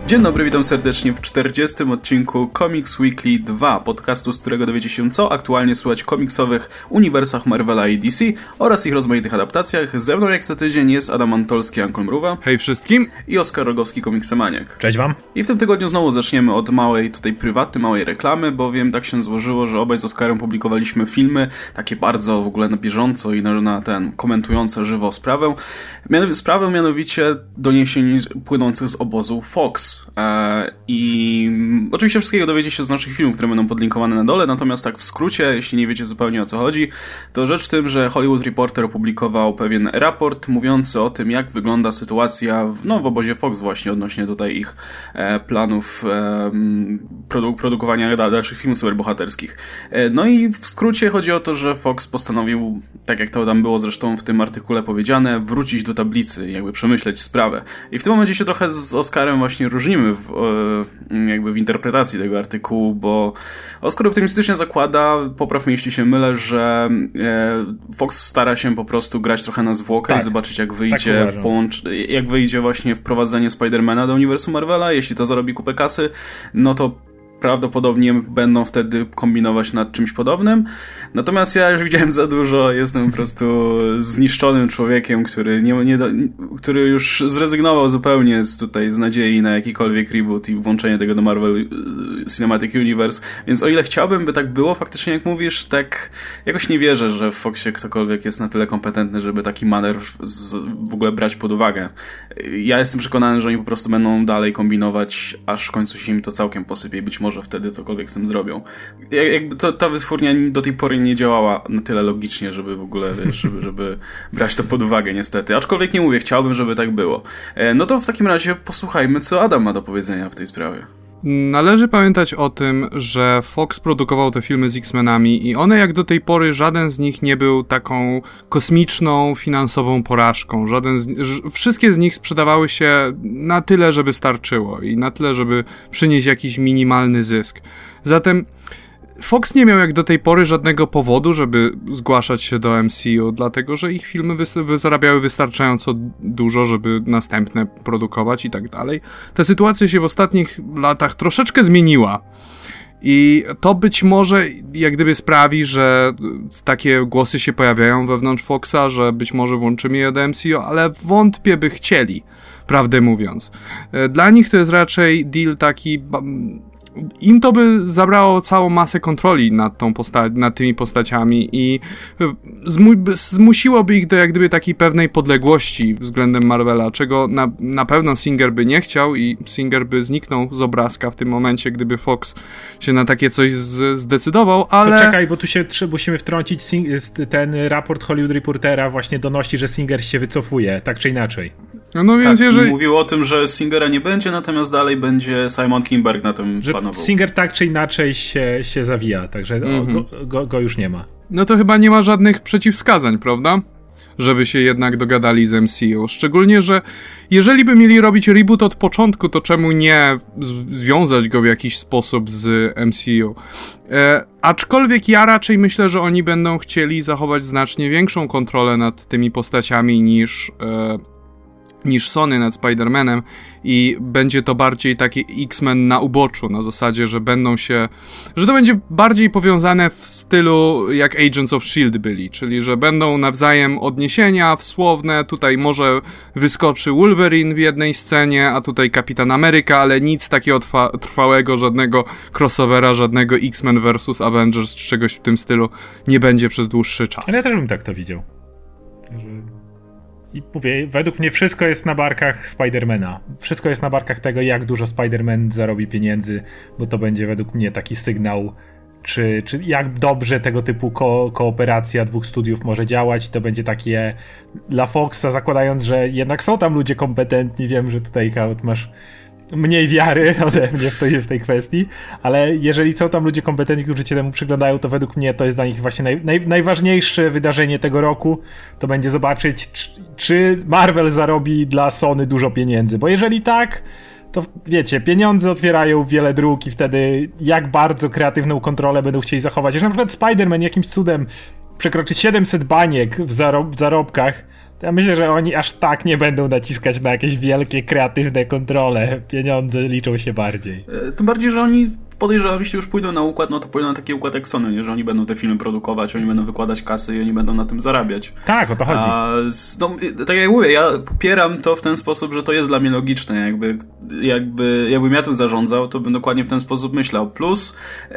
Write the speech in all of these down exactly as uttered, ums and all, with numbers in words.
Dzień dobry, witam serdecznie w czterdziestym odcinku Comics Weekly dwa, podcastu, z którego dowiecie się, co aktualnie słychać w komiksowych uniwersach Marvela i D C oraz ich rozmaitych adaptacjach. Ze mną jak co tydzień jest Adam Antolski, Uncle Mruwa. Hej wszystkim. I Oskar Rogowski, Komiksomaniak. Cześć wam. I w tym tygodniu znowu zaczniemy od małej tutaj prywatnej, małej reklamy, bowiem tak się złożyło, że obaj z Oskarem publikowaliśmy filmy, takie bardzo w ogóle na bieżąco i na, na ten, komentujące żywo sprawę. Mianow- sprawę mianowicie doniesień płynących z obozu Fox. I oczywiście wszystkiego dowiecie się z naszych filmów, które będą podlinkowane na dole, natomiast tak w skrócie, jeśli nie wiecie zupełnie o co chodzi, to rzecz w tym, że Hollywood Reporter opublikował pewien raport mówiący o tym, jak wygląda sytuacja w, no, w obozie Fox właśnie odnośnie tutaj ich e, planów e, produ- produkowania dalszych filmów superbohaterskich. E, no i w skrócie chodzi o to, że Fox postanowił, tak jak to tam było zresztą w tym artykule powiedziane, wrócić do tablicy, jakby przemyśleć sprawę. I w tym momencie się trochę z Oskarem właśnie różnimy w, jakby w interpretacji tego artykułu, bo Oskar optymistycznie zakłada, popraw mnie jeśli się mylę, że Fox stara się po prostu grać trochę na zwłokę tak, i zobaczyć jak wyjdzie tak połącz- jak wyjdzie właśnie wprowadzenie Spidermana do uniwersum Marvela. Jeśli to zarobi kupę kasy, no to prawdopodobnie będą wtedy kombinować nad czymś podobnym. Natomiast ja już widziałem za dużo, jestem po prostu zniszczonym człowiekiem, który nie, nie do, który już zrezygnował zupełnie z tutaj z nadziei na jakikolwiek reboot i włączenie tego do Marvel Cinematic Universe. Więc o ile chciałbym, by tak było, faktycznie jak mówisz, tak jakoś nie wierzę, że w Foxie ktokolwiek jest na tyle kompetentny, żeby taki manewr z, w ogóle brać pod uwagę. Ja jestem przekonany, że oni po prostu będą dalej kombinować, aż w końcu się im to całkiem posypie i być może może wtedy cokolwiek z tym zrobią. Jakby to, ta wytwórnia do tej pory nie działała na tyle logicznie, żeby w ogóle, wiesz, żeby, żeby brać to pod uwagę niestety. Aczkolwiek nie mówię, chciałbym, żeby tak było. No to w takim razie posłuchajmy, co Adam ma do powiedzenia w tej sprawie. Należy pamiętać o tym, że Fox produkował te filmy z X-Menami i one jak do tej pory, żaden z nich nie był taką kosmiczną, finansową porażką. Żaden z, wszystkie z nich sprzedawały się na tyle, żeby starczyło i na tyle, żeby przynieść jakiś minimalny zysk. Zatem Fox nie miał jak do tej pory żadnego powodu, żeby zgłaszać się do M C U, dlatego że ich filmy wys- zarabiały wystarczająco dużo, żeby następne produkować i tak dalej. Ta sytuacja się w ostatnich latach troszeczkę zmieniła. I to być może jak gdyby sprawi, że takie głosy się pojawiają wewnątrz Foxa, że być może włączymy je do M C U, ale wątpię by chcieli, prawdę mówiąc. Dla nich to jest raczej deal taki... Im to by zabrało całą masę kontroli nad, tą posta- nad tymi postaciami i zmu- zmusiłoby ich do jak gdyby takiej pewnej podległości względem Marvela, czego na, na pewno Singer by nie chciał i Singer by zniknął z obrazka w tym momencie, gdyby Fox się na takie coś z- zdecydował, ale... To czekaj, bo tu się musimy wtrącić, ten raport Hollywood Reportera właśnie donosi, że Singer się wycofuje, tak czy inaczej. No, no więc tak, jeżeli... mówił o tym, że Singera nie będzie, natomiast dalej będzie Simon Kinberg na tym że panował. Singer tak czy inaczej się, się zawija, także mm-hmm. go, go, go już nie ma. No to chyba nie ma żadnych przeciwwskazań, prawda? Żeby się jednak dogadali z M C U. Szczególnie, że jeżeli by mieli robić reboot od początku, to czemu nie z- związać go w jakiś sposób z M C U? E, aczkolwiek ja raczej myślę, że oni będą chcieli zachować znacznie większą kontrolę nad tymi postaciami niż... E, niż Sony nad Spider-Manem i będzie to bardziej taki X-Men na uboczu, na zasadzie, że będą się, że to będzie bardziej powiązane w stylu jak Agents of Shield byli, czyli że będą nawzajem odniesienia słowne, tutaj może wyskoczy Wolverine w jednej scenie, a tutaj Kapitan Ameryka, ale nic takiego trwa- trwałego, żadnego crossovera, żadnego X-Men versus Avengers, czy czegoś w tym stylu nie będzie przez dłuższy czas. Ale ja też bym tak to widział. I mówię, według mnie wszystko jest na barkach Spidermana. Wszystko jest na barkach tego, jak dużo Spider-Man zarobi pieniędzy, bo to będzie według mnie taki sygnał, czy, czy jak dobrze tego typu ko- kooperacja dwóch studiów może działać. I to będzie takie dla Foxa, zakładając, że jednak są tam ludzie kompetentni. Wiem, że tutaj, Kaut, masz mniej wiary ode mnie w tej, w tej kwestii, ale jeżeli są tam ludzie kompetentni, którzy się temu przyglądają, to według mnie to jest dla nich właśnie naj, naj, najważniejsze wydarzenie tego roku. To będzie zobaczyć, czy, czy Marvel zarobi dla Sony dużo pieniędzy, bo jeżeli tak, to wiecie, pieniądze otwierają wiele dróg i wtedy jak bardzo kreatywną kontrolę będą chcieli zachować. Jeżeli na przykład Spider-Man jakimś cudem przekroczy siedemset baniek w, zarob- w zarobkach, Ja myślę, że oni aż tak nie będą naciskać na jakieś wielkie, kreatywne kontrole. Pieniądze liczą się bardziej. Tym bardziej, że oni podejrzewam, jeśli już pójdą na układ, no to pójdą na taki układ jak Sony, nie? Że oni będą te filmy produkować, oni będą wykładać kasy i oni będą na tym zarabiać. Tak, o to chodzi. A, no, tak jak mówię, ja popieram to w ten sposób, że to jest dla mnie logiczne. Jakby, jakby, jakbym ja tym zarządzał, to bym dokładnie w ten sposób myślał. Plus,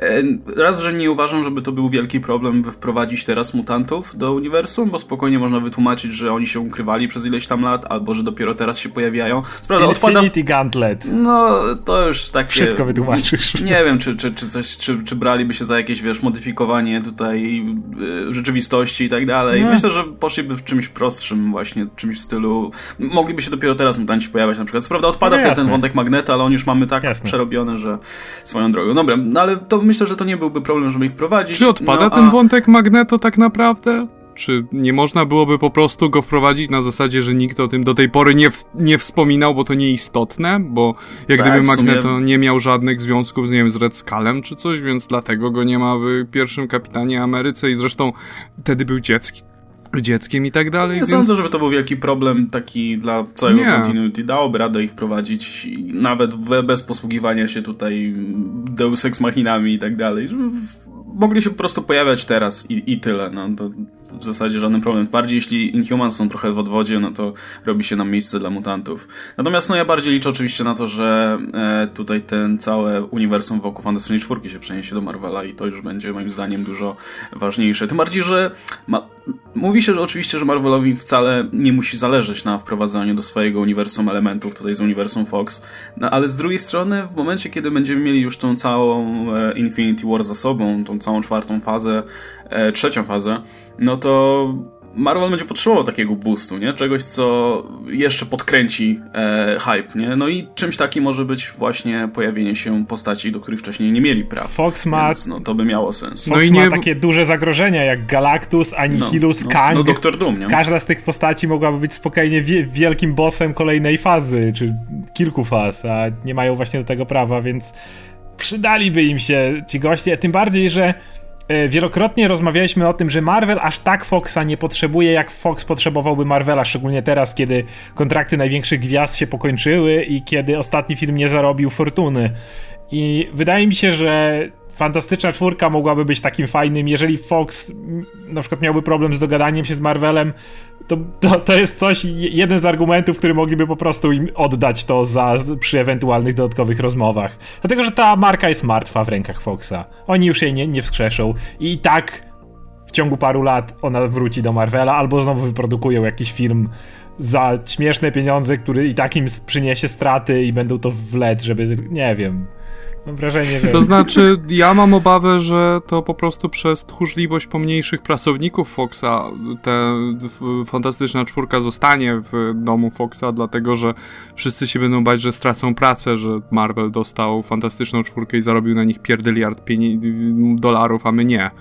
raz, że nie uważam, żeby to był wielki problem wprowadzić teraz mutantów do uniwersum, bo spokojnie można wytłumaczyć, że oni się ukrywali przez ileś tam lat, albo że dopiero teraz się pojawiają. Sprawda, Infinity odpada... Gauntlet. No, to już takie... Wszystko wytłumaczysz. Nie wiem, czy, czy, czy coś, czy, czy braliby się za jakieś, wiesz, modyfikowanie tutaj y, rzeczywistości i tak dalej. Myślę, że poszliby w czymś prostszym właśnie, czymś w stylu... Mogliby się dopiero teraz mutanci pojawiać na przykład. Co prawda odpada no, wtedy ten wątek Magneta, ale on już mamy tak jasne. Przerobione, że swoją drogą. Dobra, no ale to myślę, że to nie byłby problem, żeby ich wprowadzić. Czy odpada no, ten a... wątek Magneto tak naprawdę? Czy nie można byłoby po prostu go wprowadzić na zasadzie, że nikt o tym do tej pory nie, w, nie wspominał, bo to nieistotne? Bo jak tak, gdyby Magneto sumie... nie miał żadnych związków z, nie wiem, z Red Skullem czy coś, więc dlatego go nie ma w pierwszym Kapitanie Ameryce i zresztą wtedy był dziecki. dzieckiem i tak dalej. Nie więc... sądzę, żeby to był wielki problem taki dla całego nie. continuity. Dałoby radę ich prowadzić nawet bez posługiwania się tutaj Deus Ex Machinami i tak dalej. Żeby mogli się po prostu pojawiać teraz i, i tyle. No, to w zasadzie żaden problem. Bardziej jeśli Inhumans są trochę w odwodzie, no to robi się nam miejsce dla mutantów. Natomiast no ja bardziej liczę oczywiście na to, że e, tutaj ten całe uniwersum wokół Fantastycznej Czwórki się przeniesie do Marvela i to już będzie moim zdaniem dużo ważniejsze. Tym bardziej, że ma... mówi się że oczywiście, że Marvelowi wcale nie musi zależeć na wprowadzaniu do swojego uniwersum elementów tutaj z uniwersum Fox. No ale z drugiej strony w momencie, kiedy będziemy mieli już tą całą e, Infinity War za sobą, tą całą czwartą fazę, e, trzecią fazę, no to Marvel będzie potrzebował takiego boostu, nie? Czegoś, co jeszcze podkręci e, hype, nie? No i czymś takim może być właśnie pojawienie się postaci, do których wcześniej nie mieli praw. Fox ma... Więc, no, to by miało sens. Fox no i nie... ma takie duże zagrożenia jak Galactus, Annihilus, no, no, Kang. No Doktor Doom, nie? Każda z tych postaci mogłaby być spokojnie wie- wielkim bossem kolejnej fazy, czy kilku faz, a nie mają właśnie do tego prawa, więc przydaliby im się ci goście, tym bardziej, że wielokrotnie rozmawialiśmy o tym, że Marvel aż tak Foxa nie potrzebuje, jak Fox potrzebowałby Marvela, szczególnie teraz, kiedy kontrakty największych gwiazd się pokończyły i kiedy ostatni film nie zarobił fortuny. I wydaje mi się, że Fantastyczna Czwórka mogłaby być takim fajnym, jeżeli Fox na przykład miałby problem z dogadaniem się z Marvelem, to, to, to jest coś, jeden z argumentów, który mogliby po prostu im oddać to za, przy ewentualnych dodatkowych rozmowach. Dlatego, że ta marka jest martwa w rękach Foxa. Oni już jej nie, nie wskrzeszą i, i tak w ciągu paru lat ona wróci do Marvela, albo znowu wyprodukują jakiś film za śmieszne pieniądze, który i tak im przyniesie straty i będą to wlec, żeby, nie wiem... Mam wrażenie, że... To znaczy, ja mam obawę, że to po prostu przez tchórzliwość pomniejszych pracowników Foxa ta Fantastyczna Czwórka zostanie w domu Foxa, dlatego, że wszyscy się będą bać, że stracą pracę, że Marvel dostał Fantastyczną Czwórkę i zarobił na nich pierdyliard pieni- dolarów, a my nie.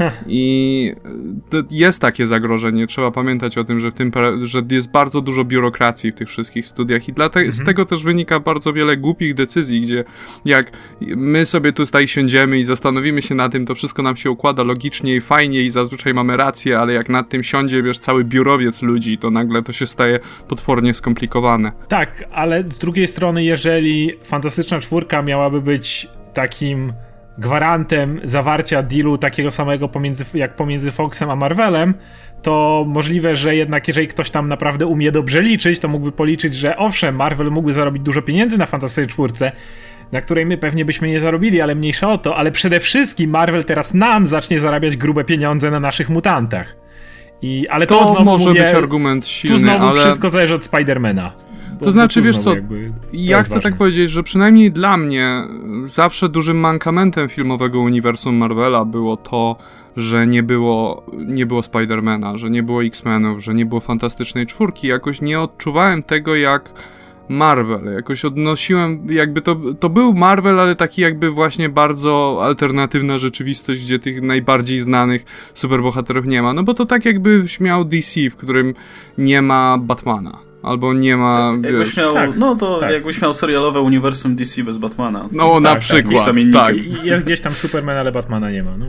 I jest takie zagrożenie. Trzeba pamiętać o tym, że, w tym, że jest bardzo dużo biurokracji w tych wszystkich studiach i dlatego, mhm. z tego też wynika bardzo wiele głupich decyzji, gdzie jak my sobie tutaj siądziemy i zastanowimy się na tym, to wszystko nam się układa logicznie i fajnie i zazwyczaj mamy rację, ale jak nad tym siądzie, wiesz, cały biurowiec ludzi, to nagle to się staje potwornie skomplikowane. Tak, ale z drugiej strony, jeżeli Fantastyczna Czwórka miałaby być takim gwarantem zawarcia dealu takiego samego pomiędzy, jak pomiędzy Foxem a Marvelem, to możliwe, że jednak jeżeli ktoś tam naprawdę umie dobrze liczyć, to mógłby policzyć, że owszem, Marvel mógłby zarobić dużo pieniędzy na Fantastycznej Czwórce, na której my pewnie byśmy nie zarobili, ale mniejsza o to, ale przede wszystkim Marvel teraz nam zacznie zarabiać grube pieniądze na naszych mutantach. I, ale to, to może mówię, być argument silny, tu znowu ale... wszystko zależy od Spidermana. Bo, to znaczy, wiesz co, ja chcę ważne. tak powiedzieć, że przynajmniej dla mnie zawsze dużym mankamentem filmowego uniwersum Marvela było to, że nie było, nie było Spidermana, że nie było X-Menów, że nie było Fantastycznej Czwórki. Jakoś nie odczuwałem tego jak Marvel. Jakoś odnosiłem, jakby to, to był Marvel, ale taki jakby właśnie bardzo alternatywna rzeczywistość, gdzie tych najbardziej znanych superbohaterów nie ma. No bo to tak jakbyś miał D C, w którym nie ma Batmana. Albo nie ma... Tak, jakbyś wiesz, miał, tak, no to tak. jakbyś miał serialowe uniwersum D C bez Batmana. No tak, na przykład, tak. I jest gdzieś tam Superman, ale Batmana nie ma, no.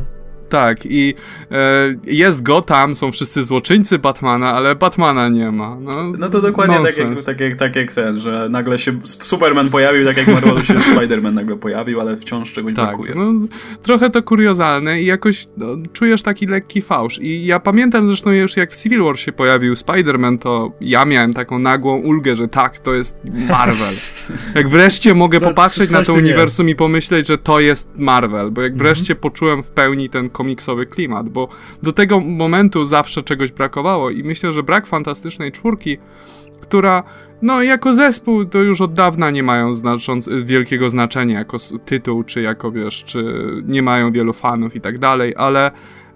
Tak, i e, jest Gotham, są wszyscy złoczyńcy Batmana, ale Batmana nie ma. No, no to dokładnie tak jak, tak, jak, tak jak ten, że nagle się Superman pojawił, tak jak Marvelu się Spider-Man nagle pojawił, ale wciąż czegoś tak, brakuje. No, trochę to kuriozalne i jakoś no, czujesz taki lekki fałsz. I ja pamiętam zresztą już jak w Civil War się pojawił Spider-Man, to ja miałem taką nagłą ulgę, że tak, to jest Marvel. Jak wreszcie mogę co, popatrzeć na to uniwersum jest. I pomyśleć, że to jest Marvel, bo jak mhm. wreszcie poczułem w pełni ten komiksowy klimat, bo do tego momentu zawsze czegoś brakowało i myślę, że brak Fantastycznej Czwórki, która no jako zespół to już od dawna nie mają znacząc- wielkiego znaczenia jako tytuł, czy jako wiesz, czy nie mają wielu fanów i tak dalej, ale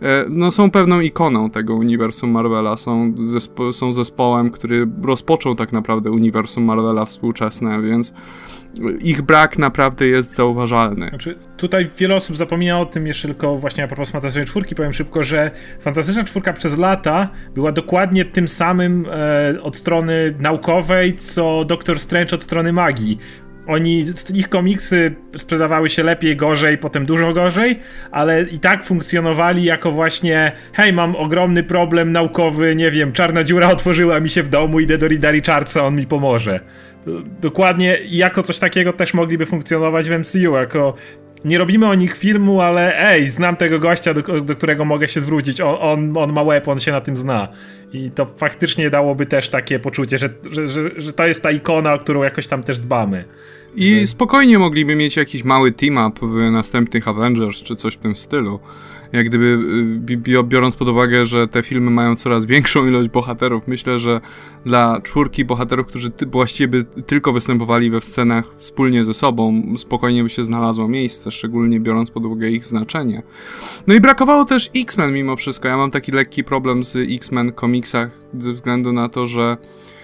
no są pewną ikoną tego uniwersum Marvela, są, zespo- są zespołem, który rozpoczął tak naprawdę uniwersum Marvela współczesne, więc ich brak naprawdę jest zauważalny. Znaczy, tutaj wiele osób zapomina o tym, jeszcze tylko właśnie a propos Fantastycznej Czwórki, powiem szybko, że Fantastyczna Czwórka przez lata była dokładnie tym samym e, od strony naukowej, co Doctor Strange od strony magii. Oni, ich komiksy sprzedawały się lepiej, gorzej, potem dużo gorzej, ale i tak funkcjonowali jako właśnie hej, mam ogromny problem naukowy, nie wiem, czarna dziura otworzyła mi się w domu, idę do Reeda Richardsa, on mi pomoże. Dokładnie jako coś takiego też mogliby funkcjonować w M C U, jako nie robimy o nich filmu, ale ej, znam tego gościa, do, do którego mogę się zwrócić, on, on, on ma łeb, on się na tym zna. I to faktycznie dałoby też takie poczucie, że, że, że, że to jest ta ikona, o którą jakoś tam też dbamy. I spokojnie mogliby mieć jakiś mały team-up w następnych Avengers, czy coś w tym stylu. Jak gdyby, biorąc pod uwagę, że te filmy mają coraz większą ilość bohaterów, myślę, że dla czwórki bohaterów, którzy ty, właściwie by tylko występowali we scenach wspólnie ze sobą, spokojnie by się znalazło miejsce, szczególnie biorąc pod uwagę ich znaczenie. No i brakowało też X-Men mimo wszystko. Ja mam taki lekki problem z X-Men komiksach ze względu na to, że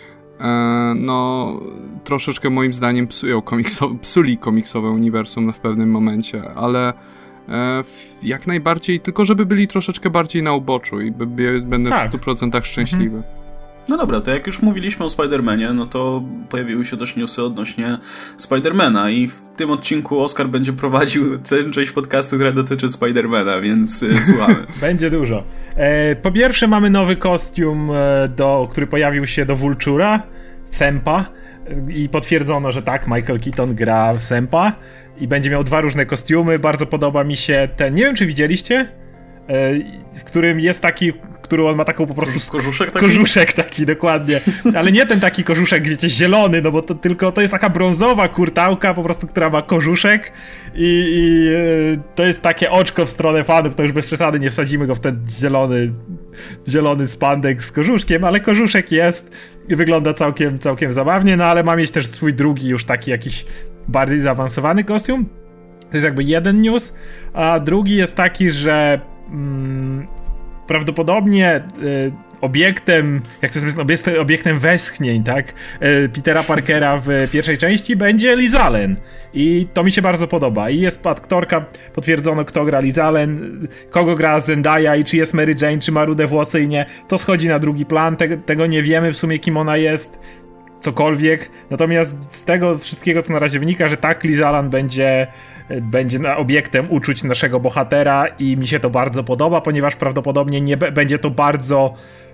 no troszeczkę moim zdaniem psują komikso- psuli komiksowe uniwersum w pewnym momencie, ale e, jak najbardziej, tylko żeby byli troszeczkę bardziej na uboczu i by, by, będę tak. w stu procentach szczęśliwy. Mhm. No dobra, to jak już mówiliśmy o Spider-Manie, no to pojawiły się też newsy odnośnie Spider-Mana i w tym odcinku Oskar będzie prowadził tę część podcastu, która dotyczy Spider-Mana, więc y, słuchamy. Będzie dużo. E, po pierwsze mamy nowy kostium, e, do, który pojawił się do Vulture'a, Sempa, i potwierdzono, że tak, Michael Keaton gra Sempa i będzie miał dwa różne kostiumy. Bardzo podoba mi się ten, nie wiem czy widzieliście, e, w którym jest taki, który on ma taką po prostu... Kożuszek taki? Kożuszek taki, dokładnie. Ale nie ten taki kożuszek, wiecie, zielony, no bo to tylko to jest taka brązowa kurtałka po prostu, która ma kożuszek i, i yy, to jest takie oczko w stronę fanów, to już bez przesady nie wsadzimy go w ten zielony zielony spandek z kożuszkiem, ale kożuszek jest i wygląda całkiem, całkiem zabawnie, no ale ma mieć też swój drugi już taki jakiś bardziej zaawansowany kostium. To jest jakby jeden news, a drugi jest taki, że mm, prawdopodobnie y, obiektem, jak to jest obiektem, obiektem westchnień, tak, y, Petera Parkera w pierwszej części będzie Liz Allen. I to mi się bardzo podoba. I jest aktorka, potwierdzono kto gra Liz Allen, kogo gra Zendaya i czy jest Mary Jane, czy ma rude włosy i nie. To schodzi na drugi plan, Te, tego nie wiemy w sumie kim ona jest, cokolwiek. Natomiast z tego wszystkiego co na razie wynika, że tak, Liz Allen będzie... będzie obiektem uczuć naszego bohatera i mi się to bardzo podoba, ponieważ prawdopodobnie nie b- będzie to bardzo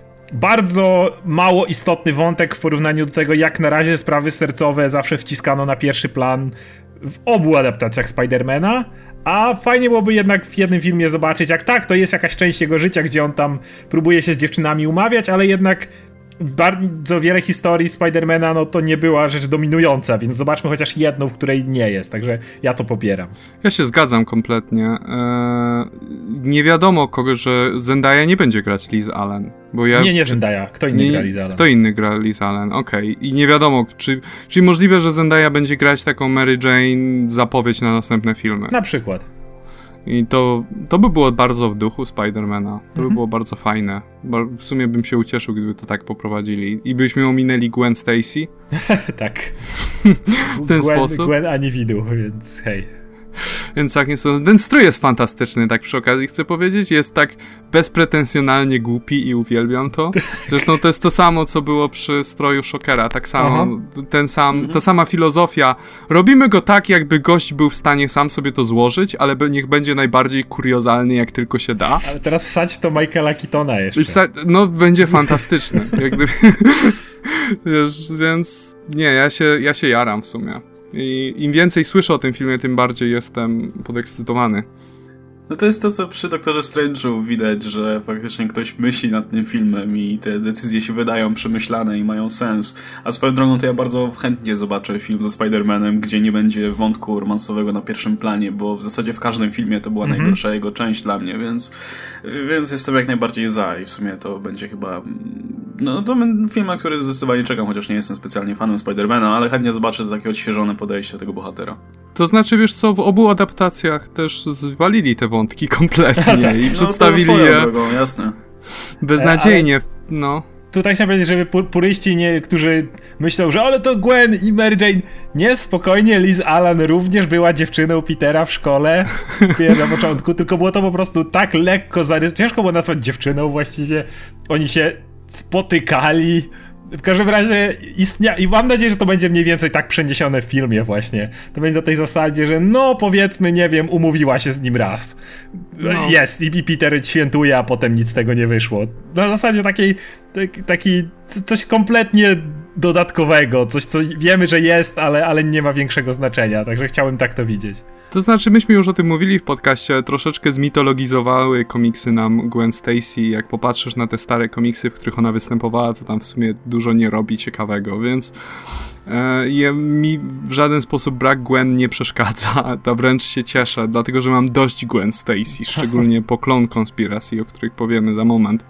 bardzo mało istotny wątek w porównaniu do tego, jak na razie sprawy sercowe zawsze wciskano na pierwszy plan w obu adaptacjach Spidermana, a fajnie byłoby jednak w jednym filmie zobaczyć, jak tak, to jest jakaś część jego życia, gdzie on tam próbuje się z dziewczynami umawiać, ale jednak bardzo wiele historii Spidermana, no to nie była rzecz dominująca, więc zobaczmy chociaż jedną, w której nie jest, także ja to popieram. Ja się zgadzam kompletnie. Eee, nie wiadomo kogo, że Zendaya nie będzie grać Liz Allen. Bo ja, nie, nie Zendaya, kto inny nie, gra Liz Allen. Kto inny gra Liz Allen, okej. Okay. I nie wiadomo, czy, czyli możliwe, że Zendaya będzie grać taką Mary Jane zapowiedź na następne filmy. Na przykład. I to, to by było bardzo w duchu Spidermana. To mhm. by było bardzo fajne. W sumie bym się ucieszył, gdyby to tak poprowadzili. I byśmy ominęli Gwen Stacy. Tak. W ten Gwen, sposób. Gwen ani widu, więc hej. Więc tak nie są. Ten strój jest fantastyczny, tak przy okazji chcę powiedzieć. Jest tak bezpretensjonalnie głupi i uwielbiam to. Zresztą to jest to samo, co było przy stroju Shockera. Tak samo, Aha. ten sam, mhm. ta sama filozofia. Robimy go tak, jakby gość był w stanie sam sobie to złożyć, ale niech będzie najbardziej kuriozalny, jak tylko się da. Ale teraz wsadź to Michaela Keatona jeszcze. Wsa- no, będzie fantastyczny. Jak gdyby... Wiesz, więc nie, ja się, ja się jaram w sumie. I im więcej słyszę o tym filmie, tym bardziej jestem podekscytowany. No to jest to, co przy Doktorze Strange'u widać, że faktycznie ktoś myśli nad tym filmem i te decyzje się wydają przemyślane i mają sens. A swoją drogą to ja bardzo chętnie zobaczę film ze Spider-Manem, gdzie nie będzie wątku romansowego na pierwszym planie, bo w zasadzie w każdym filmie to była mm-hmm. najgorsza jego część dla mnie, więc, więc jestem jak najbardziej za i w sumie to będzie chyba... No to film, na który zdecydowanie czekam, chociaż nie jestem specjalnie fanem Spider-Mana, ale chętnie zobaczę takie odświeżone podejście do tego bohatera. To znaczy, wiesz co, w obu adaptacjach też zwalili te wątki kompletnie tak. i przedstawili no, je drogą, jasne. beznadziejnie, ale... no. Tutaj chciałem powiedzieć, żeby puryści, nie, którzy myślą, że ale to Gwen i Mary Jane. Nie, spokojnie, Liz Allan również była dziewczyną Petera w szkole na początku, tylko było to po prostu tak lekko zarysowane. Ciężko było nazwać dziewczyną właściwie. Oni się spotykali. W każdym razie istnia... I mam nadzieję, że to będzie mniej więcej tak przeniesione w filmie właśnie. To będzie do tej zasadzie, że no powiedzmy, nie wiem, umówiła się z nim raz. No. Jest i Peter świętuje, a potem nic z tego nie wyszło. Na zasadzie takiej, tak, taki coś kompletnie dodatkowego, coś co wiemy, że jest, ale, ale nie ma większego znaczenia, także chciałem tak to widzieć. To znaczy, myśmy już o tym mówili w podcaście, troszeczkę mitologizowały komiksy nam Gwen Stacy. Jak popatrzysz na te stare komiksy, w których ona występowała, to tam w sumie dużo nie robi ciekawego, więc e, je, mi w żaden sposób brak Gwen nie przeszkadza, a wręcz się cieszę, dlatego że mam dość Gwen Stacy, szczególnie po Clone Conspiracy, o których powiemy za moment.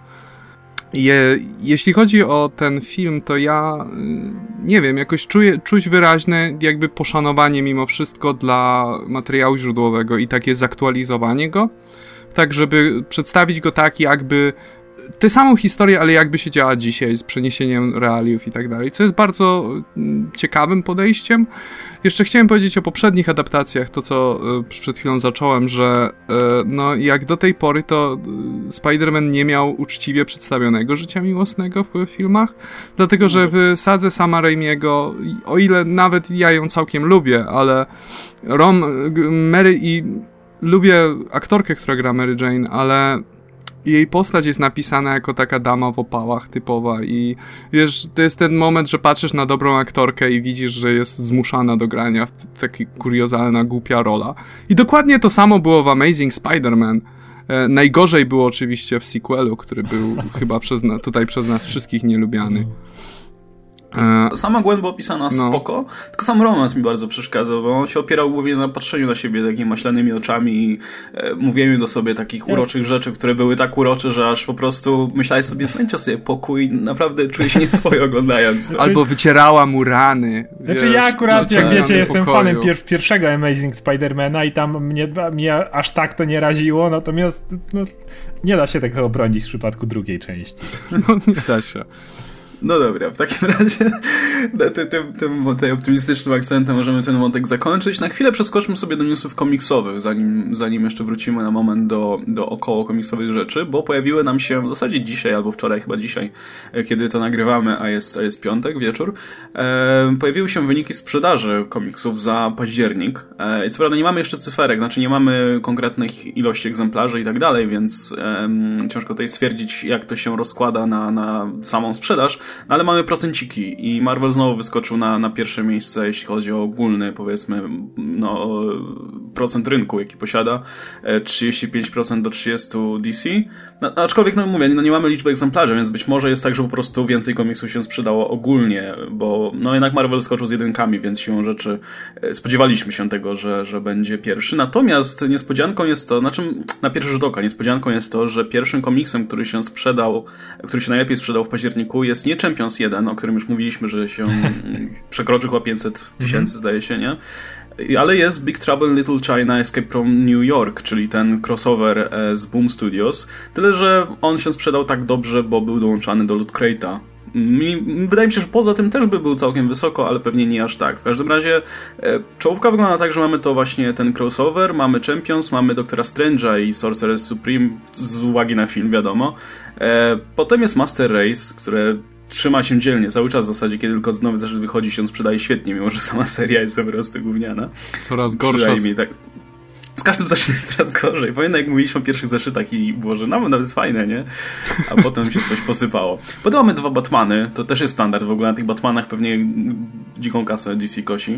Je, jeśli chodzi o ten film, to ja nie wiem, jakoś czuję, czuć wyraźne jakby poszanowanie mimo wszystko dla materiału źródłowego i takie zaktualizowanie go, tak żeby przedstawić go tak jakby tę samą historię, ale jakby się działa dzisiaj z przeniesieniem realiów i tak dalej, co jest bardzo ciekawym podejściem. Jeszcze chciałem powiedzieć o poprzednich adaptacjach, to co przed chwilą zacząłem, że no jak do tej pory to Spider-Man nie miał uczciwie przedstawionego życia miłosnego w filmach, dlatego że w sadze Sama Raimiego, o ile nawet ja ją całkiem lubię, ale Rom, Mary i lubię aktorkę, która gra Mary Jane, ale jej postać jest napisana jako taka dama w opałach typowa i wiesz, to jest ten moment, że patrzysz na dobrą aktorkę i widzisz, że jest zmuszana do grania w t- taka kuriozalna, głupia rola. I dokładnie to samo było w Amazing Spider-Man. E, najgorzej było oczywiście w sequelu, który był chyba przez na- tutaj przez nas wszystkich nielubiany. Sama Gwen była opisana no. spoko, tylko sam romans mi bardzo przeszkadzał, bo on się opierał głównie na patrzeniu na siebie takimi maślanymi oczami i e, mówieniu do sobie takich uroczych rzeczy, które były tak urocze, że aż po prostu myślałeś sobie, znajdźcie sobie pokój, naprawdę czuję się nieswojo oglądając to. Albo wycierała mu rany. Znaczy wiesz, ja akurat, jak wiecie, jestem pokoju. fanem pier- pierwszego Amazing Spider-Mana i tam mnie, mnie aż tak to nie raziło, natomiast no, nie da się tego obronić w przypadku drugiej części. No nie da się. No dobra, w takim razie tym, tym, tym tutaj optymistycznym akcentem możemy ten wątek zakończyć. Na chwilę przeskoczmy sobie do newsów komiksowych, zanim, zanim jeszcze wrócimy na moment do, do około komiksowych rzeczy, bo pojawiły nam się w zasadzie dzisiaj, albo wczoraj, chyba dzisiaj, kiedy to nagrywamy, a jest, a jest piątek, wieczór, e, pojawiły się wyniki sprzedaży komiksów za październik. E, co prawda nie mamy jeszcze cyferek, znaczy nie mamy konkretnych ilości egzemplarzy i tak dalej, więc e, ciężko tutaj stwierdzić, jak to się rozkłada na, na samą sprzedaż. No ale mamy procenciki i Marvel znowu wyskoczył na, na pierwsze miejsce, jeśli chodzi o ogólny, powiedzmy, no, procent rynku, jaki posiada, trzydzieści pięć procent do trzydzieści procent D C. No, aczkolwiek, no mówię, no nie mamy liczby egzemplarzy, więc być może jest tak, że po prostu więcej komiksów się sprzedało ogólnie, bo no jednak Marvel skoczył z jedynkami, więc siłą rzeczy spodziewaliśmy się tego, że, że będzie pierwszy. Natomiast niespodzianką jest to, znaczy na pierwszy rzut oka, niespodzianką jest to, że pierwszym komiksem, który się sprzedał, który się najlepiej sprzedał w październiku, jest nie Champions jeden, o którym już mówiliśmy, że się przekroczył chyba pięćset tysięcy, zdaje się, nie? Ale jest Big Trouble in Little China Escape from New York, czyli ten crossover z Boom Studios. Tyle, że on się sprzedał tak dobrze, bo był dołączany do Loot Crate'a Mi, wydaje mi się, że poza tym też by był całkiem wysoko, ale pewnie nie aż tak. W każdym razie e, czołówka wygląda tak, że mamy to właśnie ten crossover, mamy Champions, mamy Doktora Strange'a i Sorcerer Supreme z uwagi na film, wiadomo. E, potem jest Master Race, które trzyma się dzielnie cały czas w zasadzie, kiedy tylko nowy zeszyt wychodzi, się sprzedaje świetnie, mimo że sama seria jest po prostu gówniana. Coraz gorsza. Z... Tak. Z każdym zeszytem jest coraz gorzej. Pamiętam, jak mówiliśmy o pierwszych zeszytach i było, że no, nawet fajne, nie? A potem się coś posypało. Potem mamy dwa Batmany, to też jest standard w ogóle. Na tych Batmanach pewnie dziką kasę D C kosi.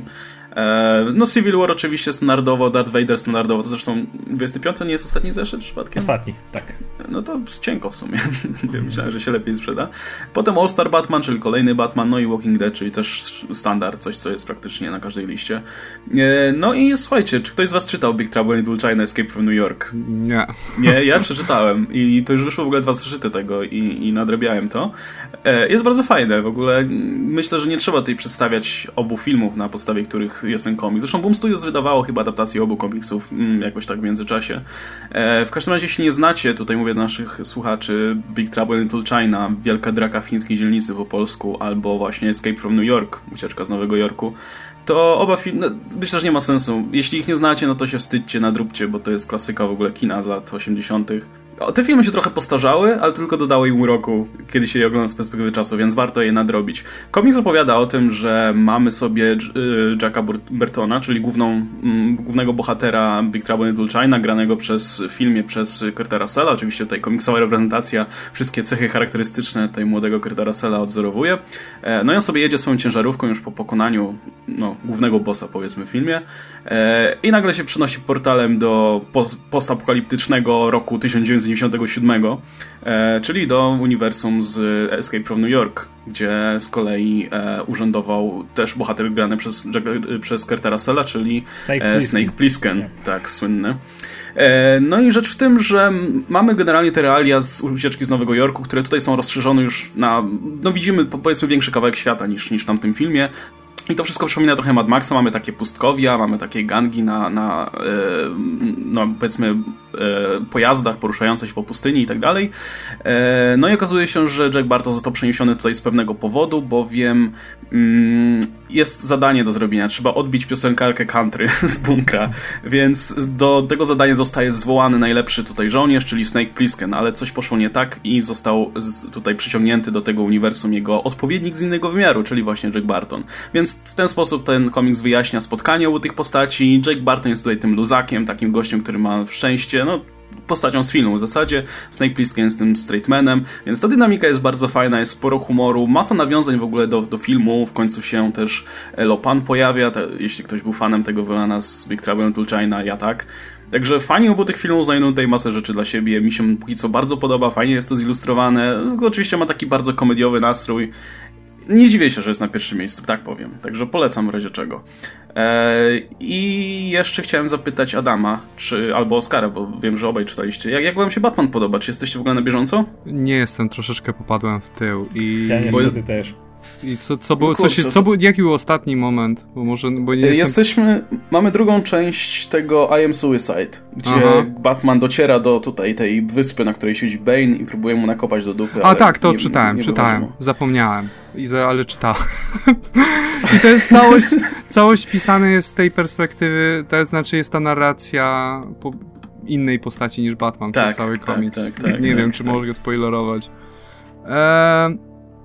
No Civil War oczywiście standardowo, Darth Vader standardowo, to zresztą dwudziesty piąty nie jest ostatni zeszyt przypadkiem? Ostatni, tak. No to cienko w sumie. Myślałem, że się lepiej sprzeda. Potem All Star Batman, czyli kolejny Batman, no i Walking Dead, czyli też standard, coś co jest praktycznie na każdej liście. No i słuchajcie, czy ktoś z was czytał Big Trouble in Little China Escape from New York? Nie. Nie, ja przeczytałem i to już wyszło w ogóle dwa zeszyty tego i, i nadrabiałem to. Jest bardzo fajne, w ogóle myślę, że nie trzeba tutaj przedstawiać obu filmów, na podstawie których jest ten komiks. Zresztą Boom Studios wydawało chyba adaptację obu komiksów jakoś tak w międzyczasie. W każdym razie, jeśli nie znacie, tutaj mówię do naszych słuchaczy, Big Trouble in Little China, Wielka Draka w chińskiej dzielnicy po polsku, albo właśnie Escape from New York, Ucieczka z Nowego Jorku, to oba filmy, no, myślę, że nie ma sensu. Jeśli ich nie znacie, no to się wstydźcie, nadróbcie, bo to jest klasyka w ogóle kina z lat osiemdziesiątych. Te filmy się trochę postarzały, ale tylko dodały im uroku, kiedy się je ogląda z perspektywy czasu, więc warto je nadrobić. Komiks opowiada o tym, że mamy sobie Jacka Burtona, czyli główną, głównego bohatera Big Trouble in Little China, granego przez w filmie przez Kurta Russella. Oczywiście tutaj komiksowa reprezentacja wszystkie cechy charakterystyczne tutaj młodego Kurta Russella odzorowuje. No i on sobie jedzie swoją ciężarówką już po pokonaniu no, głównego bossa, powiedzmy, w filmie i nagle się przenosi portalem do postapokaliptycznego roku tysiąc dziewięćset dziewięćdziesiątego siódmego, e, czyli do uniwersum z Escape from New York, gdzie z kolei e, urzędował też bohater grany przez, e, przez Kurta Russella, czyli Snake e, Plissken. Snake Plissken, tak, słynny. E, no i rzecz w tym, że mamy generalnie te realia z Ucieczki z Nowego Jorku, które tutaj są rozszerzone już na, no widzimy powiedzmy większy kawałek świata niż, niż w tamtym filmie. I to wszystko przypomina trochę Mad Maxa, mamy takie pustkowia, mamy takie gangi na, na e, no powiedzmy e, pojazdach poruszające się po pustyni i tak dalej. E, no i okazuje się, że Jack Barton został przeniesiony tutaj z pewnego powodu, bowiem mm, jest zadanie do zrobienia. Trzeba odbić piosenkarkę country z bunkra, więc do tego zadania zostaje zwołany najlepszy tutaj żołnierz, czyli Snake Plissken, ale coś poszło nie tak i został z, tutaj przyciągnięty do tego uniwersum jego odpowiednik z innego wymiaru, czyli właśnie Jack Barton. Więc w ten sposób ten komiks wyjaśnia spotkanie u tych postaci. Jack Barton jest tutaj tym luzakiem, takim gościem, który ma szczęście, no postacią z filmu w zasadzie. Snake Plissken jest tym straightmanem, więc ta dynamika jest bardzo fajna, jest sporo humoru, masa nawiązań w ogóle do, do filmu, w końcu się też Lopan pojawia, te, jeśli ktoś był fanem tego wylana z Big Trouble in Little China, ja tak. Także fani obu tych filmów znajdą tutaj masę rzeczy dla siebie, mi się póki co bardzo podoba, fajnie jest to zilustrowane, no, oczywiście ma taki bardzo komediowy nastrój. Nie dziwię się, że jest na pierwszym miejscu, tak powiem. Także polecam w razie czego. Eee, I jeszcze chciałem zapytać Adama, czy albo Oskara, bo wiem, że obaj czytaliście. Jak, jak wam się Batman podoba? Czy jesteście w ogóle na bieżąco? Nie jestem, troszeczkę popadłem w tył. I... Ja niestety bo... też. I co, co było, co się, co był, jaki był ostatni moment? Bo może, bo nie jestem... Jesteśmy, mamy drugą część tego I Am Suicide, gdzie Aha. Batman dociera do tutaj tej wyspy, na której siedzi Bane i próbuje mu nakopać do dupy. A tak, to nie, czytałem, nie czytałem, wychodziło. Zapomniałem, I za, ale czytałem. I to jest całość, całość pisane jest z tej perspektywy, to znaczy jest ta narracja po innej postaci niż Batman tak, przez cały komiks. Tak, tak, tak, nie tak, wiem, tak, czy tak. mogę spoilerować. Eee...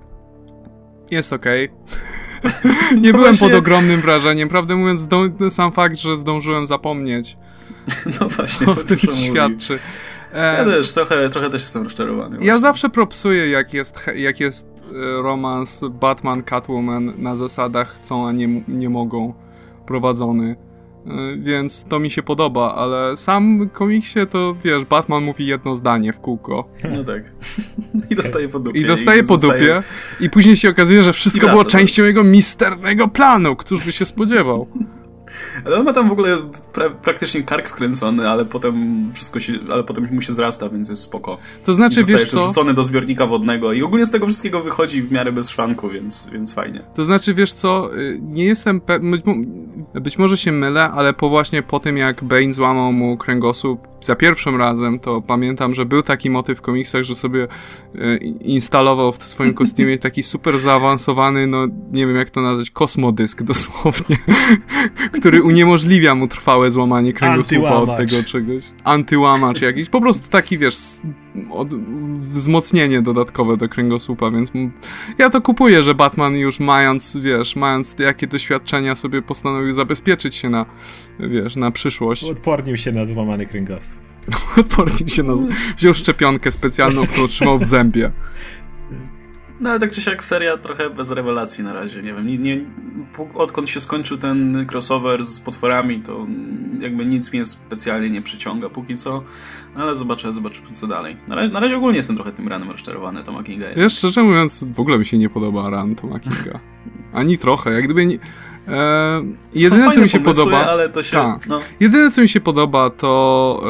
Jest okej. Okay. Nie no byłem właśnie... pod ogromnym wrażeniem. Prawdę mówiąc, zdą... sam fakt, że zdążyłem zapomnieć no właśnie, o tym świadczy. E... Ja też trochę, trochę też jestem rozczarowany. Właśnie. Ja zawsze propsuję, jak jest, jak jest romans Batman-Catwoman na zasadach chcą, a nie, nie mogą prowadzony. Więc to mi się podoba, ale sam w komiksie to, wiesz, Batman mówi jedno zdanie w kółko. No tak. I dostaje po dupie. I dostaje I po zostaje... dupie. I później się okazuje, że wszystko było częścią jego misternego planu. Któż by się spodziewał? Ale on ma tam w ogóle pra praktycznie kark skręcony, ale potem wszystko się, ale potem mu się zrasta, więc jest spoko. To znaczy, wiesz co? Wrzucony do zbiornika wodnego i ogólnie z tego wszystkiego wychodzi w miarę bez szwanku, więc, więc fajnie. To znaczy, wiesz co? Nie jestem pewny, być może się mylę, ale po właśnie po tym, jak Bane złamał mu kręgosłup za pierwszym razem, to pamiętam, że był taki motyw w komiksach, że sobie instalował w swoim kostiumie taki super zaawansowany, no nie wiem jak to nazwać, kosmodysk dosłownie, który uniemożliwia mu trwałe złamanie kręgosłupa od tego czegoś. Antyłamacz jakiś, po prostu taki, wiesz, od, wzmocnienie dodatkowe do kręgosłupa, więc ja to kupuję, że Batman już mając, wiesz, mając jakie doświadczenia sobie postanowił zabezpieczyć się na, wiesz, na przyszłość. Odpornił się na złamany kręgosłup. Odpornił się na... Wziął szczepionkę specjalną, którą trzymał w zębie. No ale tak czy siak seria trochę bez rewelacji na razie, nie wiem, nie, nie, odkąd się skończył ten crossover z potworami, to jakby nic mnie specjalnie nie przyciąga póki co, ale zobaczę, zobaczę co dalej. Na razie, na razie ogólnie jestem trochę tym ranem rozczarowany, Toma Kinga. Ja szczerze mówiąc, w ogóle mi się nie podoba ran Toma Kinga. Ani trochę, jak gdyby nie... E, jedyne co mi się pomysły, podoba ale to się, ta, no. jedyne co mi się podoba to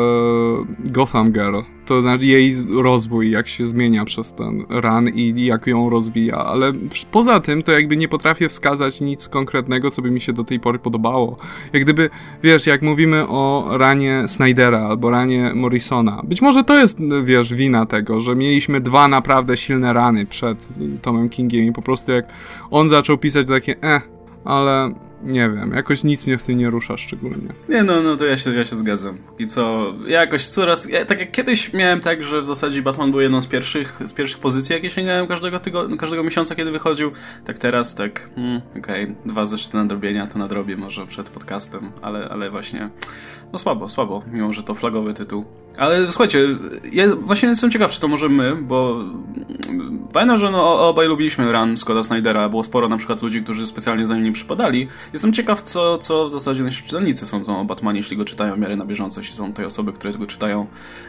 e, Gotham Girl, to jej rozwój, jak się zmienia przez ten run i jak ją rozwija, ale poza tym to jakby nie potrafię wskazać nic konkretnego, co by mi się do tej pory podobało. Jak gdyby, wiesz, jak mówimy o ranie Snydera albo ranie Morrisona, być może to jest, wiesz, wina tego, że mieliśmy dwa naprawdę silne rany przed Tomem Kingiem i po prostu jak on zaczął pisać takie eh, ale nie wiem, jakoś nic mnie w tym nie rusza szczególnie. Nie, no, no to ja się, ja się zgadzam. I co, ja jakoś coraz, ja, tak jak kiedyś miałem tak, że w zasadzie Batman był jedną z pierwszych, z pierwszych pozycji, jakie sięgałem każdego, tygo, każdego miesiąca, kiedy wychodził, tak teraz, tak, hmm, okej, okay, dwa zeszyty nadrobienia, to nadrobię może przed podcastem, ale, ale właśnie, no słabo, słabo, mimo że to flagowy tytuł. Ale słuchajcie, ja właśnie jestem ciekaw, czy to może my, bo pamiętam, że no, obaj lubiliśmy run Scotta Snydera, było sporo na przykład ludzi, którzy specjalnie za nim nie przypadali. Jestem ciekaw, co, co w zasadzie nasi czytelnicy sądzą o Batmanie, jeśli go czytają w miarę na bieżąco, jeśli są te osoby, które go czytają,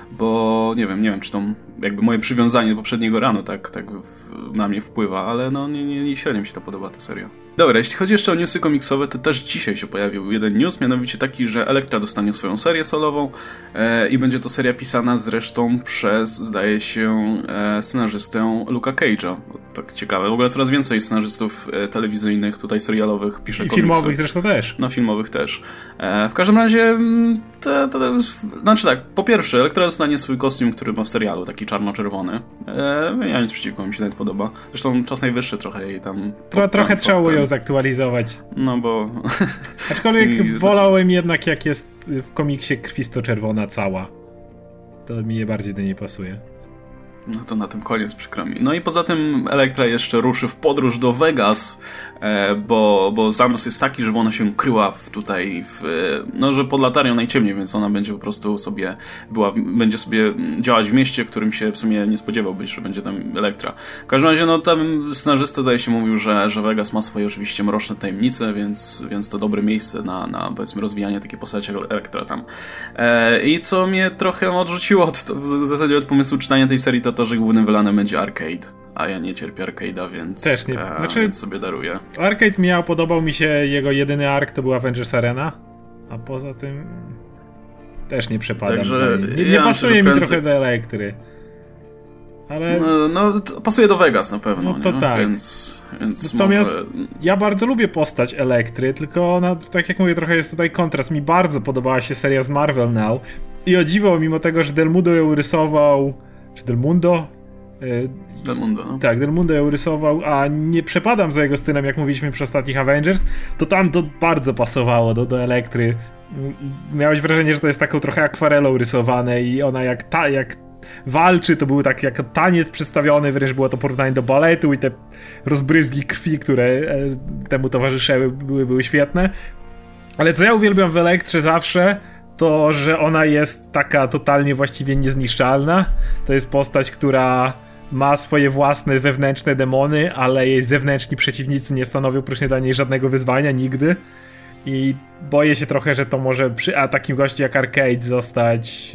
bo nie wiem, nie wiem, czy to jakby moje przywiązanie do poprzedniego runu tak, tak w, na mnie wpływa, ale no nie, nie, nie średnio mi się to podoba, ta seria. Dobra, jeśli chodzi jeszcze o newsy komiksowe, to też dzisiaj się pojawił jeden news, mianowicie taki, że Elektra dostanie swoją serię solową e, i będzie to seria pisana zresztą przez, zdaje się, e, scenarzystę Luka Cage'a. Tak ciekawe. W ogóle coraz więcej scenarzystów e, telewizyjnych, tutaj serialowych pisze komiksy. I filmowych zresztą też. No, filmowych też. E, w każdym razie, to, to, to, znaczy tak, po pierwsze, Elektra dostanie swój kostium, który ma w serialu, taki czarno-czerwony. E, ja nic przeciwko, mi się nawet podoba. Zresztą czas najwyższy trochę jej tam... Tro, pod, trochę pod, trzeba pod, ją zaktualizować. No bo... Aczkolwiek tymi... wolałem jednak, jak jest w komiksie krwisto-czerwona cała. To mi je bardziej do niej pasuje. No to na tym koniec, przykro mi. No i poza tym Elektra jeszcze ruszy w podróż do Vegas, e, bo, bo zamysł jest taki, żeby ona się kryła w, tutaj, w, no że pod latarnią najciemniej, więc ona będzie po prostu sobie była, będzie sobie działać w mieście, w którym się w sumie nie spodziewał być, że będzie tam Elektra. W każdym razie, no tam scenarzysta zdaje się mówił, że, że Vegas ma swoje oczywiście mroczne tajemnice, więc, więc to dobre miejsce na, na powiedzmy rozwijanie takiej postaci jak Elektra tam. E, I co mnie trochę odrzuciło od, to, w zasadzie od pomysłu czytania tej serii, to to, że głównym wylanem będzie Arcade, a ja nie cierpię Arcade'a, więc, Też nie. e, Znaczy, więc sobie daruję. Arcade miał, podobał mi się, jego jedyny ark to był Avengers Arena, a poza tym też nie przepadam. Także nie nie ja pasuje myślę, mi prędzej... trochę do Elektry. Ale... No, no to pasuje do Vegas na pewno, no to nie? tak. Więc, więc Natomiast może... ja bardzo lubię postać Elektry, tylko ona, tak jak mówię, trochę jest tutaj kontrast. Mi bardzo podobała się seria z Marvel Now i o dziwo, mimo tego, że Del Mundo ją rysował, czy Del Mundo? Del Mundo, no. Tak, Del Mundo ją rysował, a nie przepadam za jego stylem, jak mówiliśmy przy ostatnich Avengers, to tam to bardzo pasowało do, do Elektry. Miałeś wrażenie, że to jest taką trochę akwarelą rysowane i ona jak ta, jak walczy, to był tak jak taniec przedstawiony, wręcz było to porównanie do baletu i te rozbryzgi krwi, które temu towarzyszyły, były, były świetne. Ale co ja uwielbiam w Elektrze zawsze, to, że ona jest taka totalnie właściwie niezniszczalna. To jest postać, która ma swoje własne wewnętrzne demony, ale jej zewnętrzni przeciwnicy nie stanowią praktycznie dla niej żadnego wyzwania nigdy. I boję się trochę, że to może przy a takim gościu jak Arcade zostać...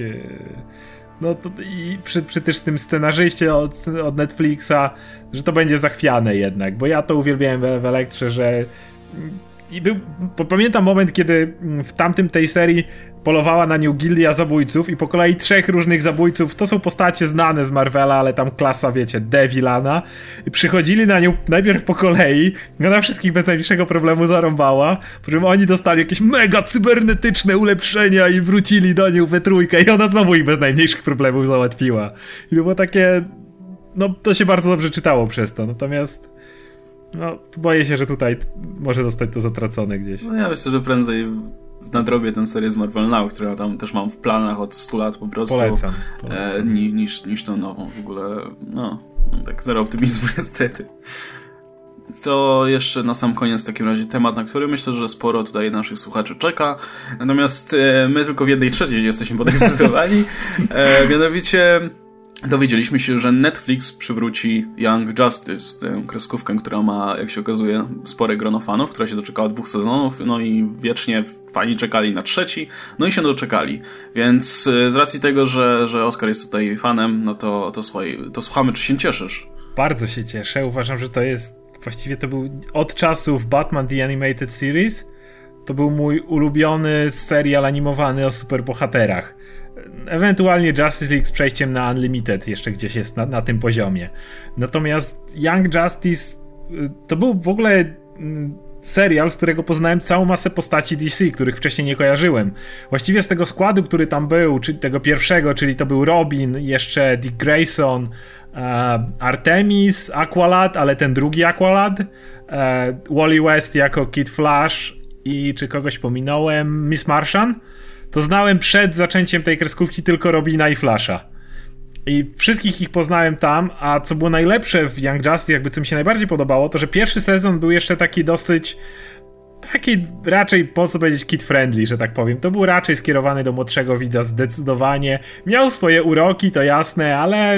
No to i przy, przy też tym scenarzyście od, od Netflixa, że to będzie zachwiane jednak, bo ja to uwielbiałem w, w Elektrze, że i był, pamiętam moment, kiedy w tamtym tej serii polowała na nią gildia zabójców i po kolei trzech różnych zabójców, to są postacie znane z Marvela, ale tam klasa, wiecie, D-Villana, i przychodzili na nią najpierw po kolei, ona wszystkich bez najmniejszego problemu zarąbała, po czym oni dostali jakieś mega cybernetyczne ulepszenia i wrócili do nią we trójkę i ona znowu ich bez najmniejszych problemów załatwiła. I to było takie, no to się bardzo dobrze czytało przez to, natomiast no boję się, że tutaj może zostać to zatracone gdzieś. No ja myślę, że prędzej nadrobię tę serię z Marvel Now, którą tam też mam w planach od stu lat po prostu. Polecam. polecam. E, niż, niż tą nową w ogóle. No, tak zero optymizmu niestety. To jeszcze na sam koniec w takim razie temat, na który myślę, że sporo tutaj naszych słuchaczy czeka. Natomiast e, my tylko w jednej trzeciej jesteśmy podekscytowani. E, mianowicie dowiedzieliśmy się, że Netflix przywróci Young Justice, tę kreskówkę, która ma, jak się okazuje, spore grono fanów, która się doczekała dwóch sezonów, no i wiecznie fani czekali na trzeci, no i się doczekali. Więc z racji tego, że, że Oskar jest tutaj fanem, no to, to, słuchaj, to słuchamy, czy się cieszysz? Bardzo się cieszę. Uważam, że to jest, właściwie to był od czasów Batman The Animated Series, to był mój ulubiony serial animowany o superbohaterach. Ewentualnie Justice League z przejściem na Unlimited jeszcze gdzieś jest na, na tym poziomie. Natomiast Young Justice to był w ogóle serial, z którego poznałem całą masę postaci D C, których wcześniej nie kojarzyłem. Właściwie z tego składu, który tam był, czyli tego pierwszego, czyli to był Robin, jeszcze Dick Grayson, uh, Artemis, Aqualad, ale ten drugi Aqualad, uh, Wally West jako Kid Flash i czy kogoś pominąłem, Miss Martian. To znałem przed zaczęciem tej kreskówki tylko Robina i Flasha. I wszystkich ich poznałem tam, a co było najlepsze w Young Justice, jakby co mi się najbardziej podobało, to że pierwszy sezon był jeszcze taki dosyć, taki raczej, po co powiedzieć, kid-friendly, że tak powiem. To był raczej skierowany do młodszego widza zdecydowanie. Miał swoje uroki, to jasne, ale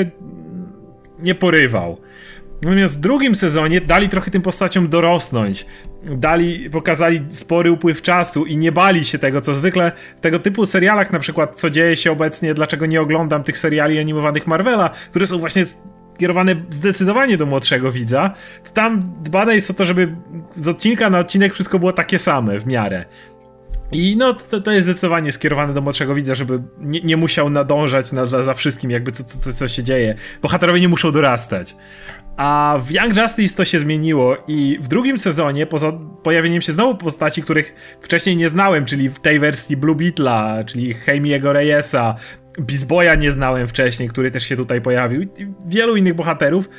nie porywał. Natomiast w drugim sezonie dali trochę tym postaciom dorosnąć. Dali, pokazali spory upływ czasu i nie bali się tego, co zwykle w tego typu serialach, na przykład co dzieje się obecnie, dlaczego nie oglądam tych seriali animowanych Marvela, które są właśnie skierowane zdecydowanie do młodszego widza, to tam dbane jest o to, żeby z odcinka na odcinek wszystko było takie same w miarę. I no, to, to jest zdecydowanie skierowane do młodszego widza, żeby nie, nie musiał nadążać na, za, za wszystkim, jakby co, co, co się dzieje. Bohaterowie nie muszą dorastać. A w Young Justice to się zmieniło i w drugim sezonie, poza pojawieniem się znowu postaci, których wcześniej nie znałem, czyli w tej wersji Blue Beetla, czyli Jaimiego Reyesa, Beast Boya nie znałem wcześniej, który też się tutaj pojawił, i wielu innych bohaterów,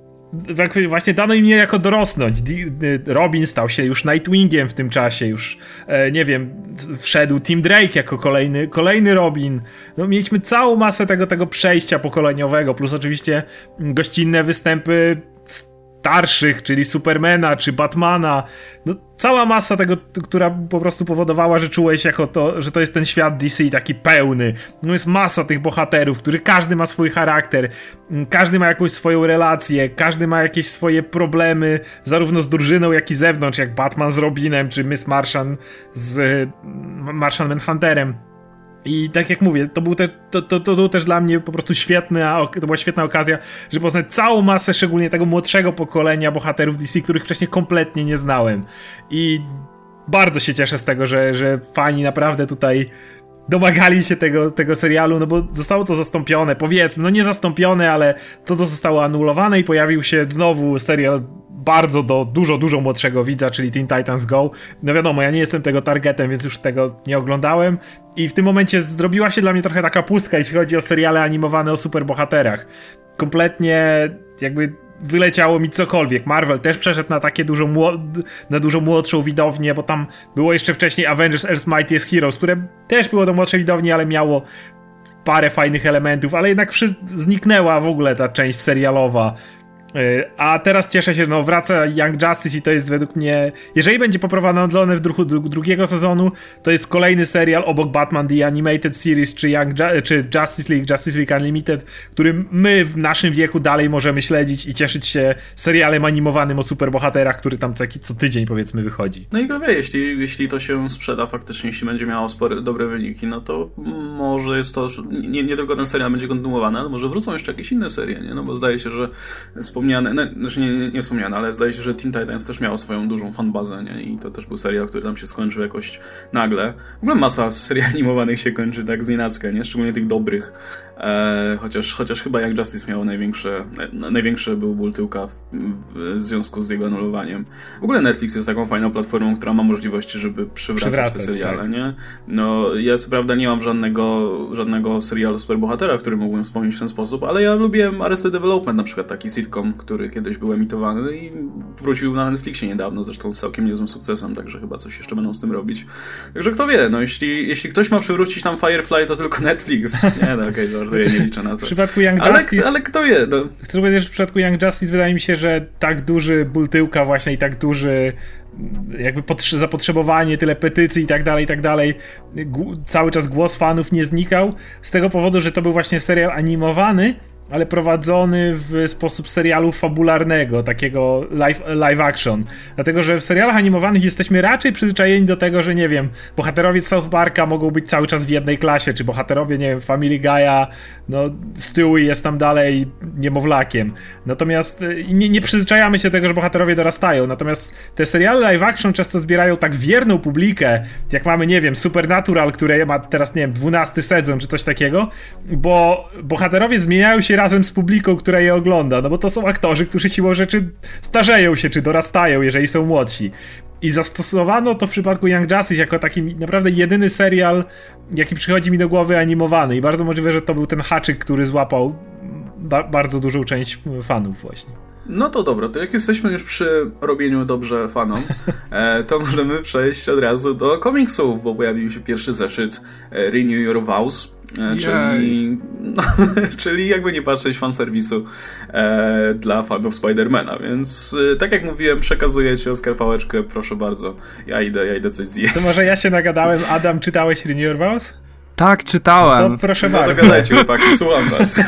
właśnie dano im niejako dorosnąć. Robin stał się już Nightwingiem w tym czasie, już nie wiem, wszedł Tim Drake jako kolejny, kolejny Robin. No, mieliśmy całą masę tego, tego przejścia pokoleniowego, plus oczywiście gościnne występy starszych, czyli Supermana czy Batmana. No, cała masa tego, która po prostu powodowała, że czułeś jako to, że to jest ten świat D C taki pełny. No, jest masa tych bohaterów, który każdy ma swój charakter, każdy ma jakąś swoją relację, każdy ma jakieś swoje problemy, zarówno z drużyną, jak i z zewnątrz, jak Batman z Robinem, czy Miss Martian z Martian Manhunterem. I tak jak mówię, to był, te, to, to, to był też dla mnie po prostu świetna, to była świetna okazja, żeby poznać całą masę, szczególnie tego młodszego pokolenia bohaterów D C, których wcześniej kompletnie nie znałem. I bardzo się cieszę z tego, że, że fani naprawdę tutaj domagali się tego, tego serialu, no bo zostało to zastąpione, powiedzmy, no nie zastąpione, ale to, to zostało anulowane i pojawił się znowu serial bardzo do dużo, dużo młodszego widza, czyli Teen Titans Go. No wiadomo, ja nie jestem tego targetem, więc już tego nie oglądałem i w tym momencie zrobiła się dla mnie trochę taka pustka, jeśli chodzi o seriale animowane o superbohaterach. Kompletnie jakby wyleciało mi cokolwiek. Marvel też przeszedł na takie dużo młod- na dużo młodszą widownię, bo tam było jeszcze wcześniej Avengers Earth's Mightiest Heroes, które też było do młodszej widowni, ale miało parę fajnych elementów, ale jednak wszy- zniknęła w ogóle ta część serialowa. A teraz cieszę się, no wraca Young Justice i to jest według mnie, jeżeli będzie poprowadzone w druhu, dru, drugiego sezonu, to jest kolejny serial obok Batman The Animated Series czy, Young, czy Justice League, Justice League Unlimited, który my w naszym wieku dalej możemy śledzić i cieszyć się serialem animowanym o superbohaterach, który tam co, co tydzień powiedzmy wychodzi. No i kto wie, jeśli, jeśli to się sprzeda faktycznie, jeśli będzie miało spore, dobre wyniki, no to może jest to, nie, nie tylko ten serial będzie kontynuowany, ale może wrócą jeszcze jakieś inne serie, nie? No bo zdaje się, że sporo wspomniany, no, znaczy nie, nie, nie wspomniany, ale zdaje się, że Teen Titans też miał swoją dużą fanbazę, nie? I to też był serial, który tam się skończył jakoś nagle. W ogóle masa seriali animowanych się kończy tak znienacka, nie? Szczególnie tych dobrych. E, chociaż, chociaż chyba Young Justice miał największe, naj, największy był ból tyłka w, w związku z jego anulowaniem. W ogóle Netflix jest taką fajną platformą, która ma możliwości, żeby przywracać, przywracać te seriale, tak. Nie? No, ja co prawda nie mam żadnego, żadnego serialu superbohatera, który mógłbym wspomnieć w ten sposób, ale ja lubiłem Arrested Development, na przykład taki sitcom, który kiedyś był emitowany i wrócił na Netflixie niedawno, zresztą z całkiem niezłym sukcesem, także chyba coś jeszcze będą z tym robić. Także kto wie, no jeśli, jeśli ktoś ma przywrócić nam Firefly, to tylko Netflix. Nie, no okej, okay, ja nie liczę na to. W przypadku Young ale, Justice... Ale kto wie, no. Chcę powiedzieć, że w przypadku Young Justice wydaje mi się, że tak duży ból tyłka właśnie i tak duży jakby potrze- zapotrzebowanie, tyle petycji i tak dalej, i tak dalej, G- cały czas głos fanów nie znikał, z tego powodu, że to był właśnie serial animowany, ale prowadzony w sposób serialu fabularnego, takiego live, live action. Dlatego, że w serialach animowanych jesteśmy raczej przyzwyczajeni do tego, że nie wiem, bohaterowie South Parka mogą być cały czas w jednej klasie, czy bohaterowie, nie wiem, Family Guy'a, no Stewie jest tam dalej niemowlakiem. Natomiast nie, nie przyzwyczajamy się do tego, że bohaterowie dorastają. Natomiast te seriale live action często zbierają tak wierną publikę, jak mamy, nie wiem, Supernatural, które ma teraz, nie wiem, dwunasty sezon, czy coś takiego, bo bohaterowie zmieniają się razem z publiką, która je ogląda, no bo to są aktorzy, którzy siłą rzeczy starzeją się, czy dorastają, jeżeli są młodsi. I zastosowano to w przypadku Young Justice jako taki naprawdę jedyny serial, jaki przychodzi mi do głowy animowany i bardzo możliwe, że to był ten haczyk, który złapał ba- bardzo dużą część fanów właśnie. No to dobra, to jak jesteśmy już przy robieniu dobrze fanom, e, to możemy przejść od razu do komiksów, bo pojawił się pierwszy zeszyt e, Renew Your Vows, e, czyli, no, czyli jakby nie patrzeć fanserwisu e, dla fanów Spidermana, więc e, tak jak mówiłem, przekazuję ci, Oskar, pałeczkę, proszę bardzo, ja idę, ja idę coś zjeść. To może ja się nagadałem, Adam, czytałeś Renew Your Vows? Tak, czytałem. To proszę no bardzo. To gadajcie, chłopaki, słucham was.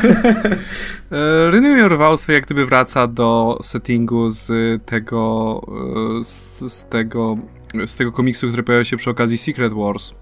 Renew Your Vows jak gdyby wraca do settingu z tego, z, z tego z tego komiksu, który pojawił się przy okazji Secret Wars.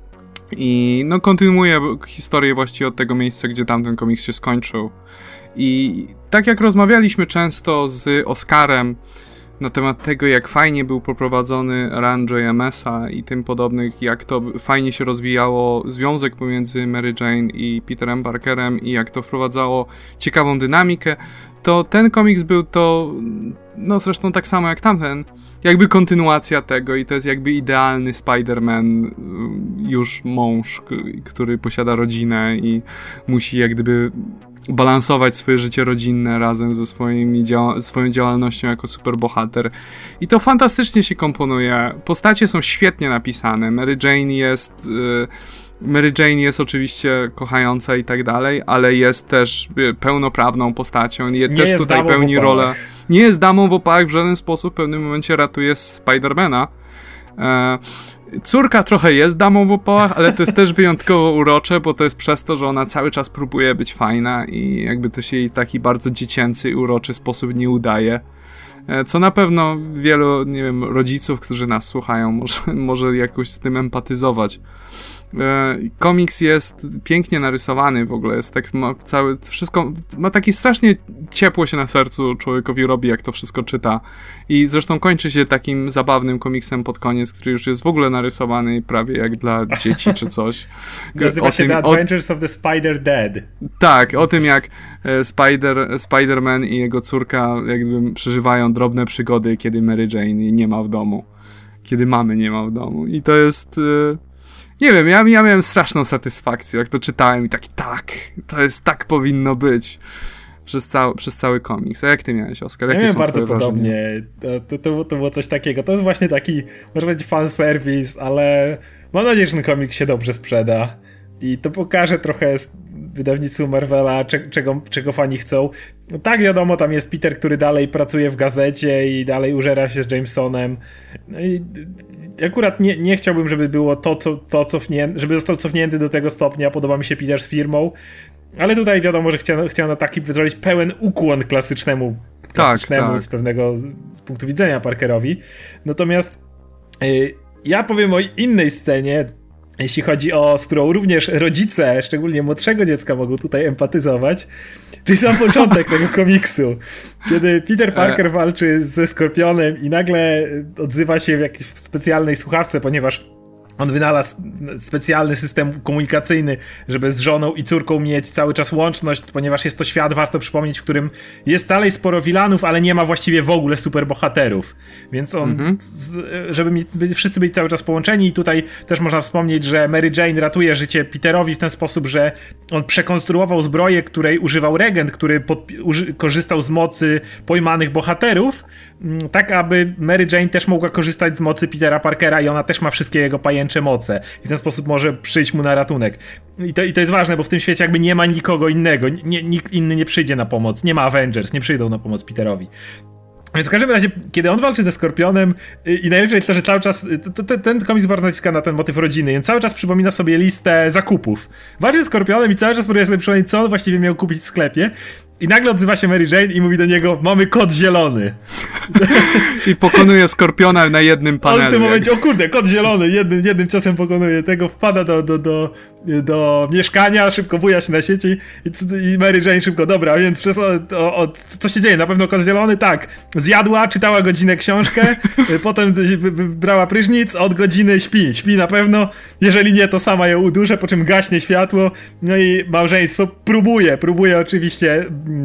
I no kontynuuje historię właściwie od tego miejsca, gdzie tamten komiks się skończył. I tak jak rozmawialiśmy często z Oskarem na temat tego, jak fajnie był poprowadzony run J M S-a i tym podobnych, jak to fajnie się rozwijało związek pomiędzy Mary Jane i Peterem Parkerem i jak to wprowadzało ciekawą dynamikę, to ten komiks był to, no zresztą tak samo jak tamten, jakby kontynuacja tego i to jest jakby idealny Spider-Man, już mąż, który posiada rodzinę i musi jak gdyby balansować swoje życie rodzinne razem ze swoimi dzia- swoją działalnością jako superbohater. I to fantastycznie się komponuje. Postacie są świetnie napisane. Mary Jane jest... Yy, Mary Jane jest oczywiście kochająca i tak dalej, ale jest też pełnoprawną postacią. Je, też tutaj pełni rolę. Nie jest damą w opałach, w żaden sposób w pewnym momencie ratuje Spidermana. E, córka trochę jest damą w opałach, ale to jest też wyjątkowo urocze, bo to jest przez to, że ona cały czas próbuje być fajna i jakby to się jej w taki bardzo dziecięcy i uroczy sposób nie udaje. E, co na pewno wielu, nie wiem, rodziców, którzy nas słuchają, może, może jakoś z tym empatyzować. Komiks jest pięknie narysowany w ogóle, jest tak, ma cały, wszystko, ma taki strasznie ciepło się na sercu człowiekowi robi, jak to wszystko czyta i zresztą kończy się takim zabawnym komiksem pod koniec, który już jest w ogóle narysowany prawie jak dla dzieci czy coś. Nazywa się The Adventures o... of the Spider-Dead. Tak, o tym jak Spider, Spider-Man i jego córka jakby przeżywają drobne przygody, kiedy Mary Jane nie ma w domu, kiedy mamy nie ma w domu i to jest... Nie wiem, ja, ja miałem straszną satysfakcję, jak to czytałem i taki, tak, to jest, tak powinno być przez, cał, przez cały komiks. A jak ty miałeś, Oskar? Jakie ja są bardzo twoje podobnie. wrażenia? To, to, to było coś takiego. To jest właśnie taki, może być fanserwis, ale mam nadzieję, że ten komiks się dobrze sprzeda. I to pokaże trochę wydawnictwu Marvela, czego, czego fani chcą. No tak, wiadomo, tam jest Peter, który dalej pracuje w gazecie i dalej użera się z Jamesonem. No i akurat nie, nie chciałbym, żeby było to, co, to cofnięte, żeby został cofnięty do tego stopnia. Podoba mi się Peter z firmą. Ale tutaj wiadomo, że chciano, chciano taki zrobić pełen ukłon klasycznemu, klasycznemu tak, tak. z pewnego punktu widzenia Parkerowi. Natomiast yy, ja powiem o innej scenie, jeśli chodzi o, z którą również rodzice, szczególnie młodszego dziecka, mogą tutaj empatyzować, czyli sam początek tego komiksu, kiedy Peter Parker walczy ze Skorpionem i nagle odzywa się w jakiejś specjalnej słuchawce, ponieważ on wynalazł specjalny system komunikacyjny, żeby z żoną i córką mieć cały czas łączność, ponieważ jest to świat, warto przypomnieć, w którym jest dalej sporo wilanów, ale nie ma właściwie w ogóle superbohaterów. Więc on, mhm. żeby mi, wszyscy byli cały czas połączeni i tutaj też można wspomnieć, że Mary Jane ratuje życie Peterowi w ten sposób, że on przekonstruował zbroję, której używał regent, który pod, uży, korzystał z mocy pojmanych bohaterów, tak aby Mary Jane też mogła korzystać z mocy Petera Parkera i ona też ma wszystkie jego pajęcze moce i w ten sposób może przyjść mu na ratunek. I to, i to jest ważne, bo w tym świecie jakby nie ma nikogo innego, nie, nikt inny nie przyjdzie na pomoc, nie ma Avengers, nie przyjdą na pomoc Peterowi. Więc w każdym razie, kiedy on walczy ze Skorpionem i najlepsze jest to, że cały czas, to, to, ten komiks bardzo naciska na ten motyw rodziny, on cały czas przypomina sobie listę zakupów. Walczy ze Skorpionem i cały czas próbuje sobie przypomnieć, co on właściwie miał kupić w sklepie. I nagle odzywa się Mary Jane i mówi do niego, mamy kod zielony. I pokonuje Skorpiona na jednym panelu. On w tym momencie, o kurde, kod zielony, jednym, jednym ciosem pokonuje tego, wpada do, do, do, do mieszkania, szybko buja się na sieci i, i Mary Jane szybko, dobra, więc przez, o, o, co się dzieje? Na pewno kod zielony? Tak. Zjadła, czytała godzinę książkę, potem brała prysznic, od godziny śpi. Śpi na pewno, jeżeli nie, to sama ją uduszę, po czym gaśnie światło, no i małżeństwo próbuje, próbuje oczywiście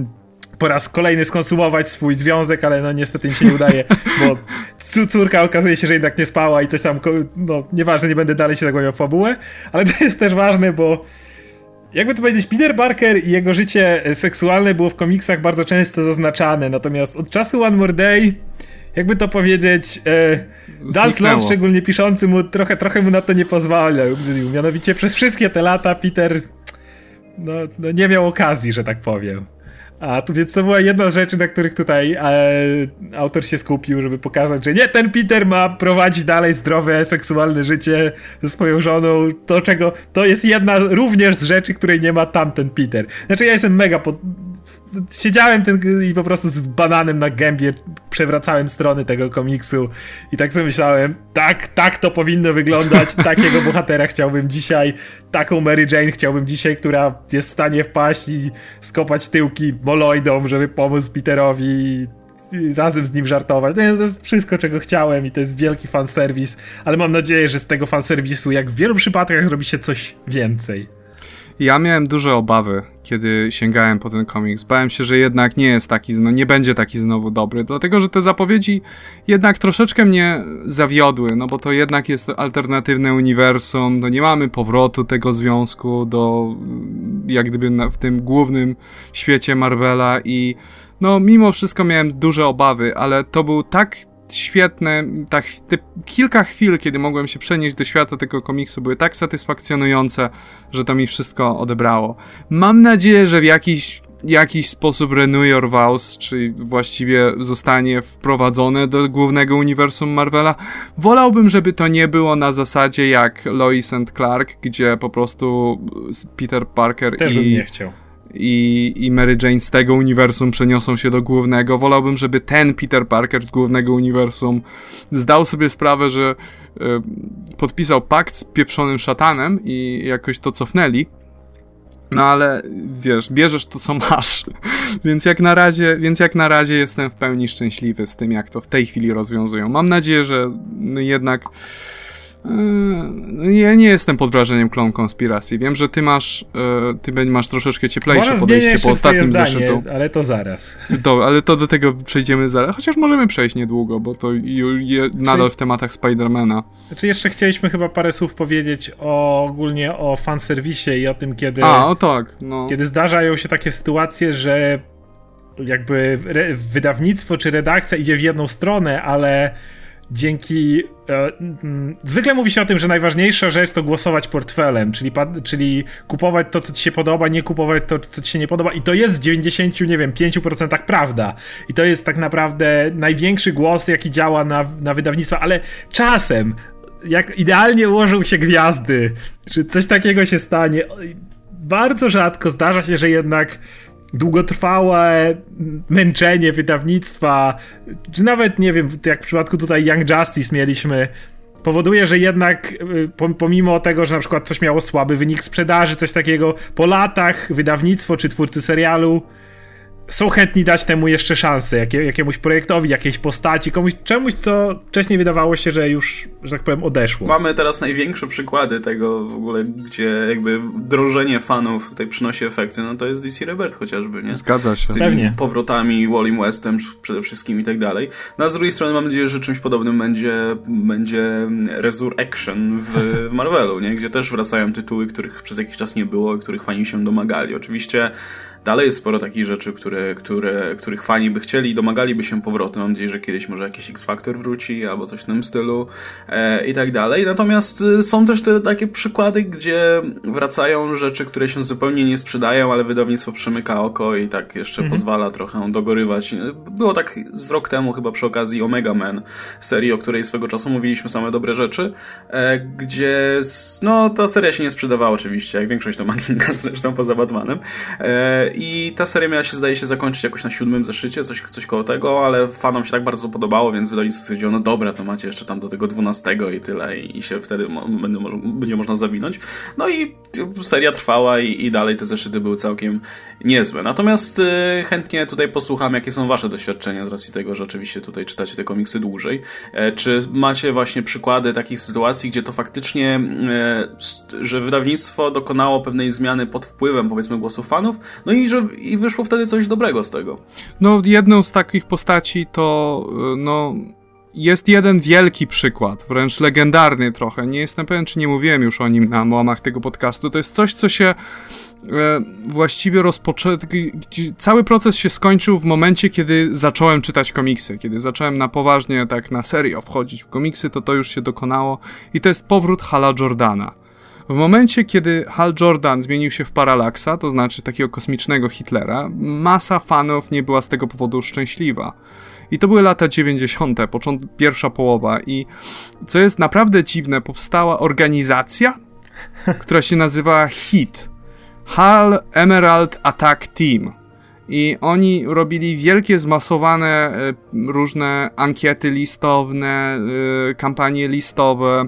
po raz kolejny skonsumować swój związek, ale no niestety im się nie udaje, bo córka okazuje się, że jednak nie spała i coś tam, no nieważne, nie będę dalej się zagłębiał w fabułę, ale to jest też ważne, bo jakby to powiedzieć, Peter Parker i jego życie seksualne było w komiksach bardzo często zaznaczane, natomiast od czasu One More Day, jakby to powiedzieć, e, Dan Slott, szczególnie piszący mu, trochę, trochę mu na to nie pozwalał. Mianowicie przez wszystkie te lata Peter no, no nie miał okazji, że tak powiem. A tu więc to była jedna z rzeczy, na których tutaj e, autor się skupił, żeby pokazać, że nie, ten Peter ma prowadzić dalej zdrowe, seksualne życie ze swoją żoną, to czego, to jest jedna również z rzeczy, której nie ma tamten Peter. Znaczy ja jestem mega pod... Siedziałem ten, i po prostu z bananem na gębie przewracałem strony tego komiksu i tak sobie myślałem, tak, tak to powinno wyglądać, takiego bohatera chciałbym dzisiaj, taką Mary Jane chciałbym dzisiaj, która jest w stanie wpaść i skopać tyłki moloidom, żeby pomóc Peterowi i, i razem z nim żartować. To jest wszystko, czego chciałem i to jest wielki fanserwis, ale mam nadzieję, że z tego fanserwisu, jak w wielu przypadkach, robi się coś więcej. Ja miałem duże obawy, kiedy sięgałem po ten komiks. Bałem się, że jednak nie jest taki, no nie będzie taki znowu dobry, dlatego, że te zapowiedzi jednak troszeczkę mnie zawiodły, no bo to jednak jest alternatywne uniwersum, no nie mamy powrotu tego związku do, jak gdyby na, w tym głównym świecie Marvela i no mimo wszystko miałem duże obawy, ale to był tak świetne, tak, te kilka chwil, kiedy mogłem się przenieść do świata tego komiksu, były tak satysfakcjonujące, że to mi wszystko odebrało. Mam nadzieję, że w jakiś, jakiś sposób Renew Your Vows, czyli właściwie zostanie wprowadzone do głównego uniwersum Marvela. Wolałbym, żeby to nie było na zasadzie jak Lois and Clark, gdzie po prostu Peter Parker Też i... bym nie chciał. I, i Mary Jane z tego uniwersum przeniosą się do głównego. Wolałbym, żeby ten Peter Parker z głównego uniwersum zdał sobie sprawę, że y, podpisał pakt z pieprzonym szatanem i jakoś to cofnęli. No ale wiesz, bierzesz to, co masz. Więc jak na razie, więc jak na razie jestem w pełni szczęśliwy z tym, jak to w tej chwili rozwiązują. Mam nadzieję, że no jednak Yy, ja nie jestem pod wrażeniem Clone Konspiracji. Wiem, że ty masz yy, ty masz troszeczkę cieplejsze Może podejście po ostatnim zdanie, zeszytu. Ale to zaraz. Dobra, ale to do tego przejdziemy zaraz. Chociaż możemy przejść niedługo, bo to je, nadal w tematach Spidermana. Znaczy jeszcze chcieliśmy chyba parę słów powiedzieć o, ogólnie o fanserwisie i o tym, kiedy A, o tak, no. Kiedy zdarzają się takie sytuacje, że jakby re- wydawnictwo czy redakcja idzie w jedną stronę, ale dzięki... E, m, zwykle mówi się o tym, że najważniejsza rzecz to głosować portfelem, czyli, czyli kupować to, co ci się podoba, nie kupować to, co ci się nie podoba i to jest w dziewięćdziesięciu, nie wiem, pięciu procentach prawda. I to jest tak naprawdę największy głos, jaki działa na, na wydawnictwa, ale czasem, jak idealnie ułożą się gwiazdy, czy coś takiego się stanie, bardzo rzadko zdarza się, że jednak długotrwałe męczenie wydawnictwa, czy nawet, nie wiem, jak w przypadku tutaj Young Justice mieliśmy, powoduje, że jednak pomimo tego, że na przykład coś miało słaby wynik sprzedaży, coś takiego, po latach wydawnictwo czy twórcy serialu są chętni dać temu jeszcze szansę, jakie, jakiemuś projektowi, jakiejś postaci, komuś, czemuś, co wcześniej wydawało się, że już, że tak powiem, odeszło. Mamy teraz największe przykłady tego w ogóle, gdzie jakby drążenie fanów tutaj przynosi efekty, no to jest D C Rebirth chociażby, nie? Zgadza się. Z tymi Pewnie. powrotami, Wallim Westem przede wszystkim i tak dalej. No a z drugiej strony mam nadzieję, że czymś podobnym będzie, będzie Resurrection w, w Marvelu, nie? Gdzie też wracają tytuły, których przez jakiś czas nie było i których fani się domagali. Oczywiście dalej jest sporo takich rzeczy, które, które, których fani by chcieli i domagaliby się powrotu. Mam nadzieję, że kiedyś może jakiś X-Factor wróci albo coś w tym stylu e, i tak dalej. Natomiast e, są też te takie przykłady, gdzie wracają rzeczy, które się zupełnie nie sprzedają, ale wydawnictwo przymyka oko i tak jeszcze mhm. pozwala trochę dogorywać. Było tak z rok temu chyba przy okazji Omega Man, serii, o której swego czasu mówiliśmy same dobre rzeczy, e, gdzie no ta seria się nie sprzedawała oczywiście, jak większość to Maginka zresztą poza Batmanem. E, I ta seria miała się, zdaje się, zakończyć jakoś na siódmym zeszycie, coś, coś koło tego, ale fanom się tak bardzo podobało, więc wydawnictwo stwierdziło, no dobra, to macie jeszcze tam do tego dwunastego i tyle i, i się wtedy mo- będzie, będzie można zawinąć. No i seria trwała i, i dalej te zeszyty były całkiem niezłe. Natomiast y, chętnie tutaj posłucham, jakie są wasze doświadczenia z racji tego, że oczywiście tutaj czytacie te komiksy dłużej. E, czy macie właśnie przykłady takich sytuacji, gdzie to faktycznie, e, że wydawnictwo dokonało pewnej zmiany pod wpływem, powiedzmy, głosu fanów, no i że i wyszło wtedy coś dobrego z tego. No, jedną z takich postaci to, no, jest jeden wielki przykład, wręcz legendarny trochę. Nie jestem pewien, czy nie mówiłem już o nim na łamach tego podcastu. To jest coś, co się e, właściwie rozpoczęło. Cały proces się skończył w momencie, kiedy zacząłem czytać komiksy. Kiedy zacząłem na poważnie, tak na serio wchodzić w komiksy, to to już się dokonało. I to jest powrót Hala Jordana. W momencie, kiedy Hal Jordan zmienił się w Paralaksa, to znaczy takiego kosmicznego Hitlera, masa fanów nie była z tego powodu szczęśliwa. I to były lata dziewięćdziesiąte, począt, pierwsza połowa. I co jest naprawdę dziwne, powstała organizacja, która się nazywała H I T. Hal Emerald Attack Team. I oni robili wielkie, zmasowane y, różne ankiety listowne, y, kampanie listowe.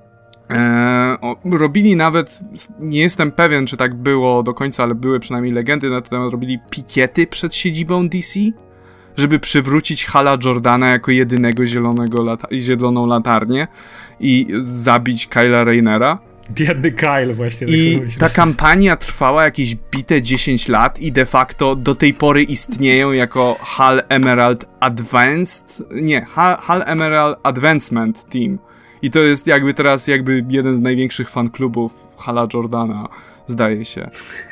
Eee, o, robili nawet, nie jestem pewien, czy tak było do końca, ale były przynajmniej legendy na ten temat, robili pikiety przed siedzibą D C, żeby przywrócić Hala Jordana jako jedynego zielonego lata- zieloną latarnię i zabić Kyla Raynera. Biedny Kyle właśnie. I tak ta kampania trwała jakieś bite dziesięć lat i de facto do tej pory istnieją jako Hal Emerald Advanced, nie, Hal, Hal Emerald Advancement Team. I to jest jakby teraz jakby jeden z największych fanklubów Hala Jordana, zdaje się.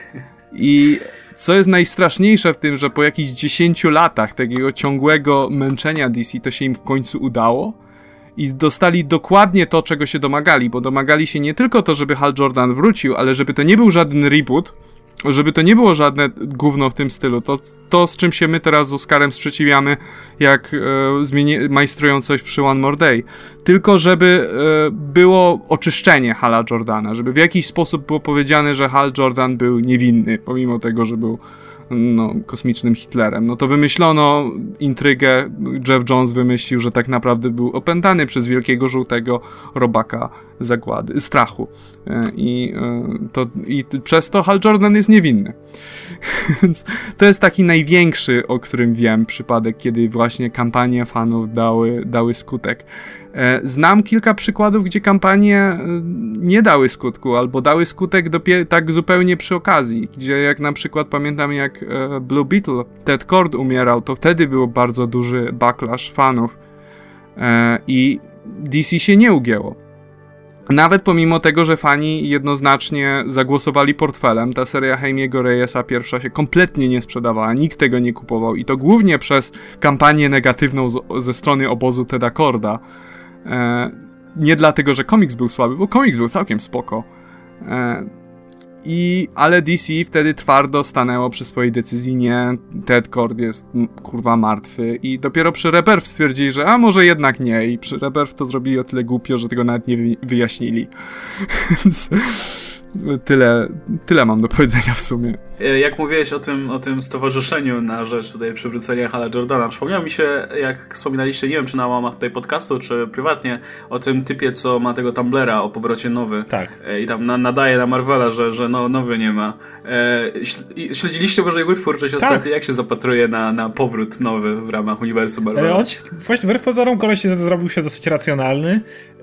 I co jest najstraszniejsze w tym, że po jakichś dziesięciu latach takiego ciągłego męczenia D C to się im w końcu udało i dostali dokładnie to, czego się domagali, bo domagali się nie tylko to, żeby Hal Jordan wrócił, ale żeby to nie był żaden reboot, żeby to nie było żadne gówno w tym stylu. To, to z czym się my teraz z Oskarem sprzeciwiamy, jak e, zmieni- majstrują coś przy One More Day. Tylko żeby e, było oczyszczenie Hala Jordana, żeby w jakiś sposób było powiedziane, że Hal Jordan był niewinny, pomimo tego, że był no, kosmicznym Hitlerem. No to wymyślono intrygę, Jeff Jones wymyślił, że tak naprawdę był opętany przez wielkiego żółtego robaka zagłady, strachu. I, to, i przez to Hal Jordan jest niewinny. Więc to jest taki największy, o którym wiem, przypadek, kiedy właśnie kampanie fanów dały, dały skutek. Znam kilka przykładów, gdzie kampanie nie dały skutku, albo dały skutek dopiero tak zupełnie przy okazji, gdzie jak na przykład pamiętam, jak Blue Beetle, Ted Kord umierał, to wtedy był bardzo duży backlash fanów i D C się nie ugięło. Nawet pomimo tego, że fani jednoznacznie zagłosowali portfelem, ta seria Jaimiego Reyesa pierwsza się kompletnie nie sprzedawała, nikt tego nie kupował i to głównie przez kampanię negatywną z, ze strony obozu Teda Korda. E, nie dlatego, że komiks był słaby, bo komiks był całkiem spoko. E, i, ale D C wtedy twardo stanęło przy swojej decyzji, nie, Ted Kord jest kurwa martwy i dopiero przy Rebirth stwierdzili, że a może jednak nie i przy Rebirth to zrobili o tyle głupio, że tego nawet nie wyjaśnili. Więc tyle, tyle mam do powiedzenia w sumie. Jak mówiłeś o tym, o tym stowarzyszeniu na rzecz tutaj przywrócenia Hala Jordana, przypomniało mi się, jak wspominaliście, nie wiem czy na łamach tutaj podcastu, czy prywatnie, o tym typie, co ma tego Tumblera o powrocie nowy. Tak. I tam na, nadaje na Marvela, że, że no, nowy nie ma. E, śledziliście może jego twórczość tak. ostatnio? Jak się zapatruje na, na powrót nowy w ramach uniwersum Marvela? On się, właśnie wbrew pozorom koleś się zrobił się dosyć racjonalny.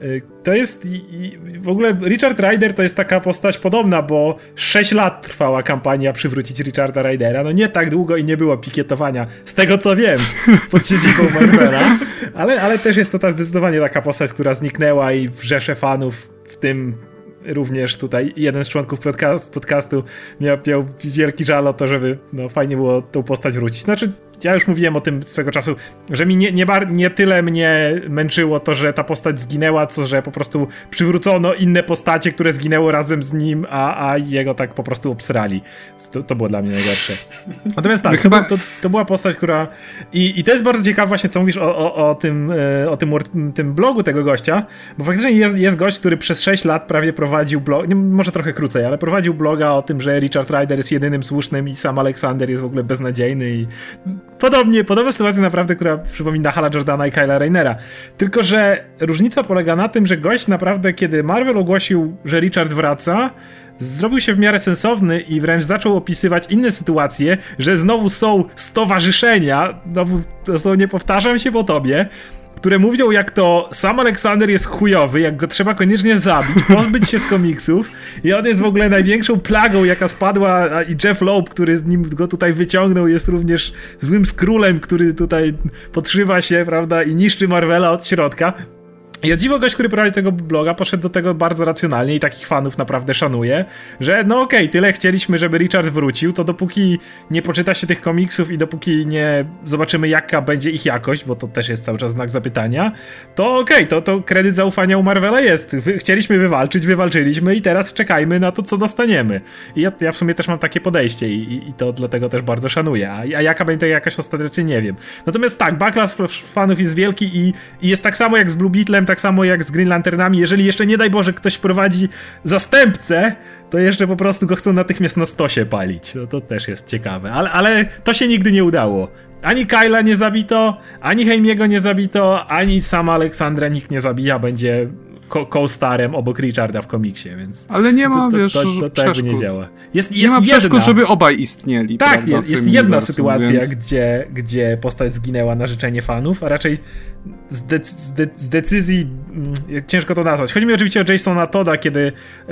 To jest i, i w ogóle Richard Rider to jest taka postać podobna, bo sześć lat trwała kampania przywrócić Richarda Rydera. No nie tak długo i nie było pikietowania, z tego co wiem, pod siedzibą Marvela, ale, ale też jest to ta zdecydowanie taka postać, która zniknęła i wrzesze fanów, w tym również tutaj jeden z członków podcast, podcastu miał, miał wielki żal o to, żeby no, fajnie było tą postać wrócić. Znaczy, ja już mówiłem o tym swego czasu, że mi nie, nie, bar, nie tyle mnie męczyło to, że ta postać zginęła, co że po prostu przywrócono inne postacie, które zginęły razem z nim, a, a jego tak po prostu obsrali. To, to było dla mnie najgorsze. Natomiast tak, chyba... to, to, to była postać, która... I, i to jest bardzo ciekawe właśnie, co mówisz o, o, o, tym, o tym, tym blogu tego gościa, bo faktycznie jest, jest gość, który przez sześć lat prawie prowadził blog, nie, może trochę krócej, ale prowadził bloga o tym, że Richard Rider jest jedynym słusznym i sam Alexander jest w ogóle beznadziejny i podobnie, podobna sytuacja naprawdę, która przypomina Hala Jordana i Kyla Raynera. Tylko, że różnica polega na tym, że gość naprawdę, kiedy Marvel ogłosił, że Richard wraca, zrobił się w miarę sensowny i wręcz zaczął opisywać inne sytuacje, że znowu są stowarzyszenia, znowu dosłownie powtarzam się po tobie, które mówią, jak to sam Alexander jest chujowy, jak go trzeba koniecznie zabić, pozbyć się z komiksów i on jest w ogóle największą plagą, jaka spadła, i Jeff Loeb, który z nim go tutaj wyciągnął, jest również złym skrólem, który tutaj podszywa się, prawda, i niszczy Marvela od środka. I o dziwo gość, który prowadzi tego bloga, poszedł do tego bardzo racjonalnie i takich fanów naprawdę szanuje, że no okej, okay, tyle chcieliśmy, żeby Richard wrócił, to dopóki nie poczyta się tych komiksów i dopóki nie zobaczymy, jaka będzie ich jakość, bo to też jest cały czas znak zapytania, to okej, okay, to, to kredyt zaufania u Marvela jest. Wy, chcieliśmy wywalczyć, wywalczyliśmy i teraz czekajmy na to, co dostaniemy. I ja, ja w sumie też mam takie podejście i, i, i to dlatego też bardzo szanuję. A, a jaka będzie jakaś ostatecznie, nie wiem. Natomiast tak, backlash fanów jest wielki i, i jest tak samo jak z Blue Beetlem, tak samo jak z Green Lanternami. Jeżeli jeszcze, nie daj Boże, ktoś prowadzi zastępcę, to jeszcze po prostu go chcą natychmiast na stosie palić. No to też jest ciekawe. Ale, ale to się nigdy nie udało. Ani Kyla nie zabito, ani Jaimiego nie zabito, ani sama Aleksandra nikt nie zabija, będzie co-starem obok Richarda w komiksie, więc... Ale nie ma, to, to, wiesz, to, to, to tak nie działa. Jest, jest nie ma jedna, przeszkód, żeby obaj istnieli. Tak, prawda, jest, jest jedna uniwersum, sytuacja, więc... gdzie, gdzie postać zginęła na życzenie fanów, a raczej z, de- z, de- z decyzji, ciężko to nazwać. Chodzi mi oczywiście o Jasona Todda, kiedy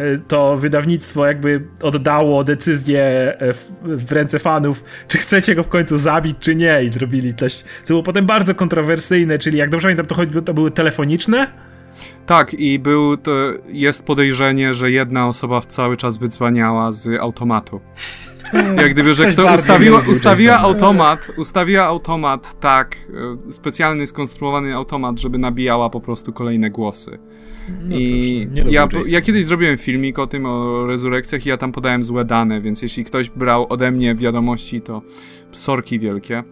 to wydawnictwo jakby oddało decyzję w, w ręce fanów, czy chcecie go w końcu zabić, czy nie, i zrobili coś, co było potem bardzo kontrowersyjne, czyli jak dobrze pamiętam, to, choć, to były telefoniczne. Tak, i był to, jest podejrzenie, że jedna osoba cały czas wydzwaniała z automatu. Jak gdyby, że kto ustawiła, ustawiła automat, ustawiła automat tak, specjalny skonstruowany automat, żeby nabijała po prostu kolejne głosy. No I cóż, ja, ja kiedyś zrobiłem filmik o tym, o rezurekcjach i ja tam podałem złe dane, więc jeśli ktoś brał ode mnie wiadomości, to sorki wielkie.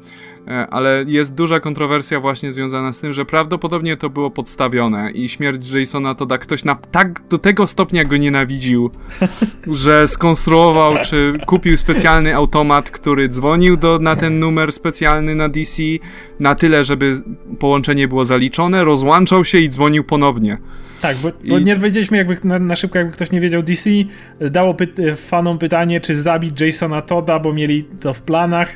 Ale jest duża kontrowersja właśnie związana z tym, że prawdopodobnie to było podstawione i śmierć Jasona Todda ktoś na, tak do tego stopnia go nienawidził, że skonstruował czy kupił specjalny automat, który dzwonił do, na ten numer specjalny na D C na tyle, żeby połączenie było zaliczone, rozłączał się i dzwonił ponownie. Tak, bo, bo I... nie powiedzieliśmy jakby na, na szybko, jakby ktoś nie wiedział, D C dało py- fanom pytanie, czy zabić Jasona Todda, bo mieli to w planach.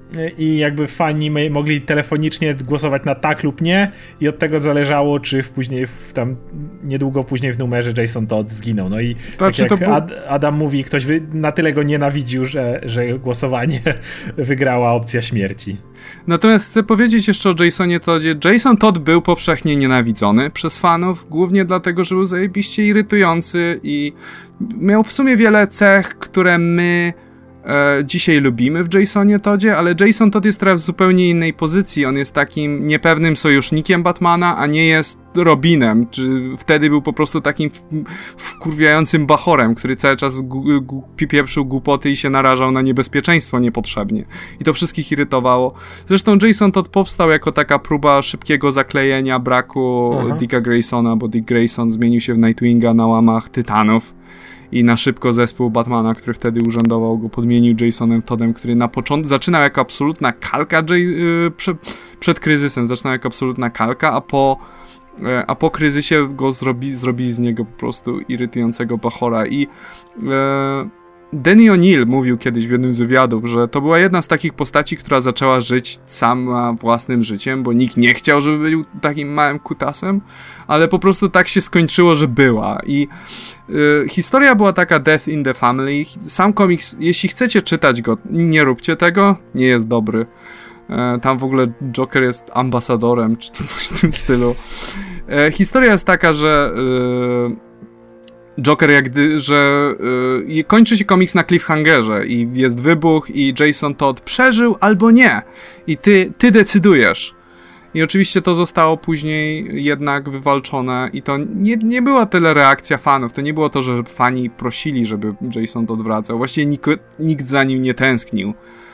I jakby fani mogli telefonicznie głosować na tak lub nie i od tego zależało, czy w później w tam niedługo później w numerze Jason Todd zginął. No i tak jak był... Ad, Adam mówi, ktoś wy, na tyle go nienawidził, że, że głosowanie wygrała opcja śmierci. Natomiast chcę powiedzieć jeszcze o Jasonie Toddzie. Jason Todd był powszechnie nienawidzony przez fanów, głównie dlatego, że był zajebiście irytujący i miał w sumie wiele cech, które my E, dzisiaj lubimy w Jasonie Toddzie, ale Jason Todd jest teraz w zupełnie innej pozycji. On jest takim niepewnym sojusznikiem Batmana, a nie jest Robinem, czy wtedy był po prostu takim w, wkurwiającym bachorem, który cały czas gu, gu, pieprzył głupoty i się narażał na niebezpieczeństwo niepotrzebnie. I to wszystkich irytowało. Zresztą Jason Todd powstał jako taka próba szybkiego zaklejenia braku Aha. Dicka Graysona, bo Dick Grayson zmienił się w Nightwinga na łamach Tytanów. i na szybko zespół Batmana, który wtedy urzędował, go podmienił Jasonem Toddem, który na początku zaczynał jako absolutna kalka J- yy, prze, przed kryzysem, zaczynał jako absolutna kalka, a po yy, a po kryzysie go zrobi, zrobili z niego po prostu irytującego bachora i yy, Danny O'Neill mówił kiedyś w jednym z wywiadów, że to była jedna z takich postaci, która zaczęła żyć sama własnym życiem, bo nikt nie chciał, żeby był takim małym kutasem, ale po prostu tak się skończyło, że była. I y, historia była taka Death in the Family. Sam komiks, jeśli chcecie czytać go, nie róbcie tego, nie jest dobry. E, tam w ogóle Joker jest ambasadorem, czy coś w tym stylu. E, historia jest taka, że y, Joker jak gdy, że yy, kończy się komiks na cliffhangerze i jest wybuch i Jason Todd przeżył albo nie. I ty, ty decydujesz. I oczywiście to zostało później jednak wywalczone i to nie, nie była tyle reakcja fanów. To nie było to, że fani prosili, żeby Jason Todd wracał. Właściwie nikt, nikt za nim nie tęsknił.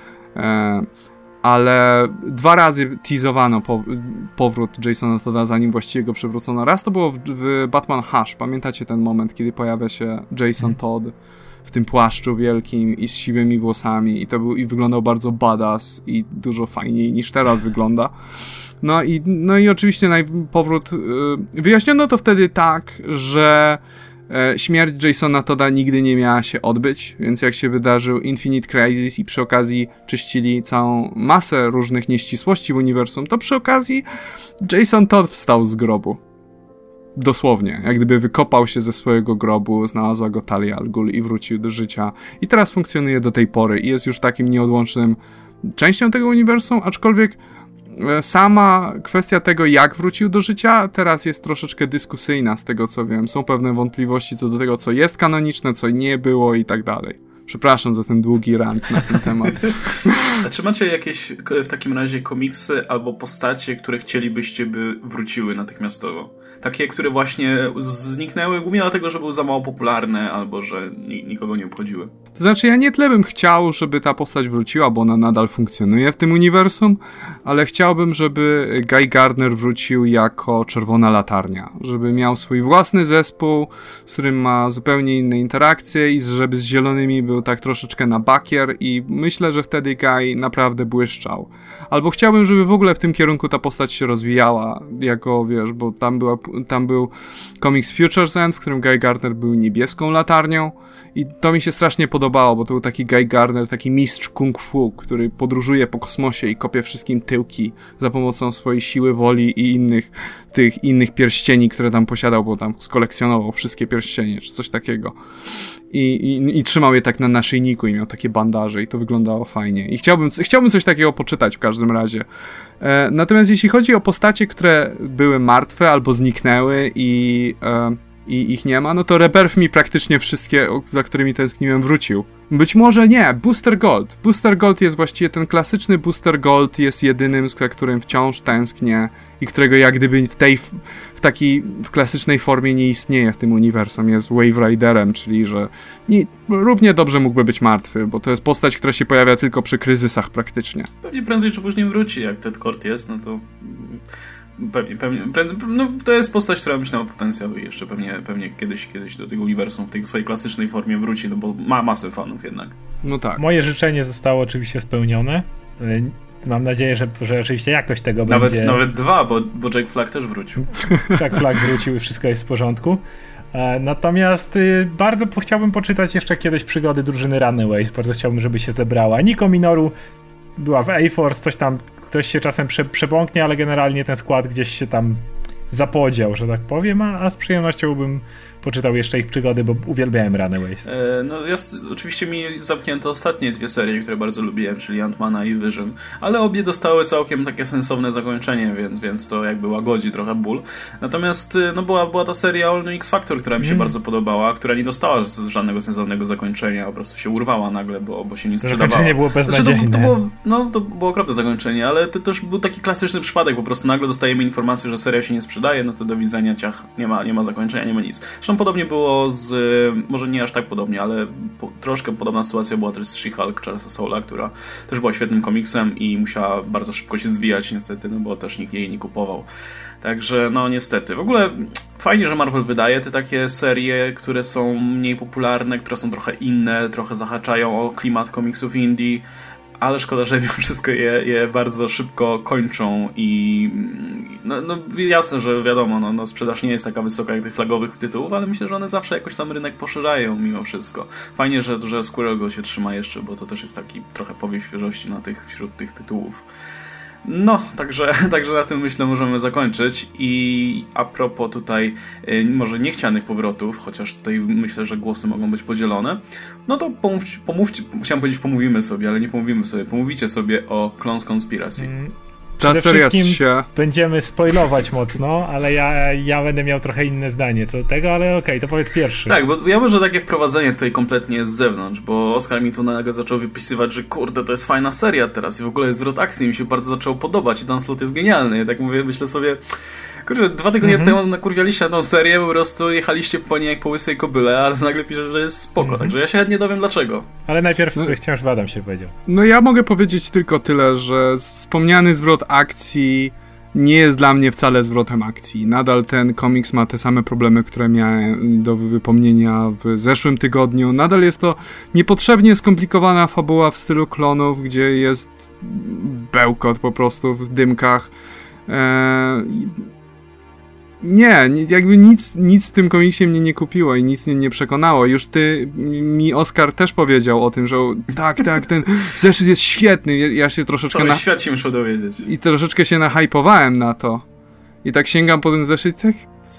E, ale dwa razy teasowano po, powrót Jasona Todda, zanim właściwie go przywrócono. Raz to było w, w Batman Hush. Pamiętacie ten moment, kiedy pojawia się Jason Todd w tym płaszczu wielkim i z siwymi włosami i to był, i wyglądał bardzo badass i dużo fajniej niż teraz wygląda. No i, no i oczywiście naj- powrót yy, wyjaśniono to wtedy tak, że śmierć Jasona Todda nigdy nie miała się odbyć, więc jak się wydarzył Infinite Crisis i przy okazji czyścili całą masę różnych nieścisłości w uniwersum, to przy okazji Jason Todd wstał z grobu. Dosłownie. Jak gdyby wykopał się ze swojego grobu, znalazła go Talia al Ghul i wrócił do życia. I teraz funkcjonuje do tej pory i jest już takim nieodłącznym częścią tego uniwersum, aczkolwiek sama kwestia tego, jak wrócił do życia, teraz jest troszeczkę dyskusyjna z tego, co wiem. Są pewne wątpliwości co do tego, co jest kanoniczne, co nie było i tak dalej. Przepraszam za ten długi rant na ten temat. A czy macie jakieś w takim razie komiksy albo postacie, które chcielibyście, by wróciły natychmiastowo? Takie, które właśnie zniknęły głównie dlatego, że były za mało popularne albo że nikogo nie obchodziły. To znaczy, ja nie tyle bym chciał, żeby ta postać wróciła, bo ona nadal funkcjonuje w tym uniwersum, ale chciałbym, żeby Guy Gardner wrócił jako Czerwona Latarnia. Żeby miał swój własny zespół, z którym ma zupełnie inne interakcje i żeby z Zielonymi był tak troszeczkę na bakier i myślę, że wtedy Guy naprawdę błyszczał. Albo chciałbym, żeby w ogóle w tym kierunku ta postać się rozwijała, jako, wiesz, bo tam była tam był komiks Future's End, w którym Guy Gardner był niebieską latarnią i to mi się strasznie podobało, bo to był taki Guy Gardner, taki mistrz kung fu, który podróżuje po kosmosie i kopie wszystkim tyłki za pomocą swojej siły woli i innych tych innych pierścieni, które tam posiadał, bo tam skolekcjonował wszystkie pierścienie, czy coś takiego. I, i, i trzymał je tak na naszyjniku i miał takie bandaże i to wyglądało fajnie. I chciałbym, chciałbym coś takiego poczytać w każdym razie. E, natomiast jeśli chodzi o postacie, które były martwe albo zniknęły i, e, i ich nie ma, no to Rebirth mi praktycznie wszystkie, za którymi tęskniłem, wrócił. Być może nie, Booster Gold. Booster Gold jest właściwie, ten klasyczny Booster Gold jest jedynym, za którym wciąż tęsknię i którego jak gdyby w tej, w takiej, w klasycznej formie nie istnieje w tym uniwersum. Jest Wave Riderem, czyli że nie, równie dobrze mógłby być martwy, bo to jest postać, która się pojawia tylko przy kryzysach praktycznie. Pewnie prędzej czy później wróci, jak Ted Kord jest, no to... Pewnie, pewnie, prędzej, no to jest postać, która myślę ma potencjał i jeszcze pewnie, pewnie kiedyś, kiedyś do tego uniwersum w tej swojej klasycznej formie wróci, no bo ma masę fanów jednak. No tak. Moje życzenie zostało oczywiście spełnione. Mam nadzieję, że, że oczywiście jakość tego nawet, będzie... Nawet dwa, bo, bo Jack Flag też wrócił. Jack Flag wrócił i wszystko jest w porządku. Natomiast y, bardzo po, chciałbym poczytać jeszcze kiedyś przygody drużyny Runaways. Bardzo chciałbym, żeby się zebrała. Nico Minoru była w A-Force, coś tam, ktoś się czasem prze, przebąknie, ale generalnie ten skład gdzieś się tam zapodział, że tak powiem, a, a z przyjemnością bym poczytał jeszcze ich przygody, bo uwielbiałem Runaways. E, no jest, oczywiście mi zamknięto ostatnie dwie serie, które bardzo lubiłem, czyli Ant-Mana i Vision, ale obie dostały całkiem takie sensowne zakończenie, więc, więc to jakby łagodzi trochę ból. Natomiast no była, była ta seria All New X-Factor, która mi się mm. bardzo podobała, która nie dostała żadnego sensownego zakończenia, po prostu się urwała nagle, bo, bo się nie sprzedawała. Zakończenie było beznadziejne. Znaczy, to, to było, no to było okropne zakończenie, ale to też był taki klasyczny przypadek, po prostu nagle dostajemy informację, że seria się nie sprzedaje, no to do widzenia, ciach, nie ma, nie ma zakończenia, nie ma nic. Zresztą podobnie było z, może nie aż tak podobnie, ale po, troszkę podobna sytuacja była też z She-Hulk Charlesa Soula, która też była świetnym komiksem i musiała bardzo szybko się zwijać niestety, no bo też nikt jej nie kupował. Także no niestety. W ogóle fajnie, że Marvel wydaje te takie serie, które są mniej popularne, które są trochę inne, trochę zahaczają o klimat komiksów indie, ale szkoda, że mimo wszystko je, je bardzo szybko kończą i no, no jasne, że wiadomo, no, no sprzedaż nie jest taka wysoka jak tych flagowych tytułów, ale myślę, że one zawsze jakoś tam rynek poszerzają mimo wszystko. Fajnie, że, że Squirrel Go się trzyma jeszcze, bo to też jest taki trochę powiew świeżości na tych, wśród tych tytułów. No, także, także na tym myślę możemy zakończyć i a propos tutaj y, może niechcianych powrotów, chociaż tutaj myślę, że głosy mogą być podzielone, no to pomówcie, pomówcie, chciałem powiedzieć pomówimy sobie, ale nie pomówimy sobie, pomówicie sobie o Clone Conspiracy. Mm. Ta seria się... Będziemy spoilować mocno, ale ja, ja będę miał trochę inne zdanie co do tego, ale okej, okay, to powiedz pierwszy. Tak, bo ja może takie wprowadzenie tutaj kompletnie jest z zewnątrz, bo Oskar mi tu nagle zaczął wypisywać, że kurde, to jest fajna seria teraz i w ogóle jest zwrot akcji, mi się bardzo zaczął podobać i Dan Slott jest genialny. Ja tak mówię, myślę sobie, kurczę, dwa tygodnie mm-hmm. temu nakurwialiście na tą serię, po prostu jechaliście po niej jak po łysej kobyle, ale nagle pisze, że jest spoko, mm-hmm. także ja się chętnie dowiem dlaczego. Ale najpierw no, chciałem, żeby Adam się powiedział. No ja mogę powiedzieć tylko tyle, że wspomniany zwrot akcji nie jest dla mnie wcale zwrotem akcji. Nadal ten komiks ma te same problemy, które miałem do wypomnienia w zeszłym tygodniu. Nadal jest to niepotrzebnie skomplikowana fabuła w stylu klonów, gdzie jest bełkot po prostu w dymkach. Eee, Nie, jakby nic, nic w tym komiksie mnie nie kupiło i nic mnie nie przekonało. Już ty, mi Oskar też powiedział o tym, że tak, tak, ten zeszyt jest świetny. Ja się troszeczkę... Cały na... świat się muszą dowiedzieć. I troszeczkę się nahypowałem na to. I tak sięgam po ten zeszyt tak...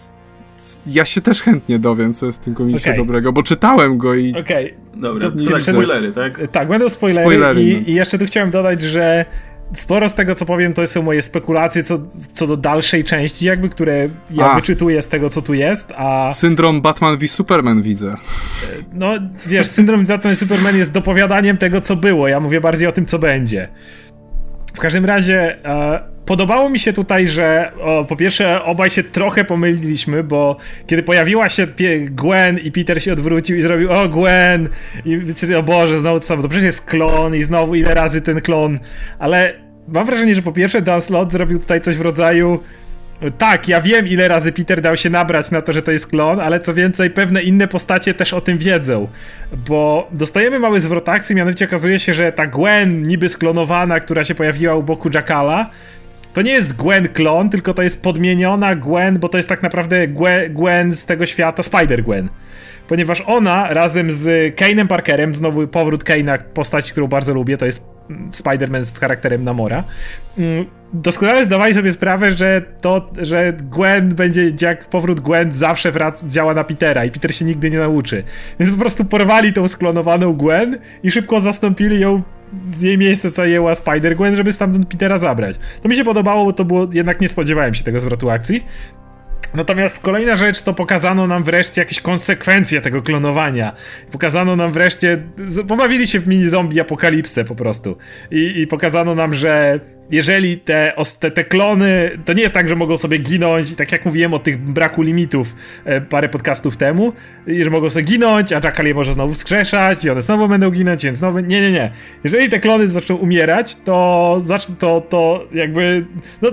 Ja się też chętnie dowiem, co jest w tym komiksie okay. dobrego, bo czytałem go i... Okej. Okay. Dobra, to, to tak spoilery, tak? Tak, będą spoilery, spoilery i, no. i jeszcze tu chciałem dodać, że sporo z tego, co powiem, to są moje spekulacje co, co do dalszej części, jakby, które ja a, wyczytuję z tego, co tu jest, a... Syndrom Batman v Superman widzę. No, wiesz, syndrom Batman v Superman jest dopowiadaniem tego, co było. Ja mówię bardziej o tym, co będzie. W każdym razie... E, Podobało mi się tutaj, że o, po pierwsze obaj się trochę pomyliliśmy, bo kiedy pojawiła się Gwen i Peter się odwrócił i zrobił o Gwen i o Boże, znowu to samo, to przecież jest klon i znowu ile razy ten klon, ale mam wrażenie, że po pierwsze Dan Slott zrobił tutaj coś w rodzaju tak, ja wiem ile razy Peter dał się nabrać na to, że to jest klon, ale co więcej pewne inne postacie też o tym wiedzą, bo dostajemy mały zwrot akcji, mianowicie okazuje się, że ta Gwen niby sklonowana, która się pojawiła u boku Jackala, to nie jest Gwen klon, tylko to jest podmieniona Gwen, bo to jest tak naprawdę Gwen, Gwen z tego świata, Spider-Gwen. Ponieważ ona razem z Kane'em Parkerem, znowu powrót Kane'a, postać, którą bardzo lubię, to jest Spider-Man z charakterem Namora, doskonale zdawali sobie sprawę, że to, że Gwen będzie, jak powrót Gwen zawsze wrac, działa na Petera i Peter się nigdy nie nauczy. Więc po prostu porwali tą sklonowaną Gwen i szybko zastąpili ją, z jej miejsce zajęła Spider-Gwen, żeby stamtąd Petera zabrać. To mi się podobało, bo to było, jednak nie spodziewałem się tego zwrotu akcji. Natomiast kolejna rzecz, to pokazano nam wreszcie jakieś konsekwencje tego klonowania. Pokazano nam wreszcie... Pobawili się w mini zombie apokalipsę po prostu. I, i pokazano nam, że jeżeli te, te, te klony... To nie jest tak, że mogą sobie ginąć, tak jak mówiłem o tych braku limitów e, parę podcastów temu, że mogą sobie ginąć, a Jackal je może znowu wskrzeszać i one znowu będą ginąć, więc znowu... Nie, nie, nie. Jeżeli te klony zaczną umierać, to, to, to jakby... No,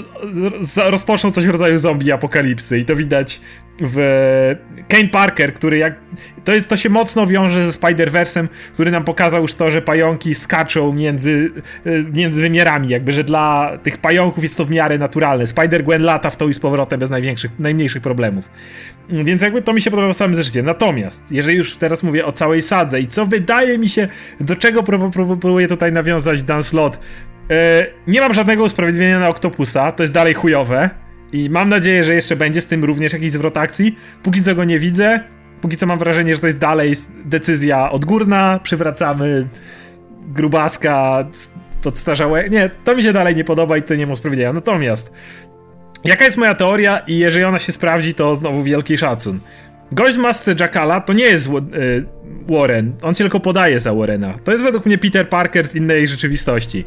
rozpoczną coś w rodzaju zombie apokalipsy i to widać w Kane Parker, który jak... To, to się mocno wiąże ze Spider-Versem, który nam pokazał już to, że pająki skaczą między, między wymiarami, jakby, że dla tych pająków jest to w miarę naturalne. Spider-Gwen lata w to i z powrotem bez największych, najmniejszych problemów. Więc jakby to mi się podobało w samym zeszycie. Natomiast, jeżeli już teraz mówię o całej sadze i co wydaje mi się, do czego próbuje tutaj nawiązać Dan Slott, yy, nie mam żadnego usprawiedliwienia na Octopusa, to jest dalej chujowe. I mam nadzieję, że jeszcze będzie z tym również jakiś zwrot akcji. Póki co go nie widzę. Póki co mam wrażenie, że to jest dalej decyzja odgórna. Przywracamy grubaska podstarzałe. Nie, to mi się dalej nie podoba i to nie mam usprawiedliwienia. Natomiast jaka jest moja teoria i jeżeli ona się sprawdzi, to znowu wielki szacun. Gość w masce Jackala to nie jest y, Warren. On się tylko podaje za Warrena. To jest według mnie Peter Parker z innej rzeczywistości.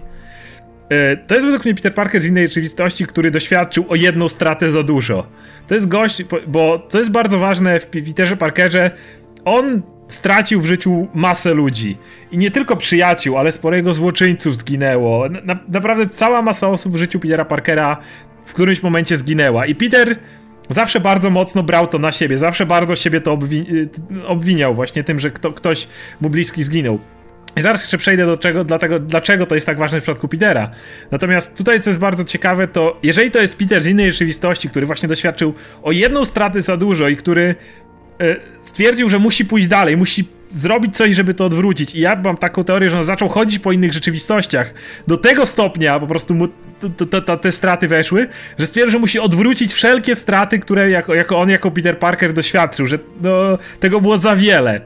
To jest według mnie Peter Parker z innej rzeczywistości, który doświadczył o jedną stratę za dużo. To jest gość, bo to jest bardzo ważne w Peterze Parkerze, on stracił w życiu masę ludzi. I nie tylko przyjaciół, ale sporo jego złoczyńców zginęło. Na, naprawdę cała masa osób w życiu Petera Parkera w którymś momencie zginęła. I Peter zawsze bardzo mocno brał to na siebie, zawsze bardzo siebie to obwi- obwiniał właśnie tym, że kto, ktoś mu bliski zginął. I zaraz jeszcze przejdę do czego, dlatego, dlaczego to jest tak ważne w przypadku Petera. Natomiast tutaj, co jest bardzo ciekawe, to jeżeli to jest Peter z innej rzeczywistości, który właśnie doświadczył o jedną stratę za dużo i który e, stwierdził, że musi pójść dalej, musi zrobić coś, żeby to odwrócić. I ja mam taką teorię, że on zaczął chodzić po innych rzeczywistościach. Do tego stopnia po prostu mu to, to, to, te straty weszły, że stwierdził, że musi odwrócić wszelkie straty, które jako, jako on, jako Peter Parker doświadczył, że no, tego było za wiele.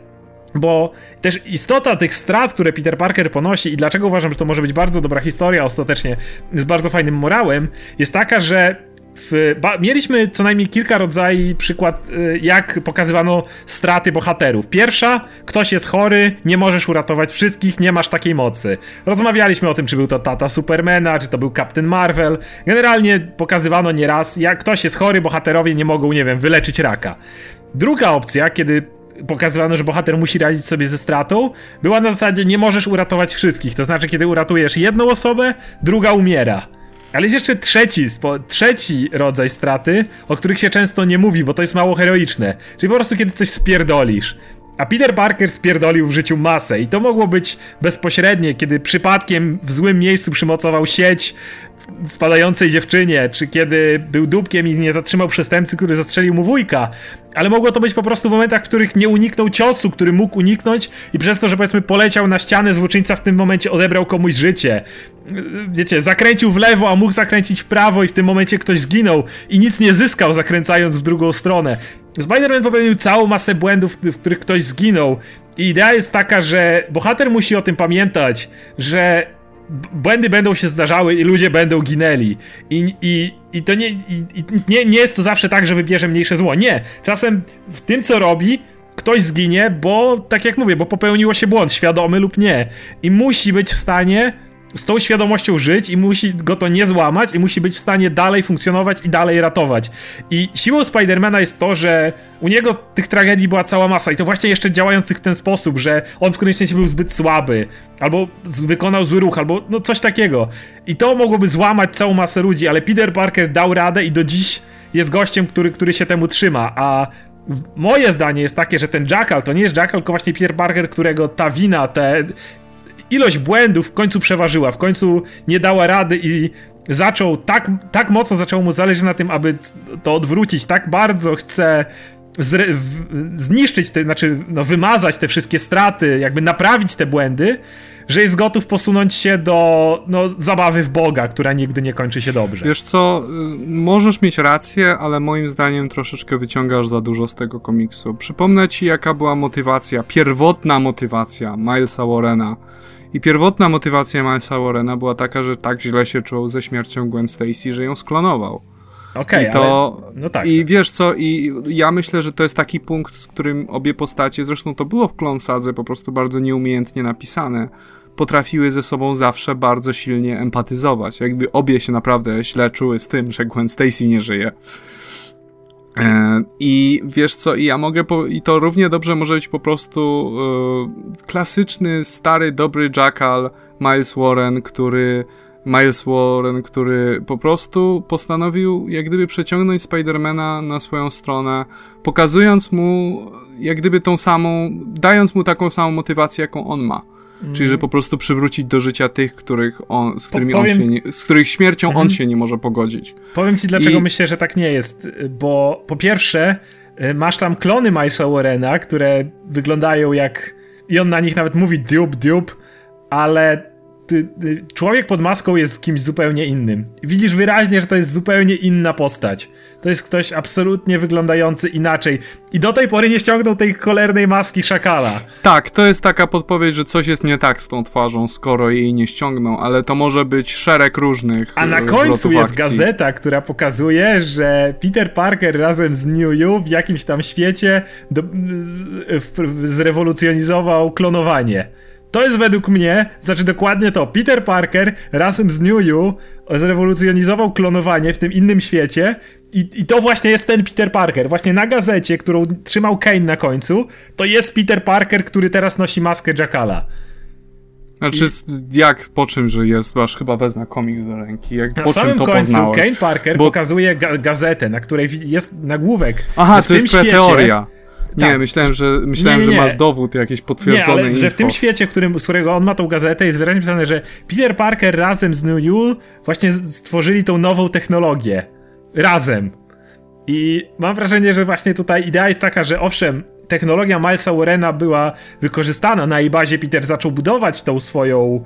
Bo też istota tych strat, które Peter Parker ponosi i dlaczego uważam, że to może być bardzo dobra historia ostatecznie z bardzo fajnym morałem, jest taka, że w, ba, mieliśmy co najmniej kilka rodzajów przykład, y, jak pokazywano straty bohaterów. Pierwsza, ktoś jest chory, nie możesz uratować wszystkich, nie masz takiej mocy. Rozmawialiśmy o tym, czy był to tata Supermana, czy to był Captain Marvel. Generalnie pokazywano nieraz, jak ktoś jest chory, bohaterowie nie mogą, nie wiem, wyleczyć raka. Druga opcja, kiedy pokazywano, że bohater musi radzić sobie ze stratą, była na zasadzie nie możesz uratować wszystkich. To znaczy, kiedy uratujesz jedną osobę, druga umiera. Ale jest jeszcze trzeci, spo, trzeci rodzaj straty, o których się często nie mówi, bo to jest mało heroiczne. Czyli po prostu kiedy coś spierdolisz. A Peter Parker spierdolił w życiu masę i to mogło być bezpośrednie, kiedy przypadkiem w złym miejscu przymocował sieć spadającej dziewczynie, czy kiedy był dupkiem i nie zatrzymał przestępcy, który zastrzelił mu wujka. Ale mogło to być po prostu w momentach, w których nie uniknął ciosu, który mógł uniknąć i przez to, że powiedzmy poleciał na ścianę, złoczyńca w tym momencie odebrał komuś życie. Wiecie, zakręcił w lewo, a mógł zakręcić w prawo i w tym momencie ktoś zginął i nic nie zyskał zakręcając w drugą stronę. Spider-Man popełnił całą masę błędów, w których ktoś zginął i idea jest taka, że bohater musi o tym pamiętać, że błędy będą się zdarzały i ludzie będą ginęli. I, i, i to nie, i, i nie, nie jest to zawsze tak, że wybierze mniejsze zło. Nie. Czasem w tym, co robi, ktoś zginie, bo, tak jak mówię, bo popełniło się błąd, świadomy lub nie. I musi być w stanie z tą świadomością żyć i musi go to nie złamać i musi być w stanie dalej funkcjonować i dalej ratować. I siłą Spidermana jest to, że u niego tych tragedii była cała masa i to właśnie jeszcze działających w ten sposób, że on w którymś momencie był zbyt słaby, albo wykonał zły ruch, albo no coś takiego. I to mogłoby złamać całą masę ludzi, ale Peter Parker dał radę i do dziś jest gościem, który, który się temu trzyma, a moje zdanie jest takie, że ten Jackal to nie jest Jackal, tylko właśnie Peter Parker, którego ta wina, te ilość błędów w końcu przeważyła, w końcu nie dała rady i zaczął tak, tak mocno zaczęło mu zależeć na tym, aby to odwrócić, tak bardzo chce zre- w, zniszczyć, te, znaczy no, wymazać te wszystkie straty, jakby naprawić te błędy, że jest gotów posunąć się do no, zabawy w Boga, która nigdy nie kończy się dobrze. Wiesz co, możesz mieć rację, ale moim zdaniem troszeczkę wyciągasz za dużo z tego komiksu. Przypomnę ci, jaka była motywacja, pierwotna motywacja Milesa Warrena. I pierwotna motywacja Milesa Warrena była taka, że tak źle się czuł ze śmiercią Gwen Stacy, że ją sklonował. Okej, okay, to ale... no tak. I wiesz co, i ja myślę, że to jest taki punkt, z którym obie postacie, zresztą to było w Clone Sadze po prostu bardzo nieumiejętnie napisane, potrafiły ze sobą zawsze bardzo silnie empatyzować. Jakby obie się naprawdę źle czuły z tym, że Gwen Stacy nie żyje. I wiesz co, i ja mogę, po, i to równie dobrze może być po prostu e, klasyczny, stary, dobry Jackal Miles Warren, który Miles Warren, który po prostu postanowił jak gdyby przeciągnąć Spidermana na swoją stronę, pokazując mu jak gdyby tą samą, dając mu taką samą motywację, jaką on ma. Mm. Czyli, że po prostu przywrócić do życia tych, których on, z którymi powiem... on się nie, z których śmiercią mm. on się nie może pogodzić. Powiem ci, dlaczego I... myślę, że tak nie jest, bo po pierwsze masz tam klony Milesa Warrena, które wyglądają jak, i on na nich nawet mówi dupe, dupe, ale ty, ty, człowiek pod maską jest kimś zupełnie innym. Widzisz wyraźnie, że to jest zupełnie inna postać. To jest ktoś absolutnie wyglądający inaczej. I do tej pory nie ściągnął tej cholernej maski szakala. Tak, to jest taka podpowiedź, że coś jest nie tak z tą twarzą, skoro jej nie ściągną, ale to może być szereg różnych A na końcu jest akcji. gazeta, która pokazuje, że Peter Parker razem z New You w jakimś tam świecie do, w, w, zrewolucjonizował klonowanie. To jest według mnie, znaczy dokładnie to, Peter Parker razem z New You zrewolucjonizował klonowanie w tym innym świecie i, i to właśnie jest ten Peter Parker. Właśnie na gazecie, którą trzymał Kane na końcu, to jest Peter Parker, który teraz nosi maskę Jackala. Znaczy, I... jak, po czym, że jest, aż chyba wezmę komiks do ręki, jak, na po czym to końcu poznałeś? Kane Parker Bo... pokazuje ga- gazetę, na której jest nagłówek. Aha, to jest twoja świecie... teoria. Nie, tak. myślałem, że, myślałem, nie, nie, nie. że masz dowód jakiś potwierdzony. Nie, ale że w tym świecie, w którym, z którego on ma tą gazetę, jest wyraźnie napisane, że Peter Parker razem z New Yule właśnie stworzyli tą nową technologię. Razem. I mam wrażenie, że właśnie tutaj idea jest taka, że owszem, technologia Milesa Warrena była wykorzystana, na jej bazie Peter zaczął budować tą swoją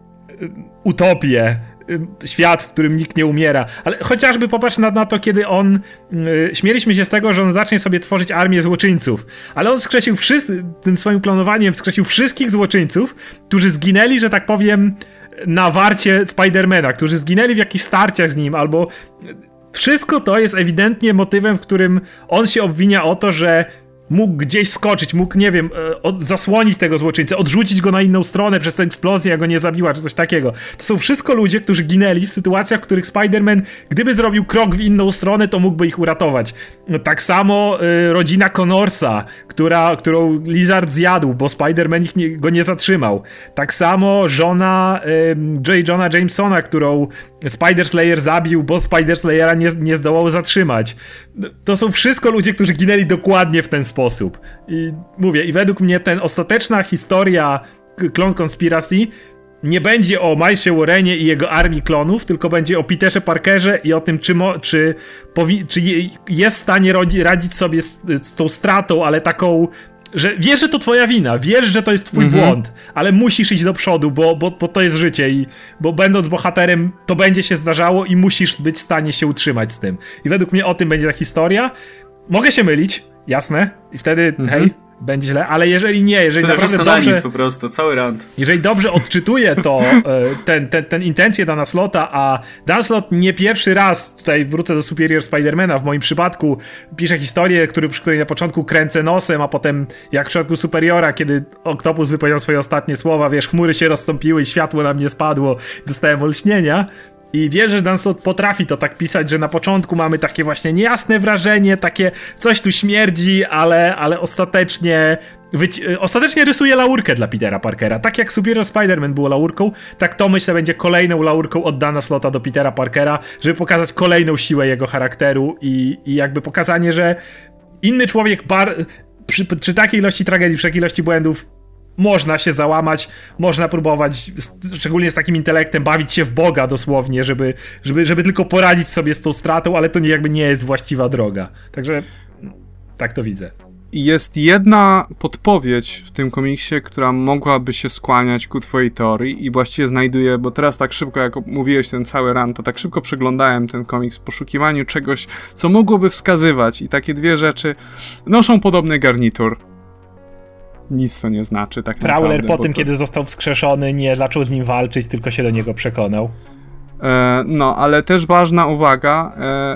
utopię, świat, w którym nikt nie umiera, ale chociażby popatrz na, na to, kiedy on yy, śmieliśmy się z tego, że on zacznie sobie tworzyć armię złoczyńców, ale on wskrzesił wszyscy, tym swoim klonowaniem wskrzesił wszystkich złoczyńców, którzy zginęli, że tak powiem, na warcie Spidermana, którzy zginęli w jakichś starciach z nim, albo wszystko to jest ewidentnie motywem, w którym on się obwinia o to, że mógł gdzieś skoczyć, mógł, nie wiem, od, zasłonić tego złoczyńcę, odrzucić go na inną stronę przez eksplozję, jak go nie zabiła, czy coś takiego. To są wszystko ludzie, którzy ginęli w sytuacjach, w których Spider-Man, gdyby zrobił krok w inną stronę, to mógłby ich uratować. No, tak samo y, rodzina Connorsa, która, którą Lizard zjadł, bo Spider-Man ich nie, go nie zatrzymał. Tak samo żona y, J. Jonah Jamesona, którą Spider-Slayer zabił, bo Spider-Slayera nie, nie zdołał zatrzymać. To są wszystko ludzie, którzy ginęli dokładnie w ten sposób. I mówię, i według mnie ten ostateczna historia Clone Conspiracy nie będzie o Milesie Warrenie i jego armii klonów, tylko będzie o Peterze Parkerze i o tym, czy, mo, czy, powi- czy jest w stanie rodzi- radzić sobie z, z tą stratą, ale taką, że wiesz, że to twoja wina, wiesz, że to jest twój mhm. błąd, ale musisz iść do przodu, bo, bo, bo to jest życie i bo będąc bohaterem to będzie się zdarzało i musisz być w stanie się utrzymać z tym. I według mnie o tym będzie ta historia. Mogę się mylić, jasne, i wtedy mhm. hej, będzie źle, ale jeżeli nie, jeżeli to naprawdę dobrze... dobrze... po prostu, cały rant. Jeżeli dobrze odczytuję to, ten, ten, ten intencję Dana Slotta, a Dan Slott nie pierwszy raz, tutaj wrócę do Superior Spidermana, w moim przypadku pisze historię, który, przy której na początku kręcę nosem, a potem jak w przypadku Superiora, kiedy Octopus wypowiedział swoje ostatnie słowa, wiesz, chmury się rozstąpiły i światło na mnie spadło, dostałem olśnienia. I wierzę, że Dan Slott potrafi to tak pisać, że na początku mamy takie właśnie niejasne wrażenie, takie coś tu śmierdzi, ale, ale ostatecznie wyci- ostatecznie rysuje laurkę dla Petera Parkera. Tak jak Superior Spider-Man było laurką, tak to myślę będzie kolejną laurką od Dana Slotta do Petera Parkera, żeby pokazać kolejną siłę jego charakteru i, i jakby pokazanie, że inny człowiek bar- przy, przy takiej ilości tragedii, przy takiej ilości błędów można się załamać, można próbować, szczególnie z takim intelektem, bawić się w Boga dosłownie, żeby, żeby, żeby tylko poradzić sobie z tą stratą, ale to nie, jakby nie jest właściwa droga. Także tak to widzę. Jest jedna podpowiedź w tym komiksie, która mogłaby się skłaniać ku twojej teorii i właściwie znajduję, bo teraz tak szybko, jak mówiłeś ten cały rant, to tak szybko przeglądałem ten komiks w poszukiwaniu czegoś, co mogłoby wskazywać i takie dwie rzeczy noszą podobny garnitur. Nic to nie znaczy, tak Prowler naprawdę. po tym, to... kiedy został wskrzeszony, nie zaczął z nim walczyć, tylko się do niego przekonał. E, no, ale też ważna uwaga. E,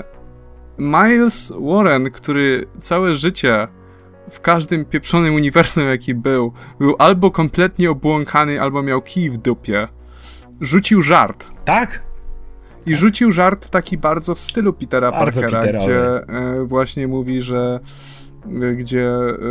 Miles Warren, który całe życie w każdym pieprzonym uniwersum, jaki był, był albo kompletnie obłąkany, albo miał kij w dupie, rzucił żart. Tak? I rzucił żart taki bardzo w stylu Petera bardzo Parkera, Peterowy. gdzie e, właśnie mówi, że gdzie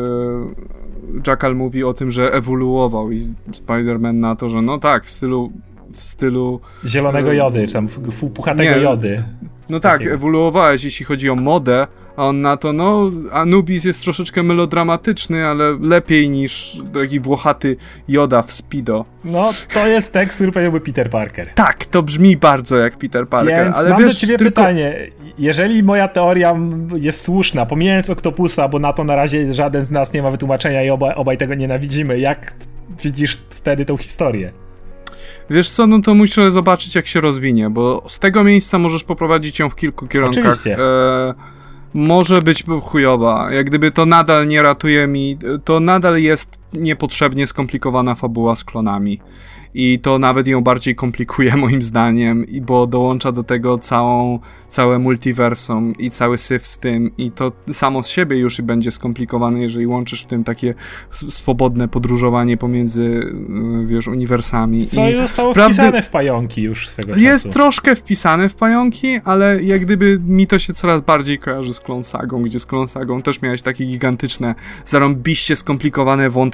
y, Jackal mówi o tym, że ewoluował i Spider-Man na to, że no tak, w stylu w stylu zielonego y, jody, czy tam puchatego nie, jody. No tak, takiego. Ewoluowałeś, jeśli chodzi o modę, a on na to, no Anubis jest troszeczkę melodramatyczny, ale lepiej niż taki włochaty Yoda w Speedo. No, to jest tekst, który powiedziałby Peter Parker. Tak, to brzmi bardzo jak Peter Parker. Więc ale mam wiesz, do ciebie tylko... pytanie. Jeżeli moja teoria jest słuszna, pomijając Octopusa, bo na to na razie żaden z nas nie ma wytłumaczenia i oba, obaj tego nienawidzimy, jak widzisz wtedy tą historię? Wiesz co, no to muszę zobaczyć, jak się rozwinie, bo z tego miejsca możesz poprowadzić ją w kilku kierunkach. Oczywiście. E, może być chujowa. Jak gdyby to nadal nie ratuje mi, to nadal jest niepotrzebnie skomplikowana fabuła z klonami. I to nawet ją bardziej komplikuje moim zdaniem, bo dołącza do tego całą, całe multiversum i cały syf z tym i to samo z siebie już będzie skomplikowane, jeżeli łączysz w tym takie swobodne podróżowanie pomiędzy, wiesz, uniwersami. Co I zostało prawdy... wpisane w pająki już swego czasu. Jest troszkę wpisane w pająki, ale jak gdyby mi to się coraz bardziej kojarzy z Clone Sagą, gdzie z Clone Sagą też miałeś takie gigantyczne, zarąbiście skomplikowane wątki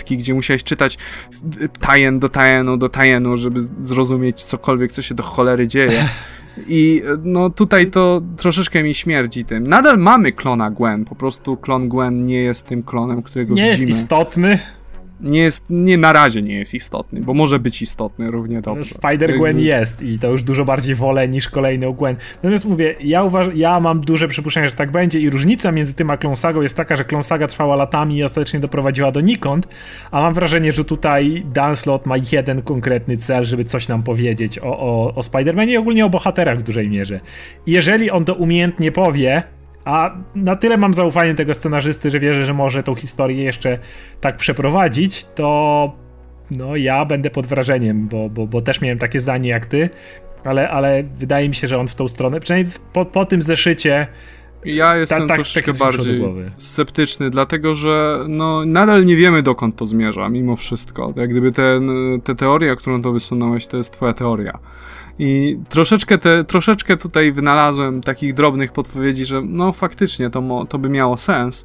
dziewiątki, gdzie musiałeś czytać tajen do tajenu do tajenu, żeby zrozumieć cokolwiek, co się do cholery dzieje. I no tutaj to troszeczkę mi śmierdzi tym. Nadal mamy klona Gwen, po prostu klon Gwen nie jest tym klonem, którego nie widzimy. Nie jest istotny. Nie jest, nie, na razie nie jest istotny, bo może być istotny równie dobrze. Spider-Gwen jest i to już dużo bardziej wolę niż kolejną Gwen. Natomiast mówię, ja uważam, ja mam duże przypuszczenie, że tak będzie i różnica między tym a Clone Sagą jest taka, że Clone Saga trwała latami i ostatecznie doprowadziła donikąd, a mam wrażenie, że tutaj Dan Slott ma jeden konkretny cel, żeby coś nam powiedzieć o, o, o Spider-Manie i ogólnie o bohaterach w dużej mierze. I jeżeli on to umiejętnie powie, a na tyle mam zaufanie tego scenarzysty, że wierzę, że może tą historię jeszcze tak przeprowadzić, to no ja będę pod wrażeniem, bo, bo, bo też miałem takie zdanie jak ty, ale, ale wydaje mi się, że on w tą stronę, przynajmniej po, po tym zeszycie ja jestem ta, ta, troszeczkę bardziej sceptyczny, dlatego że no, nadal nie wiemy, dokąd to zmierza, mimo wszystko. Jak gdyby ten, te teoria, którą to wysunąłeś, to jest twoja teoria. I troszeczkę, te, troszeczkę tutaj wynalazłem takich drobnych podpowiedzi, że no faktycznie to, mo, to by miało sens.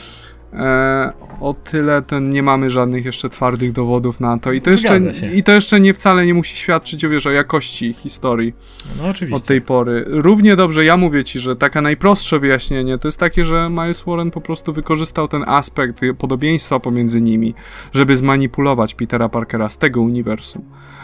E, o tyle ten nie mamy żadnych jeszcze twardych dowodów na to. I to, jeszcze, i to jeszcze nie wcale nie musi świadczyć o, wiesz, o jakości historii no, oczywiście. Od tej pory. Równie dobrze ja mówię ci, że takie najprostsze wyjaśnienie to jest takie, że Miles Warren po prostu wykorzystał ten aspekt podobieństwa pomiędzy nimi, żeby zmanipulować Petera Parkera z tego uniwersum.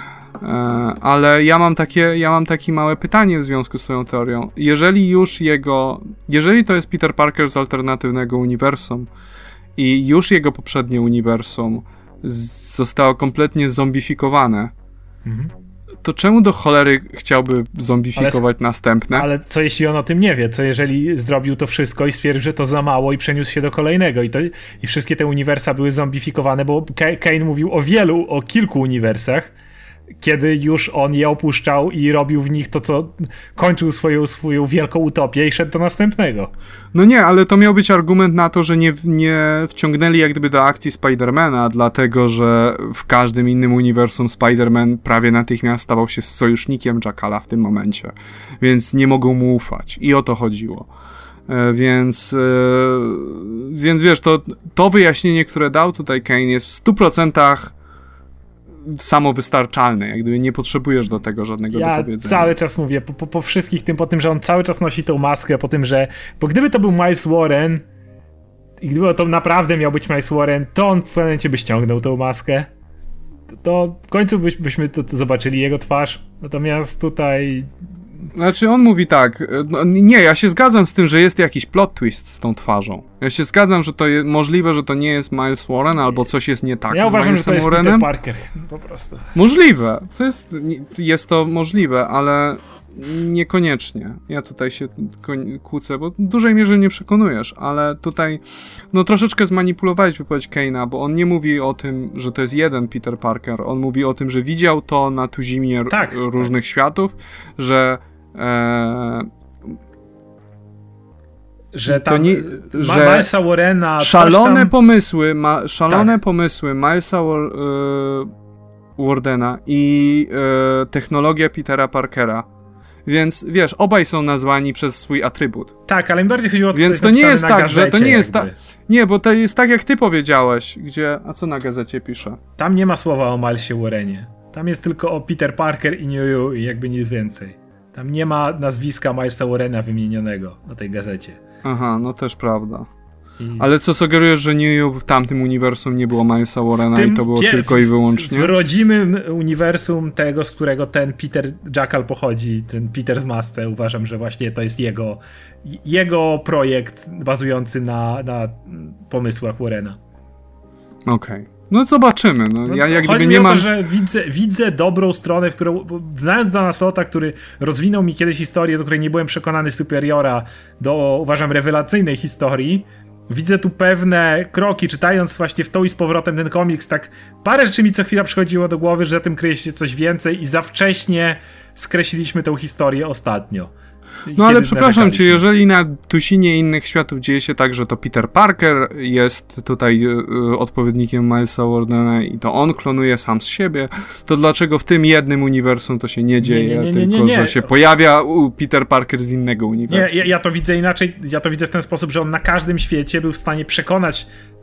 Ale ja mam takie, ja mam takie małe pytanie w związku z swoją teorią. Jeżeli już jego, jeżeli to jest Peter Parker z alternatywnego uniwersum i już jego poprzednie uniwersum z, zostało kompletnie zombifikowane, mhm. to czemu do cholery chciałby zombifikować ale, następne? Ale co jeśli on o tym nie wie? Co jeżeli zrobił to wszystko i stwierdził, że to za mało i przeniósł się do kolejnego i, to, i wszystkie te uniwersa były zombifikowane, bo Kane mówił o wielu, o kilku uniwersach, kiedy już on je opuszczał i robił w nich to, co kończył swoją, swoją wielką utopię i szedł do następnego. No nie, ale to miał być argument na to, że nie, nie wciągnęli jak gdyby do akcji Spidermana, dlatego, że w każdym innym uniwersum Spider-Man prawie natychmiast stawał się sojusznikiem Jackala w tym momencie, więc nie mogą mu ufać i o to chodziło. E, więc, e, więc wiesz, to, to wyjaśnienie, które dał tutaj Kane jest w stu procentach samowystarczalne, jak gdyby nie potrzebujesz do tego żadnego ja dopowiedzenia. Ja cały czas mówię, po, po, po wszystkich tym, po tym, że on cały czas nosi tą maskę, po tym, że, bo gdyby to był Miles Warren i gdyby to naprawdę miał być Miles Warren, to on w pewnym momencie by ściągnął tą maskę, to, to w końcu byś, byśmy to, to zobaczyli jego twarz, natomiast tutaj... Znaczy on mówi tak, no, nie, ja się zgadzam z tym, że jest jakiś plot twist z tą twarzą. Ja się zgadzam, że to jest możliwe, że to nie jest Miles Warren, albo coś jest nie tak ja z uważam, Milesem że to jest Warrenem. Peter Parker, po prostu. Możliwe, co jest, jest to możliwe, ale niekoniecznie. Ja tutaj się kłócę, bo w dużej mierze nie przekonujesz, ale tutaj no troszeczkę zmanipulowałeś wypowiedź Kane'a, bo on nie mówi o tym, że to jest jeden Peter Parker, on mówi o tym, że widział to na tuzimie tak, różnych tak. światów, że e, że tam nie, że Milesa Warrena szalone tam... pomysły ma, szalone tak. pomysły Milesa War, e, Wardena i e, technologia Petera Parkera. Więc wiesz, obaj są nazwani przez swój atrybut. Tak, ale mi bardziej chodziło o to, więc to nie jest tak, że to nie jest tak. Nie, bo to jest tak, jak ty powiedziałeś, gdzie. A co na gazecie pisze? Tam nie ma słowa o Milesie Warrenie. Tam jest tylko o Peter Parker i New York i jakby nic więcej. Tam nie ma nazwiska Milesa Warrena wymienionego na tej gazecie. Aha, no też prawda. I... Ale co sugerujesz, że New York w tamtym uniwersum nie było Milesa Warrena i to było pie- tylko i wyłącznie? W rodzimym uniwersum tego, z którego ten Peter Jackal pochodzi, ten Peter w masce, uważam, że właśnie to jest jego, jego projekt bazujący na, na pomysłach Warrena. Okej. Okay. No zobaczymy. No, ja jak Chodzi gdyby mi nie o mam... to, że widzę, widzę dobrą stronę, w którą, znając Dana Slotta, który rozwinął mi kiedyś historię, do której nie byłem przekonany, Superiora, do uważam rewelacyjnej historii, widzę tu pewne kroki, czytając właśnie w tą i z powrotem ten komiks, tak parę rzeczy mi co chwila przychodziło do głowy, że za tym kryje się coś więcej i za wcześnie skreśliliśmy tę historię ostatnio. No ale przepraszam cię, jeżeli na tusinie innych światów dzieje się tak, że to Peter Parker jest tutaj y, odpowiednikiem Milesa Wardena i to on klonuje sam z siebie, to dlaczego w tym jednym uniwersum to się nie dzieje, nie, nie, nie, tylko nie, nie, nie. że się pojawia u Peter Parker z innego uniwersum? Nie, ja, ja to widzę inaczej, ja to widzę w ten sposób, że on na każdym świecie był w stanie przekonać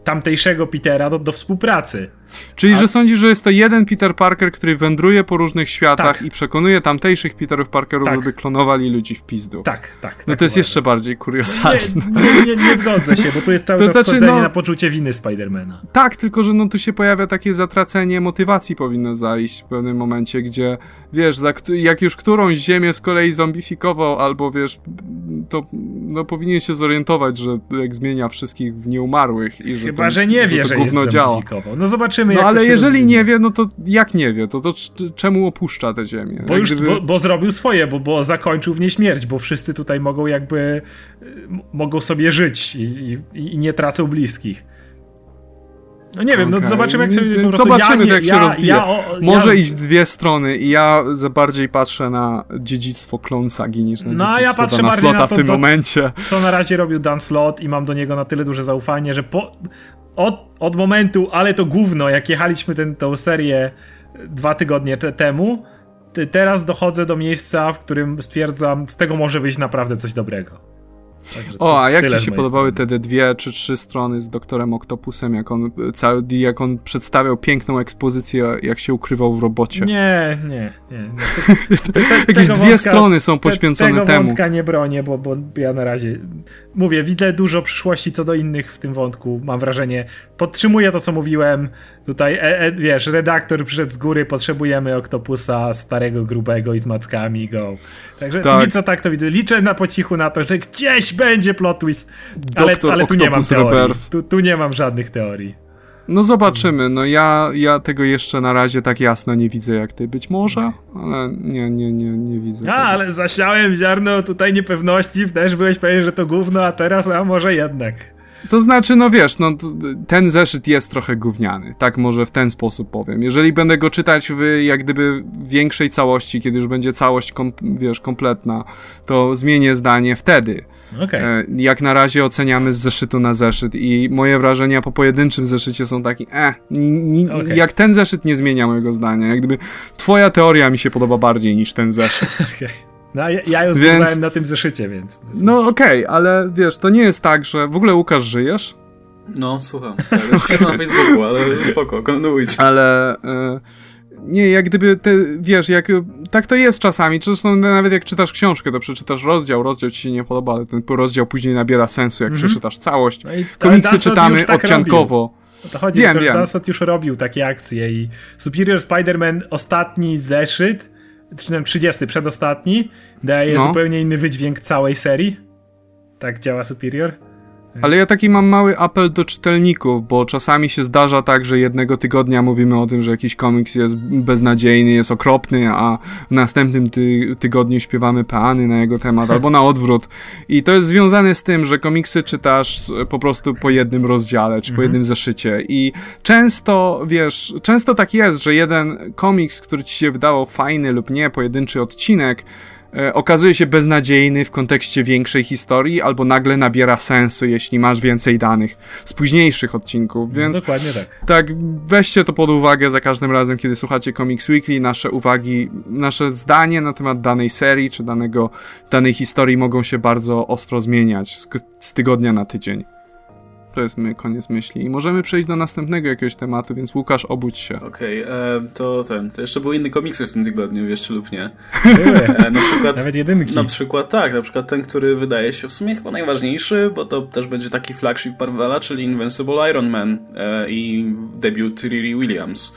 tamtejszego Petera do, do współpracy. Czyli, A... że sądzisz, że jest to jeden Peter Parker, który wędruje po różnych światach tak. i przekonuje tamtejszych Peterów Parkerów, tak. żeby klonowali ludzi w pizdu. Tak, tak. No tak to jest uważam. jeszcze bardziej kuriozalne. Nie, nie, nie, nie zgodzę się, bo tu jest cały to czas znaczy, wchodzenie no... na poczucie winy Spidermana. Tak, tylko że no tu się pojawia takie zatracenie motywacji powinno zajść w pewnym momencie, gdzie wiesz, za, jak już którąś ziemię z kolei zombifikował, albo wiesz, to no, powinien się zorientować, że jak zmienia wszystkich w nieumarłych i że Chyba, to, że nie że wie, to że gówno jest działa. zombifikował. No zobaczymy, No jak ale to się jeżeli rozwinie. nie wie, no to jak nie wie, to, to czemu opuszcza tę ziemię? Bo, już, gdyby... bo, bo zrobił swoje, bo, bo zakończył w niej śmierć, bo wszyscy tutaj mogą jakby mogą sobie żyć i, i, i nie tracą bliskich. No nie wiem, okay. no zobaczymy jak się po prostu Zobaczymy ja, jak ja, się rozwija. Ja, o, Może ja... iść w dwie strony i ja za bardziej patrzę na dziedzictwo Clone Sagi niż na no, dziedzictwo ja patrzę Dana Slota na to, w tym to, momencie. Co na razie robił Dan Slott i mam do niego na tyle duże zaufanie, że po, od, od momentu, ale to gówno, jak jechaliśmy ten, tą serię dwa tygodnie te, temu, teraz dochodzę do miejsca, w którym stwierdzam, z tego może wyjść naprawdę coś dobrego. Także o, a jak ci się strony. podobały te dwie czy trzy strony z doktorem Octopusem, jak on, cały, jak on przedstawiał piękną ekspozycję, jak się ukrywał w robocie? Nie, nie, nie. nie. Te, te, Jakieś dwie wątka, strony są poświęcone te, tego temu. Tego wątka nie bronię, bo, bo ja na razie mówię, widzę dużo przyszłości co do innych w tym wątku, mam wrażenie. Podtrzymuję to, co mówiłem. Tutaj, e, e, wiesz, redaktor przyszedł z góry, potrzebujemy Octopusa starego, grubego i z mackami, go. Także tak. Póki co tak to widzę. Liczę na po cichu na to, że gdzieś będzie plot twist, ale, ale tu nie mam teorii. Tu, tu nie mam żadnych teorii. No zobaczymy, no ja, ja tego jeszcze na razie tak jasno nie widzę jak ty, być może, ale nie, nie, nie, nie widzę. A, ale zasiałem ziarno tutaj niepewności, też byłeś pewien, że to gówno, a teraz, a może jednak. To znaczy, no wiesz, no ten zeszyt jest trochę gówniany, tak może w ten sposób powiem. Jeżeli będę go czytać w jak gdyby większej całości, kiedy już będzie całość, kom, wiesz, kompletna, to zmienię zdanie wtedy. Okay. Jak na razie oceniamy z zeszytu na zeszyt i moje wrażenia po pojedynczym zeszycie są takie, eh, ni, ni, okay. jak ten zeszyt nie zmienia mojego zdania, jak gdyby twoja teoria mi się podoba bardziej niż ten zeszyt. Okay. No ja, ja już więc... byłem na tym zeszycie, więc... No okej, okay, ale wiesz, to nie jest tak, że... W ogóle Łukasz, żyjesz? No, słucham. Ale na Facebooku, ale spoko, kontynuujcie. Ale... Y Nie, jak gdyby, te, wiesz, jak tak to jest czasami, zresztą nawet jak czytasz książkę, to przeczytasz rozdział, rozdział ci się nie podoba, ale ten rozdział później nabiera sensu, jak mm-hmm. przeczytasz całość. No komiksy czytamy tak odciankowo. O to chodzi, wiem, tylko, wiem. że Dansot już robił takie akcje i Superior Spider-Man ostatni zeszyt, czy trzydziesty, przedostatni, daje no. zupełnie inny wydźwięk całej serii. Tak działa Superior. Ale ja taki mam mały apel do czytelników, bo czasami się zdarza tak, że jednego tygodnia mówimy o tym, że jakiś komiks jest beznadziejny, jest okropny, a w następnym ty- tygodniu śpiewamy peany na jego temat, albo na odwrót. I to jest związane z tym, że komiksy czytasz po prostu po jednym rozdziale, czy po mhm. jednym zeszycie. I często, wiesz, często tak jest, że jeden komiks, który ci się wydawał fajny lub nie, pojedynczy odcinek, okazuje się beznadziejny w kontekście większej historii, albo nagle nabiera sensu, jeśli masz więcej danych z późniejszych odcinków, więc... No, dokładnie tak. Tak, weźcie to pod uwagę za każdym razem, kiedy słuchacie Comics Weekly, nasze uwagi, nasze zdanie na temat danej serii, czy danego, danej historii mogą się bardzo ostro zmieniać z, z tygodnia na tydzień. To jest my, koniec myśli. I możemy przejść do następnego jakiegoś tematu, więc Łukasz, obudź się. Okej, okay, to ten, to jeszcze były inne komiksy w tym tygodniu, wiesz czy lub nie. Były, e, na przykład, nawet jedynki. Na przykład tak, na przykład ten, który wydaje się w sumie chyba najważniejszy, bo to też będzie taki flagship Marvela, czyli Invincible Iron Man e, i debiut Riri Williams.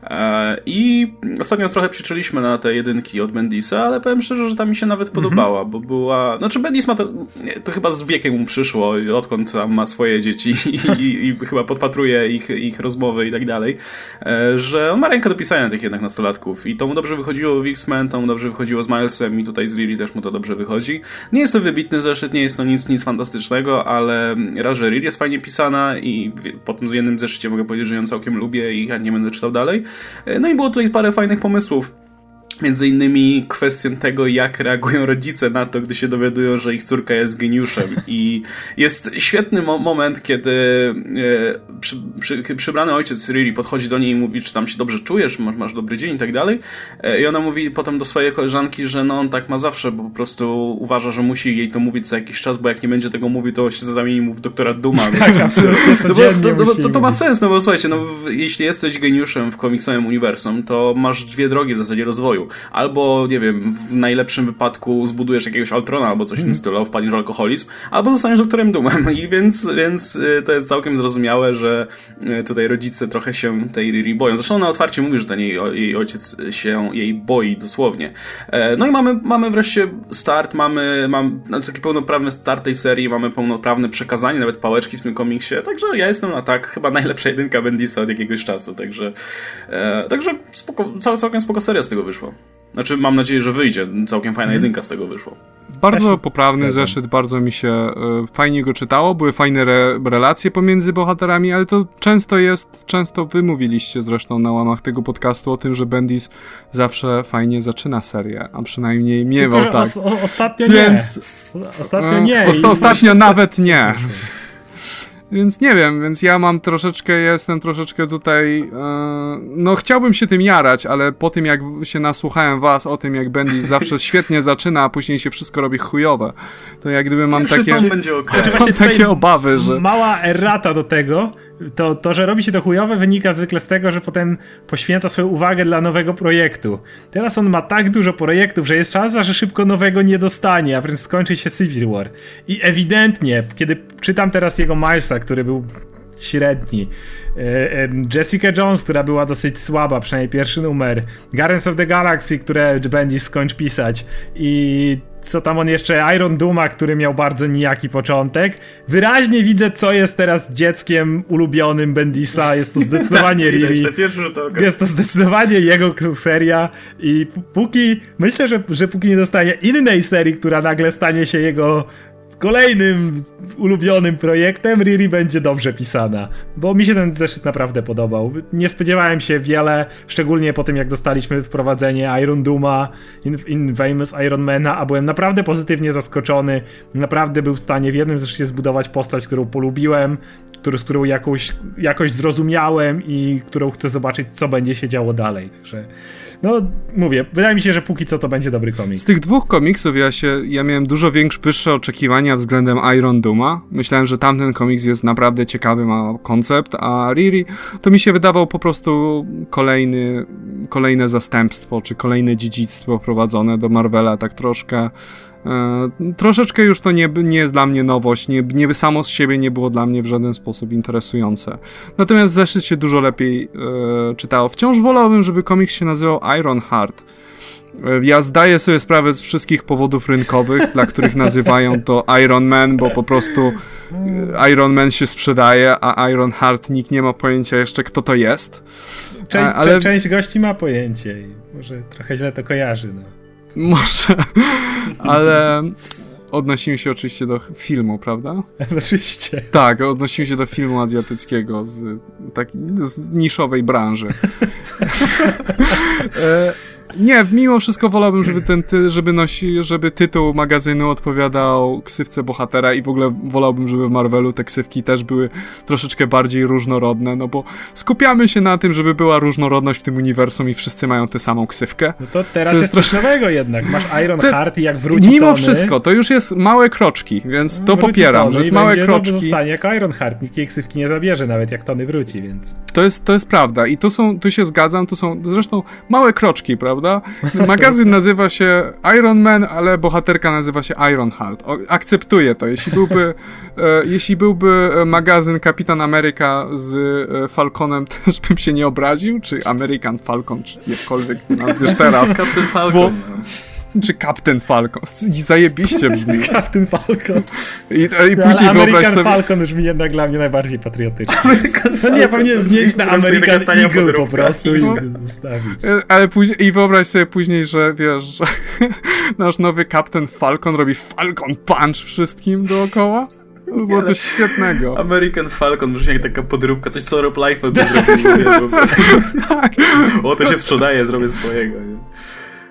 I ostatnio trochę przyczyliśmy na te jedynki od Bendisa, ale powiem szczerze, że ta mi się nawet podobała, mm-hmm. bo była... Znaczy Bendis ma to... To chyba z wiekiem mu przyszło, odkąd tam ma swoje dzieci i, i, i chyba podpatruje ich, ich rozmowy i tak dalej, że on ma rękę do pisania tych jednak nastolatków i to mu dobrze wychodziło w X-Men, to mu dobrze wychodziło z Milesem i tutaj z Riri też mu to dobrze wychodzi. Nie jest to wybitny zeszyt, nie jest to nic, nic fantastycznego, ale raz, że Riri jest fajnie pisana i po tym jednym zeszycie mogę powiedzieć, że ją całkiem lubię i chętnie będę czytał dalej. No i było tutaj parę fajnych pomysłów. Między innymi kwestią tego, jak reagują rodzice na to, gdy się dowiadują, że ich córka jest geniuszem. I jest świetny mo- moment, kiedy przy, przy, przybrany ojciec Riri podchodzi do niej i mówi, czy tam się dobrze czujesz, masz, masz dobry dzień i tak dalej. I ona mówi potem do swojej koleżanki, że no on tak ma zawsze, bo po prostu uważa, że musi jej to mówić co jakiś czas, bo jak nie będzie tego mówił, to się zamieni mu w doktora Duma. Tak, absolutnie codziennie to, to, to, to, to ma mówić. sens, no bo słuchajcie, no jeśli jesteś geniuszem w komiksowym uniwersum, to masz dwie drogi w zasadzie rozwoju. Albo, nie wiem, w najlepszym wypadku zbudujesz jakiegoś Altrona albo coś w tym stylu, wpadniesz w alkoholizm, albo zostaniesz doktorem Doomem. I więc, więc to jest całkiem zrozumiałe, że tutaj rodzice trochę się tej Riri boją. Zresztą ona otwarcie mówi, że ten jej, jej ojciec się jej boi dosłownie. No i mamy, mamy wreszcie start, mamy, mamy taki pełnoprawny start tej serii, mamy pełnoprawne przekazanie, nawet pałeczki w tym komiksie, także ja jestem na tak, chyba najlepsza jedynka Bendisa od jakiegoś czasu, także e, także spoko, cał, całkiem spoko seria z tego wyszła. Znaczy, mam nadzieję, że wyjdzie. Całkiem fajna jedynka z tego wyszło. Bardzo poprawny zeszyt, bardzo mi się y, fajnie go czytało, były fajne re, relacje pomiędzy bohaterami, ale to często jest, często wy mówiliście zresztą na łamach tego podcastu o tym, że Bendis zawsze fajnie zaczyna serię, a przynajmniej miewał Tylko, tak. Os, o, ostatnio Więc, nie. Ostatnio nie. Y, osta, ostatnio nawet nie. Więc nie wiem, więc ja mam troszeczkę, jestem troszeczkę tutaj, yy, no chciałbym się tym jarać, ale po tym jak się nasłuchałem was o tym, jak Bendis zawsze świetnie zaczyna, a później się wszystko robi chujowe, to jak gdyby mam Pierwszy takie, tom będzie okay. mam takie obawy, że... Mała errata do tego, to, to, że robi się to chujowe, wynika zwykle z tego, że potem poświęca swoją uwagę dla nowego projektu. Teraz on ma tak dużo projektów, że jest szansa, że szybko nowego nie dostanie, a wręcz skończy się Civil War. I ewidentnie, kiedy czytam teraz jego Milesa, który był średni, Jessica Jones, która była dosyć słaba, przynajmniej pierwszy numer, Guardians of the Galaxy, które Bendis skończy pisać, i co tam on jeszcze, Iron Dooma, który miał bardzo nijaki początek. Wyraźnie widzę, co jest teraz dzieckiem ulubionym Bendisa, jest to zdecydowanie Riri, jest to zdecydowanie jego seria i póki, myślę, że, że póki nie dostanie innej serii, która nagle stanie się jego kolejnym ulubionym projektem, Riri będzie dobrze pisana, bo mi się ten zeszyt naprawdę podobał. Nie spodziewałem się wiele, szczególnie po tym jak dostaliśmy wprowadzenie Iron Dooma, Infamous Ironmana, a byłem naprawdę pozytywnie zaskoczony. Naprawdę był w stanie w jednym zeszycie zbudować postać, którą polubiłem, który, z którą jakoś, jakoś zrozumiałem i którą chcę zobaczyć, co będzie się działo dalej. Także no, mówię, wydaje mi się, że póki co to będzie dobry komiks. Z tych dwóch komiksów ja się, ja miałem dużo większe, wyższe oczekiwania względem Iron Dooma. Myślałem, że tamten komiks jest naprawdę ciekawy, ma koncept, a Riri to mi się wydawał po prostu kolejny, kolejne zastępstwo, czy kolejne dziedzictwo wprowadzone do Marvela, tak troszkę. E, troszeczkę już to nie, nie jest dla mnie nowość, nie, nie samo z siebie nie było dla mnie w żaden sposób interesujące. Natomiast zeszyt się dużo lepiej e, czytało. Wciąż wolałbym, żeby komiks się nazywał Iron Heart. E, ja zdaję sobie sprawę z wszystkich powodów rynkowych, dla których nazywają to Iron Man, bo po prostu e, Iron Man się sprzedaje, a Iron Heart nikt nie ma pojęcia jeszcze, kto to jest. Część, e, ale... część gości ma pojęcie i może trochę źle to kojarzy, no. Może, ale odnosimy się oczywiście do filmu, prawda? Oczywiście. Tak, odnosimy się do filmu azjatyckiego z, tak, z niszowej branży. e, nie, mimo wszystko wolałbym, żeby ten ty, żeby, nosi, żeby tytuł magazynu odpowiadał ksywce bohatera i w ogóle wolałbym, żeby w Marvelu te ksywki też były troszeczkę bardziej różnorodne, no bo skupiamy się na tym, żeby była różnorodność w tym uniwersum i wszyscy mają tę samą ksywkę. No to teraz jest coś trosz... nowego jednak. Masz Iron Te... Heart i jak wróci Mimo Tony, wszystko, to już jest małe kroczki, więc to popieram, że jest małe kroczki. To zostanie jako Iron Heart, nikt jej ksywki nie zabierze, nawet jak Tony wróci, więc... To jest, to jest prawda i to są, tu się zgadzam, to są zresztą małe kroczki, prawda? Magazyn nazywa się Iron Man, ale bohaterka nazywa się Iron Heart. O, akceptuję to. Jeśli byłby, e, jeśli byłby magazyn Kapitan Ameryka z e, Falconem, też bym się nie obraził, czy American Falcon, czy jakkolwiek nazwiesz teraz. Captain Falcon. Bo, czy Captain Falcon. Zajebiście brzmi. Captain Falcon. I, i później ale wyobraź American sobie... Falcon już mi jednak dla mnie najbardziej patriotyczny. No nie, powinien zmienić na American Eagle po prostu i zostawić. Ale później, i wyobraź sobie później, że wiesz, że nasz nowy Captain Falcon robi Falcon Punch wszystkim dookoła. To było coś świetnego. American Falcon brzmi jak taka podróbka, coś co Rob Liefeld by zrobił. Tak. O, to się sprzedaje, zrobię swojego. Nie?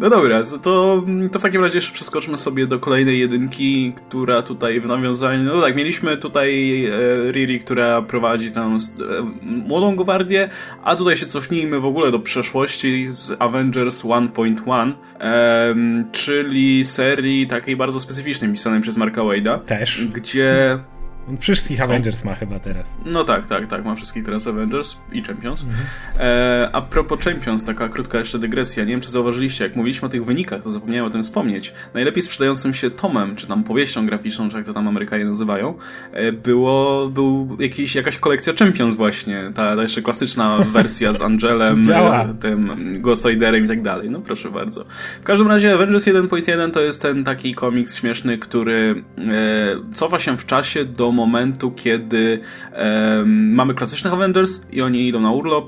No dobra, to, to w takim razie jeszcze przeskoczmy sobie do kolejnej jedynki, która tutaj w nawiązaniu... No tak, mieliśmy tutaj e, Riri, która prowadzi tam e, młodą gwardię, a tutaj się cofnijmy w ogóle do przeszłości z Avengers jeden jeden, e, czyli serii takiej bardzo specyficznej, pisanej przez Marka Wade'a. Też. Gdzie... On wszystkich Avengers ma chyba teraz. No tak, tak, tak, ma wszystkich teraz Avengers i Champions. Mhm. E, a propos Champions, taka krótka jeszcze dygresja. Nie wiem, czy zauważyliście, jak mówiliśmy o tych wynikach, to zapomniałem o tym wspomnieć. Najlepiej sprzedającym się tomem, czy tam powieścią graficzną, czy jak to tam Amerykanie nazywają, e, było, był jakiś, jakaś kolekcja Champions właśnie. Ta, ta jeszcze klasyczna wersja z Angelem, e, tym Ghost Riderem i tak dalej. No proszę bardzo. W każdym razie Avengers jeden jeden to jest ten taki komiks śmieszny, który e, cofa się w czasie do momentu, kiedy e, mamy klasycznych Avengers i oni idą na urlop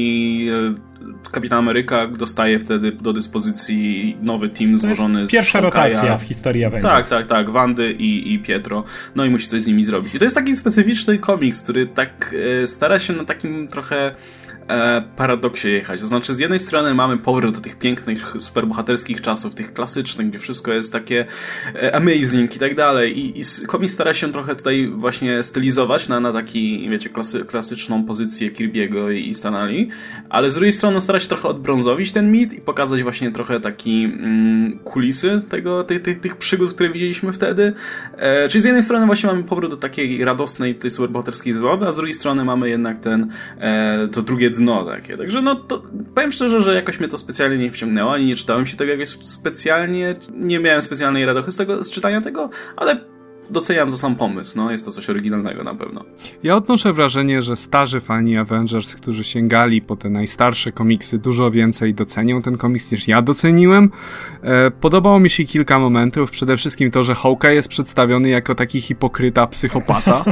i e, Kapitan Ameryka dostaje wtedy do dyspozycji nowy team złożony z pierwsza rotacja w historii Avengers. Tak, tak, tak. Wandy i, i Pietro. No i musi coś z nimi zrobić. I to jest taki specyficzny komiks, który tak e, stara się na takim trochę e, paradoksie jechać. To znaczy, z jednej strony mamy powrót do tych pięknych, superbohaterskich czasów, tych klasycznych, gdzie wszystko jest takie e, amazing i tak dalej. I, i komiks stara się trochę tutaj właśnie stylizować na, na taki, wiecie, klasy, klasyczną pozycję Kirby'ego i, i Stan Lee, ale z drugiej strony stara się trochę odbrązowić ten mit i pokazać właśnie trochę taki mm, kulisy tego, tych, tych, tych przygód, które widzieliśmy wtedy. E, czyli z jednej strony właśnie mamy powrót do takiej radosnej, tej superbohaterskiej zabawy, a z drugiej strony mamy jednak ten, e, to drugie dno takie. Także no to powiem szczerze, że jakoś mnie to specjalnie nie wciągnęło, ani nie czytałem się tego jakoś specjalnie, nie miałem specjalnej radochy z, tego, z czytania tego, ale doceniam za sam pomysł, no jest to coś oryginalnego na pewno. Ja odnoszę wrażenie, że starzy fani Avengers, którzy sięgali po te najstarsze komiksy, dużo więcej docenią ten komiks niż ja doceniłem. E, podobało mi się kilka momentów, przede wszystkim to, że Hawkeye jest przedstawiony jako taki hipokryta, psychopata.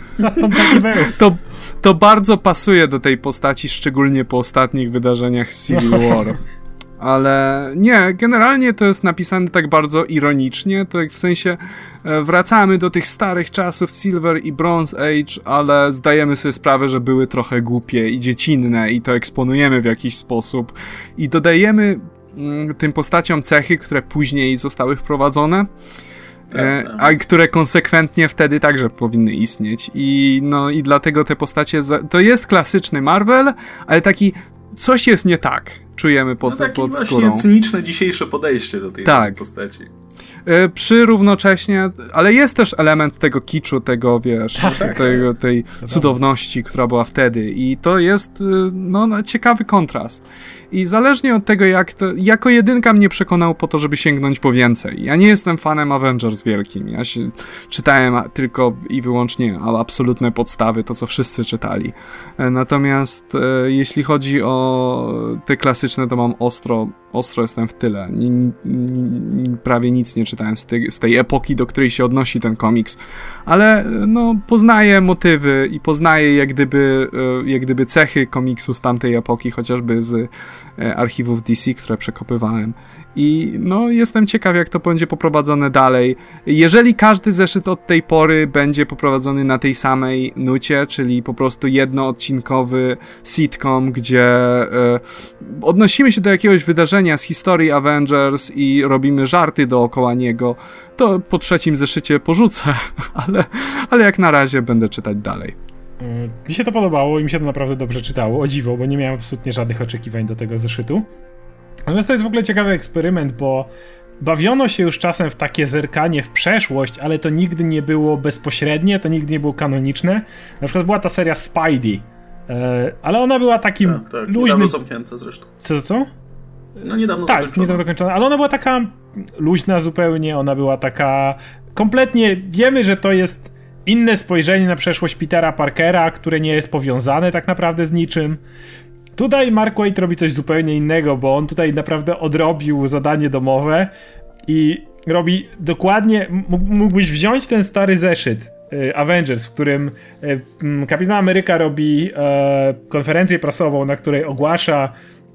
to, to bardzo pasuje do tej postaci, szczególnie po ostatnich wydarzeniach z Civil War. Ale nie, generalnie to jest napisane tak bardzo ironicznie, tak w sensie wracamy do tych starych czasów Silver i Bronze Age, ale zdajemy sobie sprawę, że były trochę głupie i dziecinne i to eksponujemy w jakiś sposób i dodajemy mm, tym postaciom cechy, które później zostały wprowadzone, e, a które konsekwentnie wtedy także powinny istnieć i no i dlatego te postacie, za... to jest klasyczny Marvel, ale taki coś jest nie tak. Czujemy pod, no pod skórą. Takie cyniczne dzisiejsze podejście do tej tak. postaci. Yy, przy równocześnie, ale jest też element tego kiczu, tego, wiesz, tak. tego, tej cudowności, która była wtedy i to jest yy, no, no, ciekawy kontrast. I zależnie od tego, jak to, jako jedynka mnie przekonał po to, żeby sięgnąć po więcej. Ja nie jestem fanem Avengers wielkim. Ja się czytałem tylko i wyłącznie absolutne podstawy, to co wszyscy czytali. Natomiast e, jeśli chodzi o te klasyczne, to mam ostro, ostro jestem w tyle. Nie, nie, nie, prawie nic nie czytałem z tej, z tej epoki, do której się odnosi ten komiks. Ale no, poznaję motywy i poznaję jak gdyby, e, jak gdyby cechy komiksu z tamtej epoki, chociażby z archiwów D C, które przekopywałem. I no, jestem ciekaw, jak to będzie poprowadzone dalej. Jeżeli każdy zeszyt od tej pory będzie poprowadzony na tej samej nucie, czyli po prostu jednoodcinkowy sitcom, gdzie e, odnosimy się do jakiegoś wydarzenia z historii Avengers i robimy żarty dookoła niego, to po trzecim zeszycie porzucę, ale, ale jak na razie będę czytać dalej. Mi się to podobało i mi się to naprawdę dobrze czytało, o dziwo, bo nie miałem absolutnie żadnych oczekiwań do tego zeszytu. Natomiast to jest w ogóle ciekawy eksperyment, bo bawiono się już czasem w takie zerkanie w przeszłość, ale to nigdy nie było bezpośrednie, to nigdy nie było kanoniczne. Na przykład była ta seria Spidey, ale ona była takim tak, tak. luźnym... Niedawno zamknięta zresztą. Co, co? No niedawno tak, zakończona. niedawno zakończona, ale ona była taka luźna zupełnie, ona była taka... Kompletnie wiemy, że to jest inne spojrzenie na przeszłość Petera Parkera, które nie jest powiązane tak naprawdę z niczym. Tutaj Mark Waid robi coś zupełnie innego, bo on tutaj naprawdę odrobił zadanie domowe i robi dokładnie... Mógłbyś wziąć ten stary zeszyt y, Avengers, w którym y, Kapitan Ameryka robi y, konferencję prasową, na której ogłasza,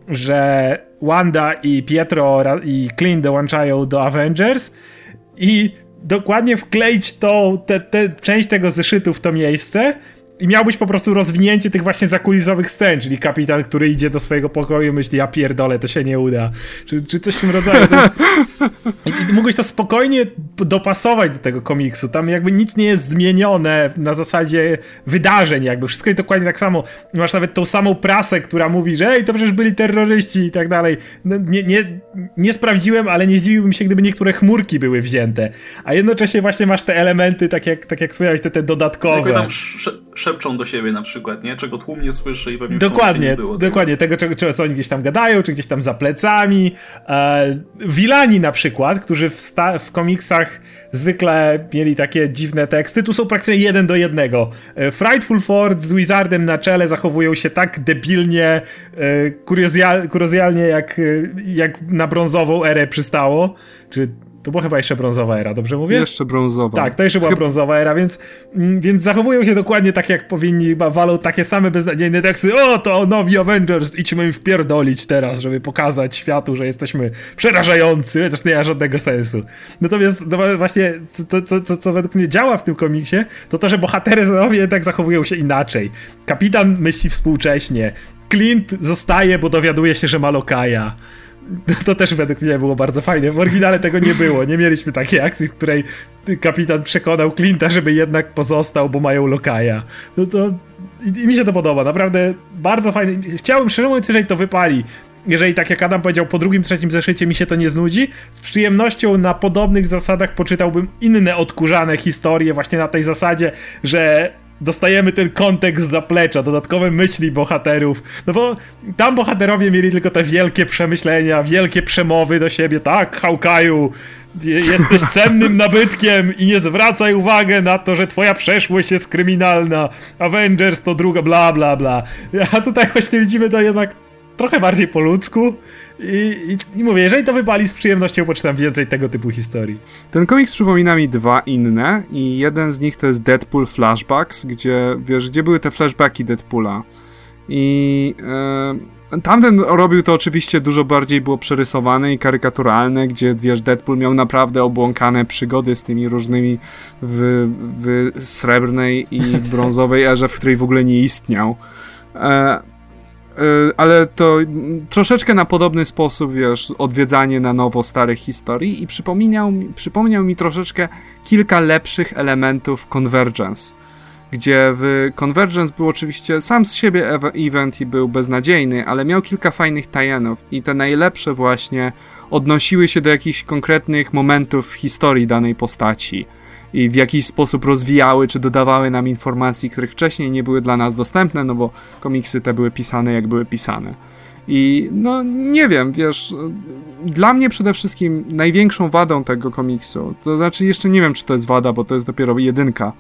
że Wanda i Pietro i Clint dołączają do Avengers i dokładnie wkleić tą, te, te, część tego zeszytu w to miejsce i miał być po prostu rozwinięcie tych właśnie zakulisowych scen, czyli kapitan, który idzie do swojego pokoju i myśli, ja pierdolę, to się nie uda. Czy, czy coś w tym rodzaju. To jest... I, I mógłbyś to spokojnie dopasować do tego komiksu. Tam jakby nic nie jest zmienione na zasadzie wydarzeń jakby. Wszystko jest dokładnie tak samo. Masz nawet tą samą prasę, która mówi, że ej, to przecież byli terroryści i tak dalej. No, nie, nie, nie sprawdziłem, ale nie zdziwiłbym się, gdyby niektóre chmurki były wzięte. A jednocześnie właśnie masz te elementy, tak jak, tak jak wspomniałeś, te, te dodatkowe. Tylko tam sz- szepczą do siebie na przykład, nie? Czego tłum nie słyszy i pewnie dokładnie, nie było. Dokładnie, tego, czego, czego, co oni gdzieś tam gadają, czy gdzieś tam za plecami. E, Wilani na przykład, którzy w, sta- w komiksach zwykle mieli takie dziwne teksty, tu są praktycznie jeden do jednego. E, Frightful Ford z Wizardem na czele zachowują się tak debilnie, e, kuriozjal- kuriozjalnie jak, jak na brązową erę przystało. Czy to była chyba jeszcze brązowa era, dobrze mówię? Jeszcze brązowa. Tak, to jeszcze była Chyb... brązowa era, więc, więc zachowują się dokładnie tak, jak powinni, walą takie same beznadziejne teksty. O, to nowi Avengers, idźmy im wpierdolić teraz, żeby pokazać światu, że jesteśmy przerażający, też nie ma żadnego sensu. Natomiast no właśnie, co, co, co, co według mnie działa w tym komiksie, to to, że bohaterowie jednak zachowują się inaczej. Kapitan myśli współcześnie, Clint zostaje, bo dowiaduje się, że ma lokaja. To też według mnie było bardzo fajne. W oryginale tego nie było. Nie mieliśmy takiej akcji, w której kapitan przekonał Clint'a, żeby jednak pozostał, bo mają lokaja. No to i, i mi się to podoba. Naprawdę bardzo fajne. Chciałbym, szczerze mówiąc, jeżeli to wypali, jeżeli tak jak Adam powiedział, po drugim, trzecim zeszycie mi się to nie znudzi, z przyjemnością na podobnych zasadach poczytałbym inne odkurzane historie właśnie na tej zasadzie, że dostajemy ten kontekst z zaplecza, dodatkowe myśli bohaterów, no bo tam bohaterowie mieli tylko te wielkie przemyślenia, wielkie przemowy do siebie, tak, Hawkeye'u, jesteś cennym nabytkiem i nie zwracaj uwagi na to, że twoja przeszłość jest kryminalna, Avengers to druga, bla bla bla. A tutaj właśnie widzimy to jednak trochę bardziej po ludzku i, i, i mówię, jeżeli to wypali, z przyjemnością poczytam więcej tego typu historii. Ten komiks przypomina mi dwa inne i jeden z nich to jest Deadpool Flashbacks, gdzie, wiesz, gdzie były te flashbacki Deadpoola i e, tamten robił to oczywiście dużo bardziej było przerysowane i karykaturalne, gdzie, wiesz, Deadpool miał naprawdę obłąkane przygody z tymi różnymi w, w srebrnej i brązowej erze, w której w ogóle nie istniał. E, ale to troszeczkę na podobny sposób, wiesz, odwiedzanie na nowo starych historii i przypomniał, przypomniał mi troszeczkę kilka lepszych elementów Convergence, gdzie w Convergence był oczywiście sam z siebie event i był beznadziejny, ale miał kilka fajnych tie-inów i te najlepsze właśnie odnosiły się do jakichś konkretnych momentów w historii danej postaci i w jakiś sposób rozwijały, czy dodawały nam informacji, których wcześniej nie były dla nas dostępne, no bo komiksy te były pisane jak były pisane. I no nie wiem, wiesz, dla mnie przede wszystkim największą wadą tego komiksu, to znaczy jeszcze nie wiem, czy to jest wada, bo to jest dopiero jedynka,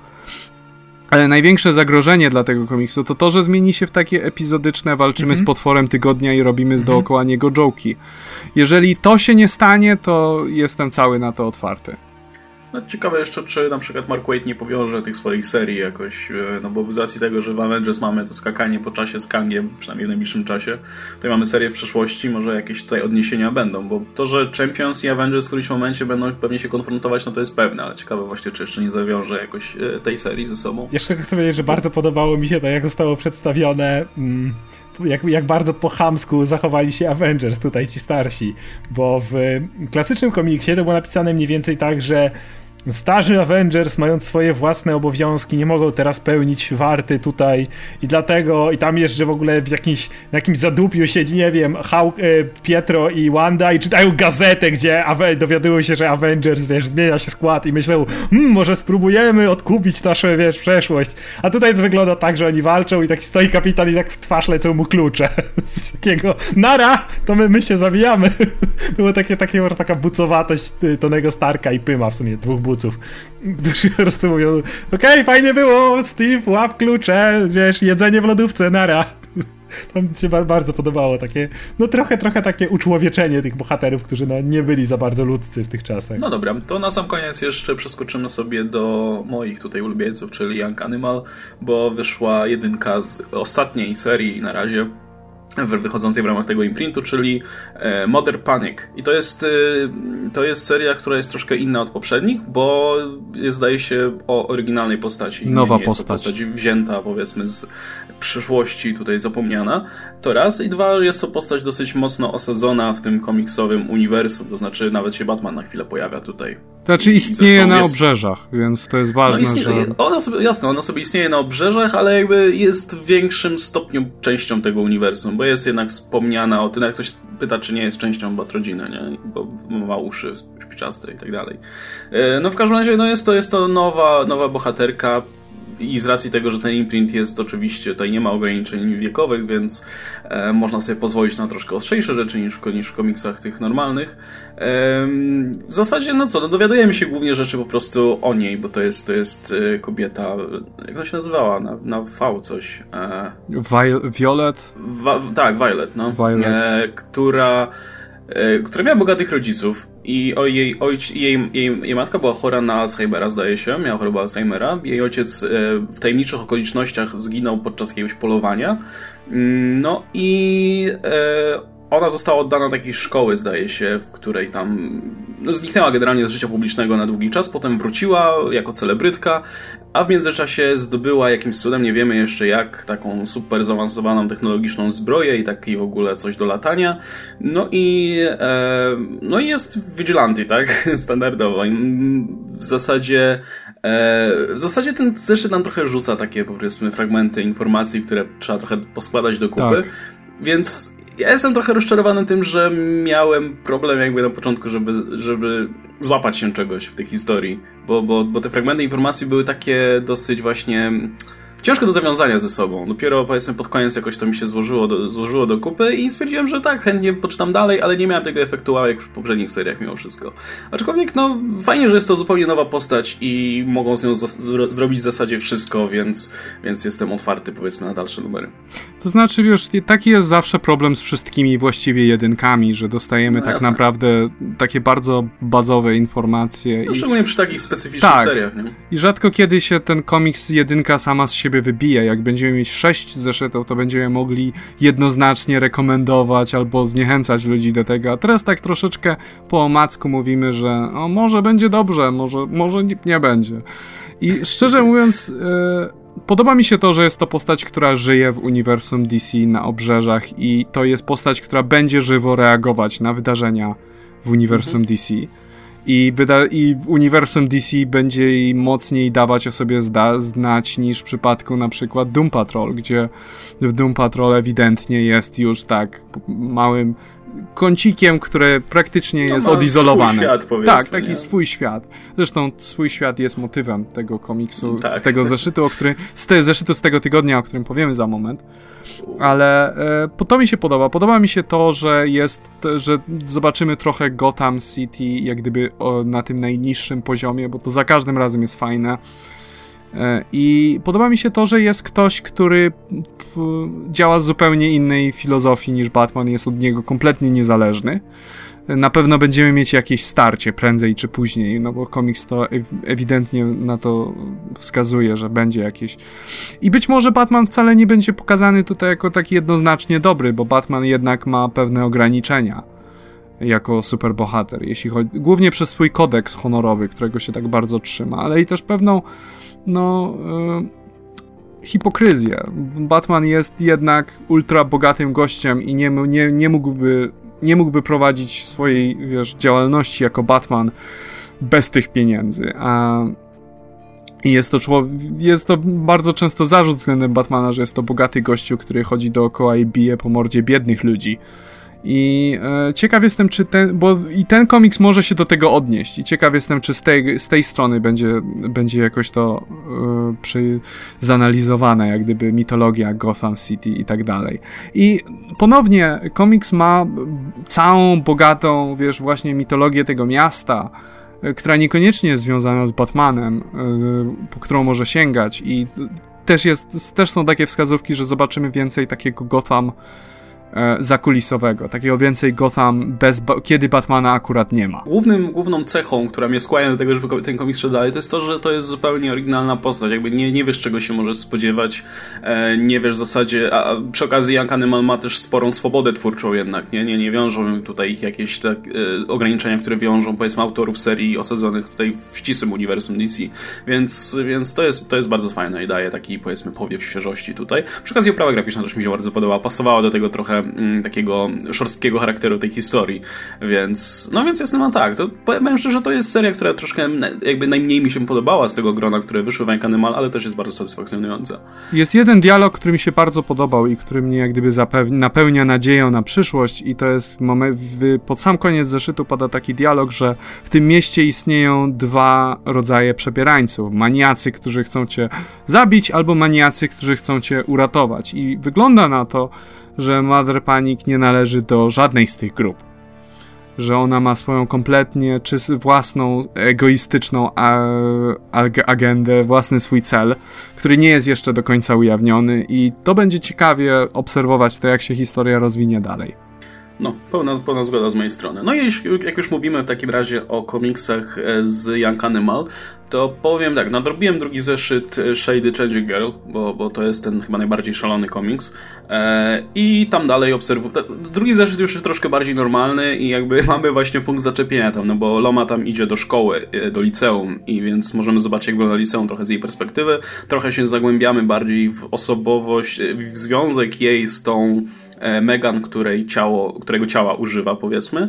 ale największe zagrożenie dla tego komiksu to to, że zmieni się w takie epizodyczne walczymy mm-hmm. z potworem tygodnia i robimy mm-hmm. dookoła niego joke'i. Jeżeli to się nie stanie, to jestem cały na to otwarty. No ciekawe jeszcze, czy na przykład Mark Waid nie powiąże tych swoich serii jakoś, no bo z racji tego, że w Avengers mamy to skakanie po czasie z Kangiem, przynajmniej w najbliższym czasie, tutaj mamy serię w przeszłości, może jakieś tutaj odniesienia będą, bo to, że Champions i Avengers w którymś momencie będą pewnie się konfrontować, no to jest pewne, ale ciekawe właśnie, czy jeszcze nie zawiąże jakoś tej serii ze sobą. Jeszcze chcę powiedzieć, że bardzo podobało mi się to, jak zostało przedstawione... Mm... Jak, jak bardzo po chamsku zachowali się Avengers, tutaj ci starsi, bo w klasycznym komiksie to było napisane mniej więcej tak, że starzy Avengers, mając swoje własne obowiązki, nie mogą teraz pełnić warty tutaj i dlatego, i tam jeszcze w ogóle w jakimś, na jakimś zadupiu siedzi, nie wiem, Hawk, e, Pietro i Wanda i czytają gazetę, gdzie Ave- dowiadują się, że Avengers, wiesz, zmienia się skład i myślą, hmm, może spróbujemy odkupić naszą, wiesz, przeszłość. A tutaj to wygląda tak, że oni walczą i taki stoi kapitan i tak w twarz lecą mu klucze. Z takiego, nara, to my, my się zabijamy. To było takie, takie, taka bucowatość Tonego Starka i Pyma, w sumie dwóch buców, którzy po prostu mówią, okej, okay, fajnie było, Steve, łap klucze, wiesz, jedzenie w lodówce, nara. To mi się bardzo podobało, takie, no trochę, trochę takie uczłowieczenie tych bohaterów, którzy no nie byli za bardzo ludzcy w tych czasach. No dobra, to na sam koniec jeszcze przeskoczymy sobie do moich tutaj ulubieńców, czyli Young Animal, bo wyszła jedynka z ostatniej serii na razie. wychodzącej w ramach tego imprintu, czyli Mother Panic. I to jest, to jest seria, która jest troszkę inna od poprzednich, bo jest, zdaje się, o oryginalnej postaci. Nowa nie, nie postać. Jest to postać wzięta, powiedzmy, z przyszłości, tutaj zapomniana. To raz. I dwa, jest to postać dosyć mocno osadzona w tym komiksowym uniwersum, to znaczy nawet się Batman na chwilę pojawia tutaj. Znaczy istnieje Zresztą na jest... obrzeżach, więc to jest ważne, no istnieje, że... Ona sobie, jasne, ona sobie istnieje na obrzeżach, ale jakby jest w większym stopniu częścią tego uniwersum, bo jest jednak wspomniana o tym, jak ktoś pyta, czy nie jest częścią Batrodziny, nie? Bo ma uszy szpiczaste i tak dalej. No w każdym razie, no jest to, jest to nowa, nowa bohaterka, i z racji tego, że ten imprint jest oczywiście, tutaj nie ma ograniczeń wiekowych, więc e, można sobie pozwolić na troszkę ostrzejsze rzeczy niż w, niż w komiksach tych normalnych. E, w zasadzie, no co, no dowiadujemy się głównie rzeczy po prostu o niej, bo to jest, to jest e, kobieta, jak ona się nazywała? Na, na V coś. E, Violet? Wa, tak, Violet, no. Violet. E, która... która miała bogatych rodziców i o jej, ojc, jej, jej, jej matka była chora na Alzheimera, zdaje się, miała chorobę Alzheimera. Jej ojciec w tajemniczych okolicznościach zginął podczas jakiegoś polowania. No i ona została oddana do takiej szkoły, zdaje się, w której tam no, zniknęła generalnie z życia publicznego na długi czas, potem wróciła jako celebrytka, a w międzyczasie zdobyła jakimś cudem, nie wiemy jeszcze jak, taką super zaawansowaną technologiczną zbroję i taki w ogóle coś do latania. No i, e, no i jest vigilante, tak? Standardowo. I w zasadzie e, w zasadzie ten zeszyt nam trochę rzuca takie, powiedzmy, fragmenty informacji, które trzeba trochę poskładać do kupy. Tak. Więc ja jestem trochę rozczarowany tym, że miałem problem jakby na początku, żeby, żeby złapać się czegoś w tej historii, bo, bo, bo te fragmenty informacji były takie dosyć właśnie ciężko do zawiązania ze sobą. Dopiero powiedzmy pod koniec jakoś to mi się złożyło do, złożyło do kupy i stwierdziłem, że tak, chętnie poczytam dalej, ale nie miałem tego efektu wow, jak w poprzednich seriach mimo wszystko. Aczkolwiek no fajnie, że jest to zupełnie nowa postać i mogą z nią z- zrobić w zasadzie wszystko, więc, więc jestem otwarty powiedzmy na dalsze numery. To znaczy wiesz, taki jest zawsze problem z wszystkimi właściwie jedynkami, że dostajemy no, tak jasne. naprawdę takie bardzo bazowe informacje. No, i... Szczególnie przy takich specyficznych tak. seriach. Nie? I rzadko kiedy się ten komiks jedynka sama z siebie wybije. Jak będziemy mieć sześć zeszytów, to będziemy mogli jednoznacznie rekomendować albo zniechęcać ludzi do tego. A teraz tak troszeczkę po omacku mówimy, że o, może będzie dobrze, może, może nie, nie będzie. I szczerze mówiąc, yy, podoba mi się to, że jest to postać, która żyje w uniwersum D C na obrzeżach i to jest postać, która będzie żywo reagować na wydarzenia w uniwersum mhm. D C. I, wyda- I w uniwersum D C będzie jej mocniej dawać o sobie zda- znać niż w przypadku na przykład Doom Patrol, gdzie w Doom Patrol ewidentnie jest już tak małym kącikiem, które praktycznie no, jest ma odizolowane. Swój świat, powiedzmy, tak, taki nie? swój świat. Zresztą swój świat jest motywem tego komiksu, tak. z tego zeszytu, o którym, z te, zeszytu z tego tygodnia, o którym powiemy za moment. Ale e, to mi się podoba. Podoba mi się to, że jest, że zobaczymy trochę Gotham City jak gdyby o, na tym najniższym poziomie, bo to za każdym razem jest fajne. E, I podoba mi się to, że jest ktoś, który p, działa z zupełnie innej filozofii niż Batman, jest od niego kompletnie niezależny. Na pewno będziemy mieć jakieś starcie prędzej czy później, no bo komiks to ewidentnie na to wskazuje, że będzie jakieś. I być może Batman wcale nie będzie pokazany tutaj jako taki jednoznacznie dobry, bo Batman jednak ma pewne ograniczenia jako superbohater, jeśli chodzi, głównie przez swój kodeks honorowy, którego się tak bardzo trzyma, ale i też pewną no yy, hipokryzję. Batman jest jednak ultra bogatym gościem i nie, nie, nie mógłby nie mógłby prowadzić swojej, wiesz, działalności jako Batman bez tych pieniędzy, a i jest to człowiek, jest to bardzo często zarzut względem Batmana, że jest to bogaty gościu, który chodzi dookoła i bije po mordzie biednych ludzi. I e, ciekaw jestem, czy ten, bo i ten komiks może się do tego odnieść i ciekaw jestem, czy z tej, z tej strony będzie, będzie jakoś to e, przy, zanalizowane, jak gdyby mitologia Gotham City i tak dalej. I ponownie komiks ma całą bogatą, wiesz, właśnie mitologię tego miasta, e, która niekoniecznie jest związana z Batmanem, e, po którą może sięgać i też jest, też są takie wskazówki, że zobaczymy więcej takiego Gotham e, zakulisowego, takiego więcej Gotham, bez ba- kiedy Batmana akurat nie ma. Głównym, główną cechą, która mnie skłania do tego, żeby ten komiks szedł dalej, to jest to, że to jest zupełnie oryginalna postać, jakby nie, nie wiesz, czego się możesz spodziewać, e, nie wiesz w zasadzie, a, a przy okazji Young Animal ma też sporą swobodę twórczą jednak, nie, nie, nie wiążą tutaj ich jakieś tak, e, ograniczenia, które wiążą, powiedzmy, autorów serii osadzonych tutaj w ścisłym uniwersum D C, więc, więc to jest, to jest bardzo fajne i daje taki, powiedzmy, powiew świeżości tutaj. Przy okazji oprawa graficzna też mi się bardzo podobała, pasowała do tego trochę mm, takiego szorstkiego charakteru tej historii, więc no więc jasne, no tak, to powiem szczerze, że to jest seria, która troszkę jakby najmniej mi się podobała z tego grona, które wyszły w Young Animal, ale też jest bardzo satysfakcjonująca. Jest jeden dialog, który mi się bardzo podobał i który mnie jak gdyby zapew- napełnia nadzieją na przyszłość i to jest moment, w, pod sam koniec zeszytu pada taki dialog, że w tym mieście istnieją dwa rodzaje przebierańców. Maniacy, którzy chcą cię zabić, albo maniacy, którzy chcą cię uratować. I wygląda na to, że Mother Panic nie należy do żadnej z tych grup. Że ona ma swoją kompletnie czy własną, egoistyczną a, a, agendę, własny swój cel, który nie jest jeszcze do końca ujawniony i to będzie ciekawie obserwować to, jak się historia rozwinie dalej. No, pełna, pełna zgoda z mojej strony. No i jak już mówimy w takim razie o komiksach z Young Animal, to powiem tak, nadrobiłem drugi zeszyt Shady Changing Girl, bo, bo to jest ten chyba najbardziej szalony komiks. E, I tam dalej obserwuję. Drugi zeszyt już jest troszkę bardziej normalny i jakby mamy właśnie punkt zaczepienia tam, no bo Loma tam idzie do szkoły, do liceum i więc możemy zobaczyć, jak wygląda liceum trochę z jej perspektywy. Trochę się zagłębiamy bardziej w osobowość, w związek jej z tą Megan, której ciało, którego ciała używa, powiedzmy.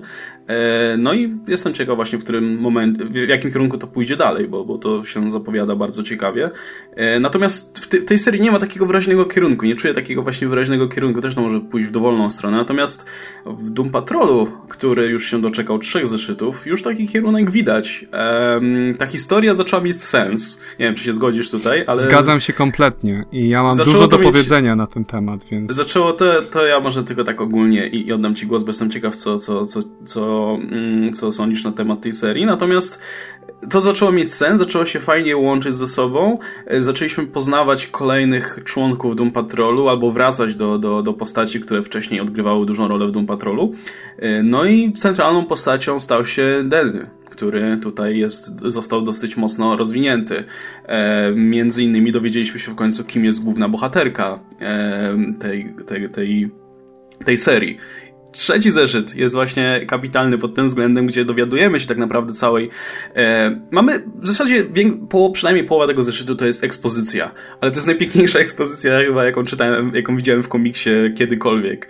No i jestem ciekaw właśnie, w którym moment, w jakim kierunku to pójdzie dalej, bo, bo to się zapowiada bardzo ciekawie. Natomiast w, ty, w tej serii nie ma takiego wyraźnego kierunku, nie czuję takiego właśnie wyraźnego kierunku, też to może pójść w dowolną stronę. Natomiast w Doom Patrolu, który już się doczekał trzech zeszytów, już taki kierunek widać. Ta historia zaczęła mieć sens. Nie wiem, czy się zgodzisz tutaj, ale... Zgadzam się kompletnie i ja mam Zaczęło dużo do mieć... powiedzenia na ten temat, więc... Zaczęło to, to ja może tylko tak ogólnie i, i oddam ci głos, bo jestem ciekaw, co, co, co, co, mm, co sądzisz na temat tej serii. Natomiast to zaczęło mieć sens, zaczęło się fajnie łączyć ze sobą. Zaczęliśmy poznawać kolejnych członków Doom Patrolu albo wracać do, do, do postaci, które wcześniej odgrywały dużą rolę w Doom Patrolu. No i centralną postacią stał się Danny, który tutaj jest, został dosyć mocno rozwinięty. E, między innymi dowiedzieliśmy się w końcu, kim jest główna bohaterka e, tej, tej, tej, tej serii. Trzeci zeszyt jest właśnie kapitalny pod tym względem, gdzie dowiadujemy się tak naprawdę całej... E, mamy w zasadzie poło, przynajmniej połowa tego zeszytu to jest ekspozycja, ale to jest najpiękniejsza ekspozycja chyba, jaką czytałem, jaką widziałem w komiksie kiedykolwiek,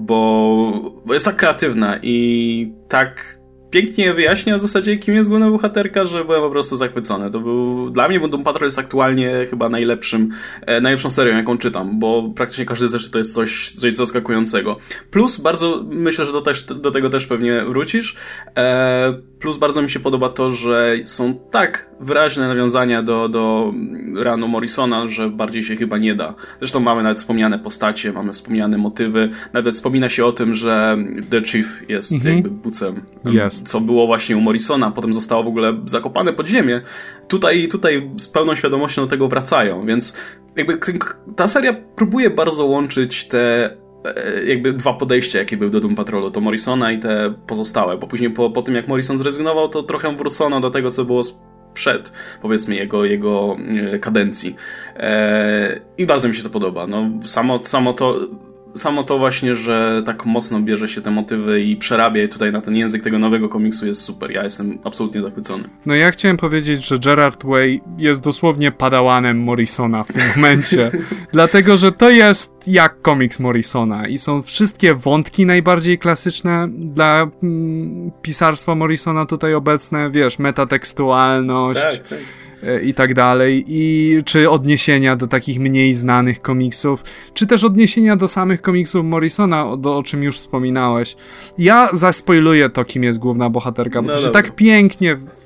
bo, bo jest tak kreatywna i tak pięknie wyjaśnia w zasadzie, kim jest główna bohaterka, że byłem po prostu zachwycony. To był, dla mnie Doom Patrol jest aktualnie chyba najlepszym, e, najlepszą serią, jaką czytam, bo praktycznie każdy zeszyt to jest coś, coś zaskakującego. Plus bardzo, myślę, że do, też, do tego też pewnie wrócisz, e, plus bardzo mi się podoba to, że są tak wyraźne nawiązania do, do ranu Morrisona, że bardziej się chyba nie da. Zresztą mamy nawet wspomniane postacie, mamy wspomniane motywy, nawet wspomina się o tym, że The Chief jest mhm. jakby bucem. Jest. Co było właśnie u Morrisona, potem zostało w ogóle zakopane pod ziemię. Tutaj, tutaj z pełną świadomością do tego wracają, więc jakby ta seria próbuje bardzo łączyć te jakby dwa podejścia, jakie były do Doom Patrolu, to Morrisona i te pozostałe, bo później po, po tym, jak Morrison zrezygnował, to trochę wrócono do tego, co było przed, powiedzmy, jego, jego kadencji. Eee, I bardzo mi się to podoba. No, samo, samo to Samo to właśnie, że tak mocno bierze się te motywy i przerabia je tutaj na ten język tego nowego komiksu jest super. Ja jestem absolutnie zachwycony. No ja chciałem powiedzieć, że Gerard Way jest dosłownie padałanem Morrisona w tym momencie. Dlatego, że to jest jak komiks Morrisona i są wszystkie wątki najbardziej klasyczne dla mm, pisarstwa Morrisona tutaj obecne. Wiesz, metatekstualność. Tak, tak. I tak dalej, i czy odniesienia do takich mniej znanych komiksów, czy też odniesienia do samych komiksów Morrisona, o, o czym już wspominałeś. Ja zaspoiluję to, kim jest główna bohaterka, bo no to się tak pięknie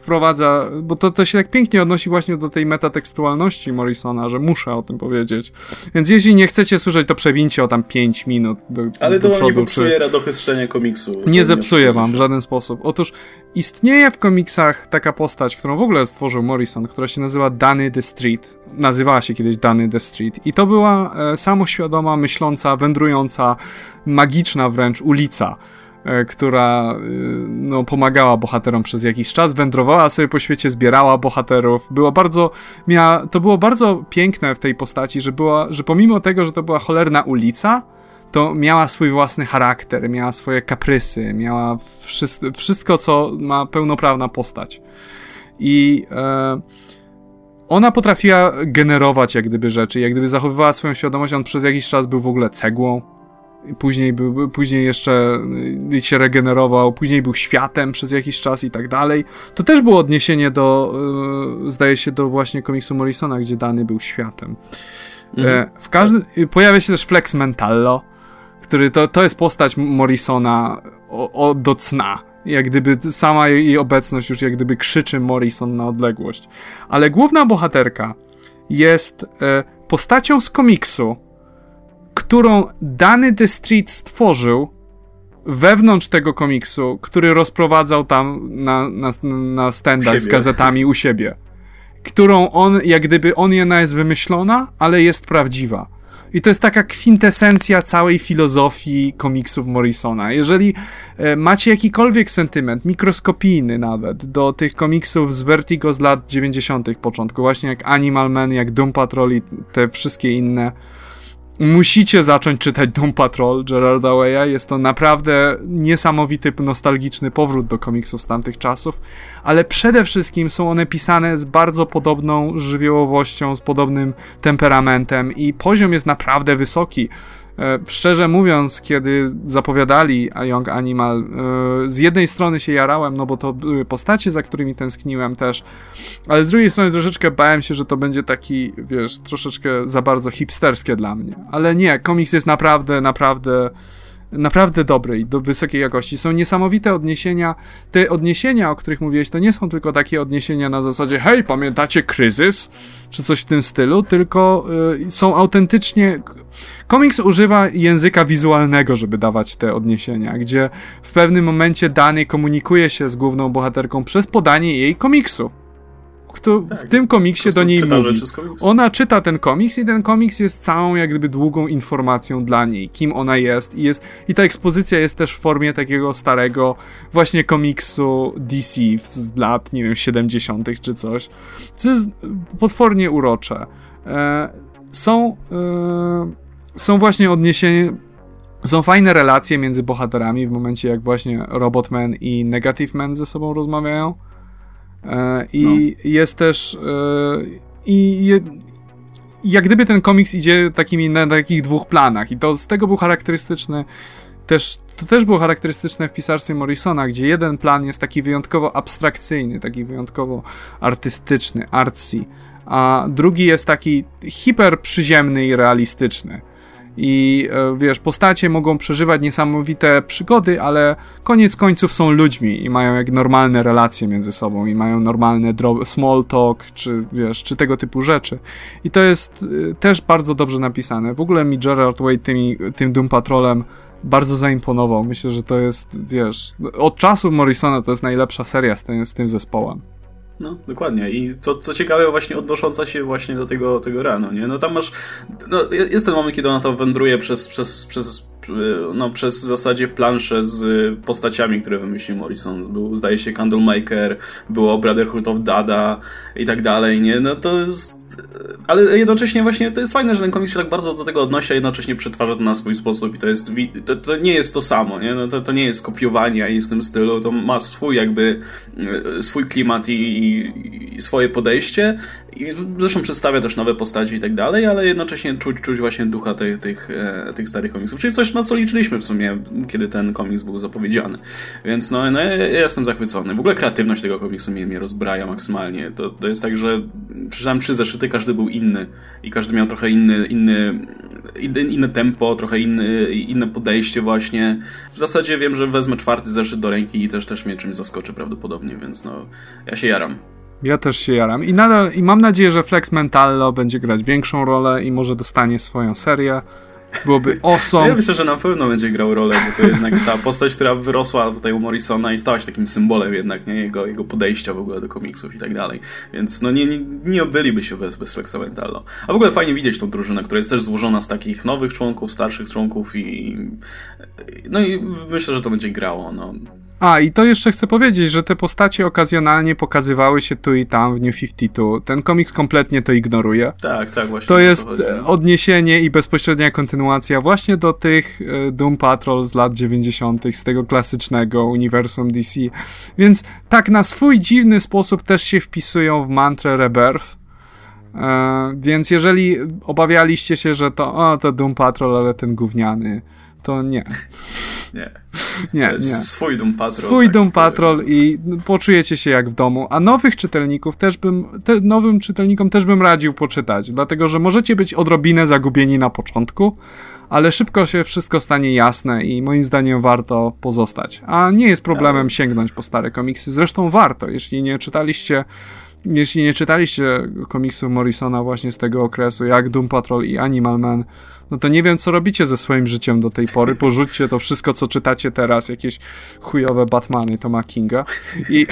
wprowadza, bo to, to się tak pięknie odnosi właśnie do tej metatekstualności Morrisona, że muszę o tym powiedzieć. Więc jeśli nie chcecie słyszeć, to przewincie o tam pięć minut do, Ale do to przodu. wam nie popsuje czy... radochy z czytania komiksu. Nie zepsuje wam w żaden sposób. Otóż istnieje w komiksach taka postać, którą w ogóle stworzył Morrison, która się nazywa Danny the Street. Nazywała się kiedyś Danny the Street. I to była e, samoświadoma, myśląca, wędrująca, magiczna wręcz ulica, e, która e, no, pomagała bohaterom przez jakiś czas, wędrowała sobie po świecie, zbierała bohaterów. Była bardzo, miała, to było bardzo piękne w tej postaci, że, była, że pomimo tego, że to była cholerna ulica, to miała swój własny charakter, miała swoje kaprysy, miała wszystko, wszystko co ma pełnoprawna postać. I e, ona potrafiła generować jak gdyby rzeczy, jak gdyby zachowywała swoją świadomość. On przez jakiś czas był w ogóle cegłą, później, był, później jeszcze się regenerował, później był światem przez jakiś czas i tak dalej. To też było odniesienie do, e, zdaje się, do właśnie komiksu Morrisona, gdzie Danny był światem. Mhm. E, w każdym, pojawia się też Flex Mentallo, który to, to jest postać Morrisona o, o, do cna. Jak gdyby sama jej obecność już jak gdyby krzyczy Morrison na odległość. Ale główna bohaterka jest e, postacią z komiksu, którą Danny the Street stworzył wewnątrz tego komiksu, który rozprowadzał tam na, na, na standach z gazetami u siebie. Którą on, jak gdyby on jedna jest wymyślona, ale jest prawdziwa. I to jest taka kwintesencja całej filozofii komiksów Morrisona. Jeżeli e, macie jakikolwiek sentyment, mikroskopijny nawet, do tych komiksów z Vertigo z lat dziewięćdziesiątych początku, właśnie jak Animal Man, jak Doom Patrol i te wszystkie inne, musicie zacząć czytać Doom Patrol Gerarda Waya. Jest to naprawdę niesamowity, nostalgiczny powrót do komiksów z tamtych czasów, ale przede wszystkim są one pisane z bardzo podobną żywiołowością, z podobnym temperamentem i poziom jest naprawdę wysoki. E, szczerze mówiąc, kiedy zapowiadali A Young Animal, e, z jednej strony się jarałem, no bo to były postacie, za którymi tęskniłem też, ale z drugiej strony troszeczkę bałem się, że to będzie taki, wiesz, troszeczkę za bardzo hipsterskie dla mnie. Ale nie, komiks jest naprawdę, naprawdę naprawdę dobry i do wysokiej jakości. Są niesamowite odniesienia. Te odniesienia, o których mówiłeś, to nie są tylko takie odniesienia na zasadzie hej, pamiętacie kryzys? Czy coś w tym stylu, tylko y, są autentycznie... Komiks używa języka wizualnego, żeby dawać te odniesienia, gdzie w pewnym momencie Danny komunikuje się z główną bohaterką przez podanie jej komiksu. Kto tak, w tym komiksie do niej mówi. Ona czyta ten komiks i ten komiks jest całą jak gdyby długą informacją dla niej, kim ona jest i, jest, i ta ekspozycja jest też w formie takiego starego właśnie komiksu D C z lat, nie wiem, siedemdziesiątych czy coś, co jest potwornie urocze. E, są e, są właśnie odniesienia, są fajne relacje między bohaterami w momencie jak właśnie Robotman i Negative Man ze sobą rozmawiają. I no. jest też i je, jak gdyby ten komiks idzie takimi na takich dwóch planach i to z tego był charakterystyczny też, to też było charakterystyczne w pisarstwie Morrisona, gdzie jeden plan jest taki wyjątkowo abstrakcyjny, taki wyjątkowo artystyczny, artsy, a drugi jest taki hiper przyziemny i realistyczny. I wiesz, postacie mogą przeżywać niesamowite przygody, ale koniec końców są ludźmi i mają jak normalne relacje między sobą i mają normalne dro- small talk, czy wiesz, czy tego typu rzeczy. I to jest y, też bardzo dobrze napisane. W ogóle mi Gerard Way tymi, tym Doom Patrolem bardzo zaimponował. Myślę, że to jest, wiesz, od czasu Morrisona to jest najlepsza seria z tym, z tym zespołem. No, dokładnie. I co, co ciekawe, właśnie odnosząca się właśnie do tego, tego rano, nie? No tam masz... No, jest ten moment, kiedy ona tam wędruje przez, przez, przez, no, przez w zasadzie planszę z postaciami, które wymyślił Morrison. Był, zdaje się, Candlemaker, było Brotherhood of Dada i tak dalej, nie? No to jest... Ale jednocześnie właśnie to jest fajne, że ten komiks się tak bardzo do tego odnosi, a jednocześnie przetwarza to na swój sposób i to jest... To, to nie jest to samo, nie? No to, to nie jest kopiowanie ani w tym stylu, to ma swój jakby swój klimat i i swoje podejście i zresztą przedstawia też nowe postaci i tak dalej, ale jednocześnie czuć, czuć właśnie ducha tych, tych, tych starych komiksów, czyli coś, na co liczyliśmy w sumie, kiedy ten komiks był zapowiedziany. Więc no, no ja jestem zachwycony. W ogóle kreatywność tego komiksu mnie, mnie rozbraja maksymalnie. To, to jest tak, że przeczytałem trzy zeszyty zeszyty, każdy był inny i każdy miał trochę inny, inny, inny, inne tempo, trochę inny, inne podejście właśnie. W zasadzie wiem, że wezmę czwarty zeszyt do ręki i też, też mnie czymś zaskoczy prawdopodobnie, więc no, ja się jaram. Ja też się jaram. I nadal, i mam nadzieję, że Flex Mentallo będzie grać większą rolę i może dostanie swoją serię. Byłoby awesome. Ja myślę, że na pewno będzie grał rolę, bo to jednak ta postać, która wyrosła tutaj u Morrisona i stała się takim symbolem jednak, nie? Jego, jego podejścia w ogóle do komiksów i tak dalej. Więc no nie, nie, nie obyliby się bez, bez Flexa Mentallo. A w ogóle fajnie widzieć tą drużynę, która jest też złożona z takich nowych członków, starszych członków i no i myślę, że to będzie grało, no. A, i to jeszcze chcę powiedzieć, że te postacie okazjonalnie pokazywały się tu i tam w New pięćdziesiąt dwa. Ten komiks kompletnie to ignoruje. Tak, tak, właśnie. To jest to odniesienie i bezpośrednia kontynuacja właśnie do tych Doom Patrol z lat dziewięćdziesiątych, z tego klasycznego uniwersum D C. Więc tak na swój dziwny sposób też się wpisują w mantrę Rebirth. E, więc jeżeli obawialiście się, że to, o, to Doom Patrol, ale ten gówniany, to nie. Nie. Nie, nie. Swój Doom Patrol. Swój tak, Doom Patrol i poczujecie się jak w domu. A nowych czytelników też bym, te, nowym czytelnikom też bym radził poczytać, dlatego, że możecie być odrobinę zagubieni na początku, ale szybko się wszystko stanie jasne i moim zdaniem warto pozostać. A nie jest problemem sięgnąć po stare komiksy. Zresztą warto, jeśli nie czytaliście Jeśli nie czytaliście komiksów Morrisona właśnie z tego okresu, jak Doom Patrol i Animal Man, no to nie wiem, co robicie ze swoim życiem do tej pory. Porzućcie to wszystko, co czytacie teraz, jakieś chujowe Batmany Toma Kinga i,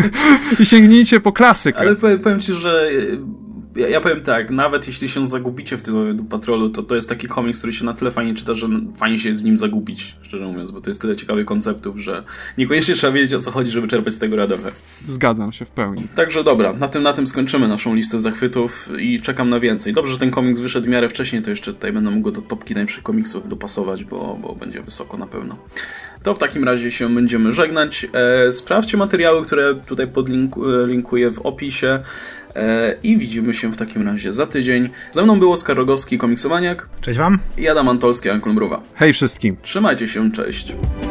i sięgnijcie po klasykę. Ale powiem, powiem ci, że ja, ja powiem tak, nawet jeśli się zagubicie w tym Doom Patrolu, to to jest taki komiks, który się na tyle fajnie czyta, że fajnie się jest w nim zagubić, szczerze mówiąc, bo to jest tyle ciekawych konceptów, że niekoniecznie trzeba wiedzieć, o co chodzi, żeby czerpać z tego radochę. Zgadzam się w pełni. Także dobra, na tym, na tym skończymy naszą listę zachwytów i czekam na więcej. Dobrze, że ten komiks wyszedł w miarę wcześniej, to jeszcze tutaj będę mógł go do topki najlepszych komiksów dopasować, bo, bo będzie wysoko na pewno. To w takim razie się będziemy żegnać. E, sprawdźcie materiały, które tutaj podlinkuję w opisie. I widzimy się w takim razie za tydzień. Ze mną był Oskar Rogowski, komiksowaniak. Cześć wam. I Adam Antolski, Uncle Mruwa. Hej wszystkim. Trzymajcie się, cześć.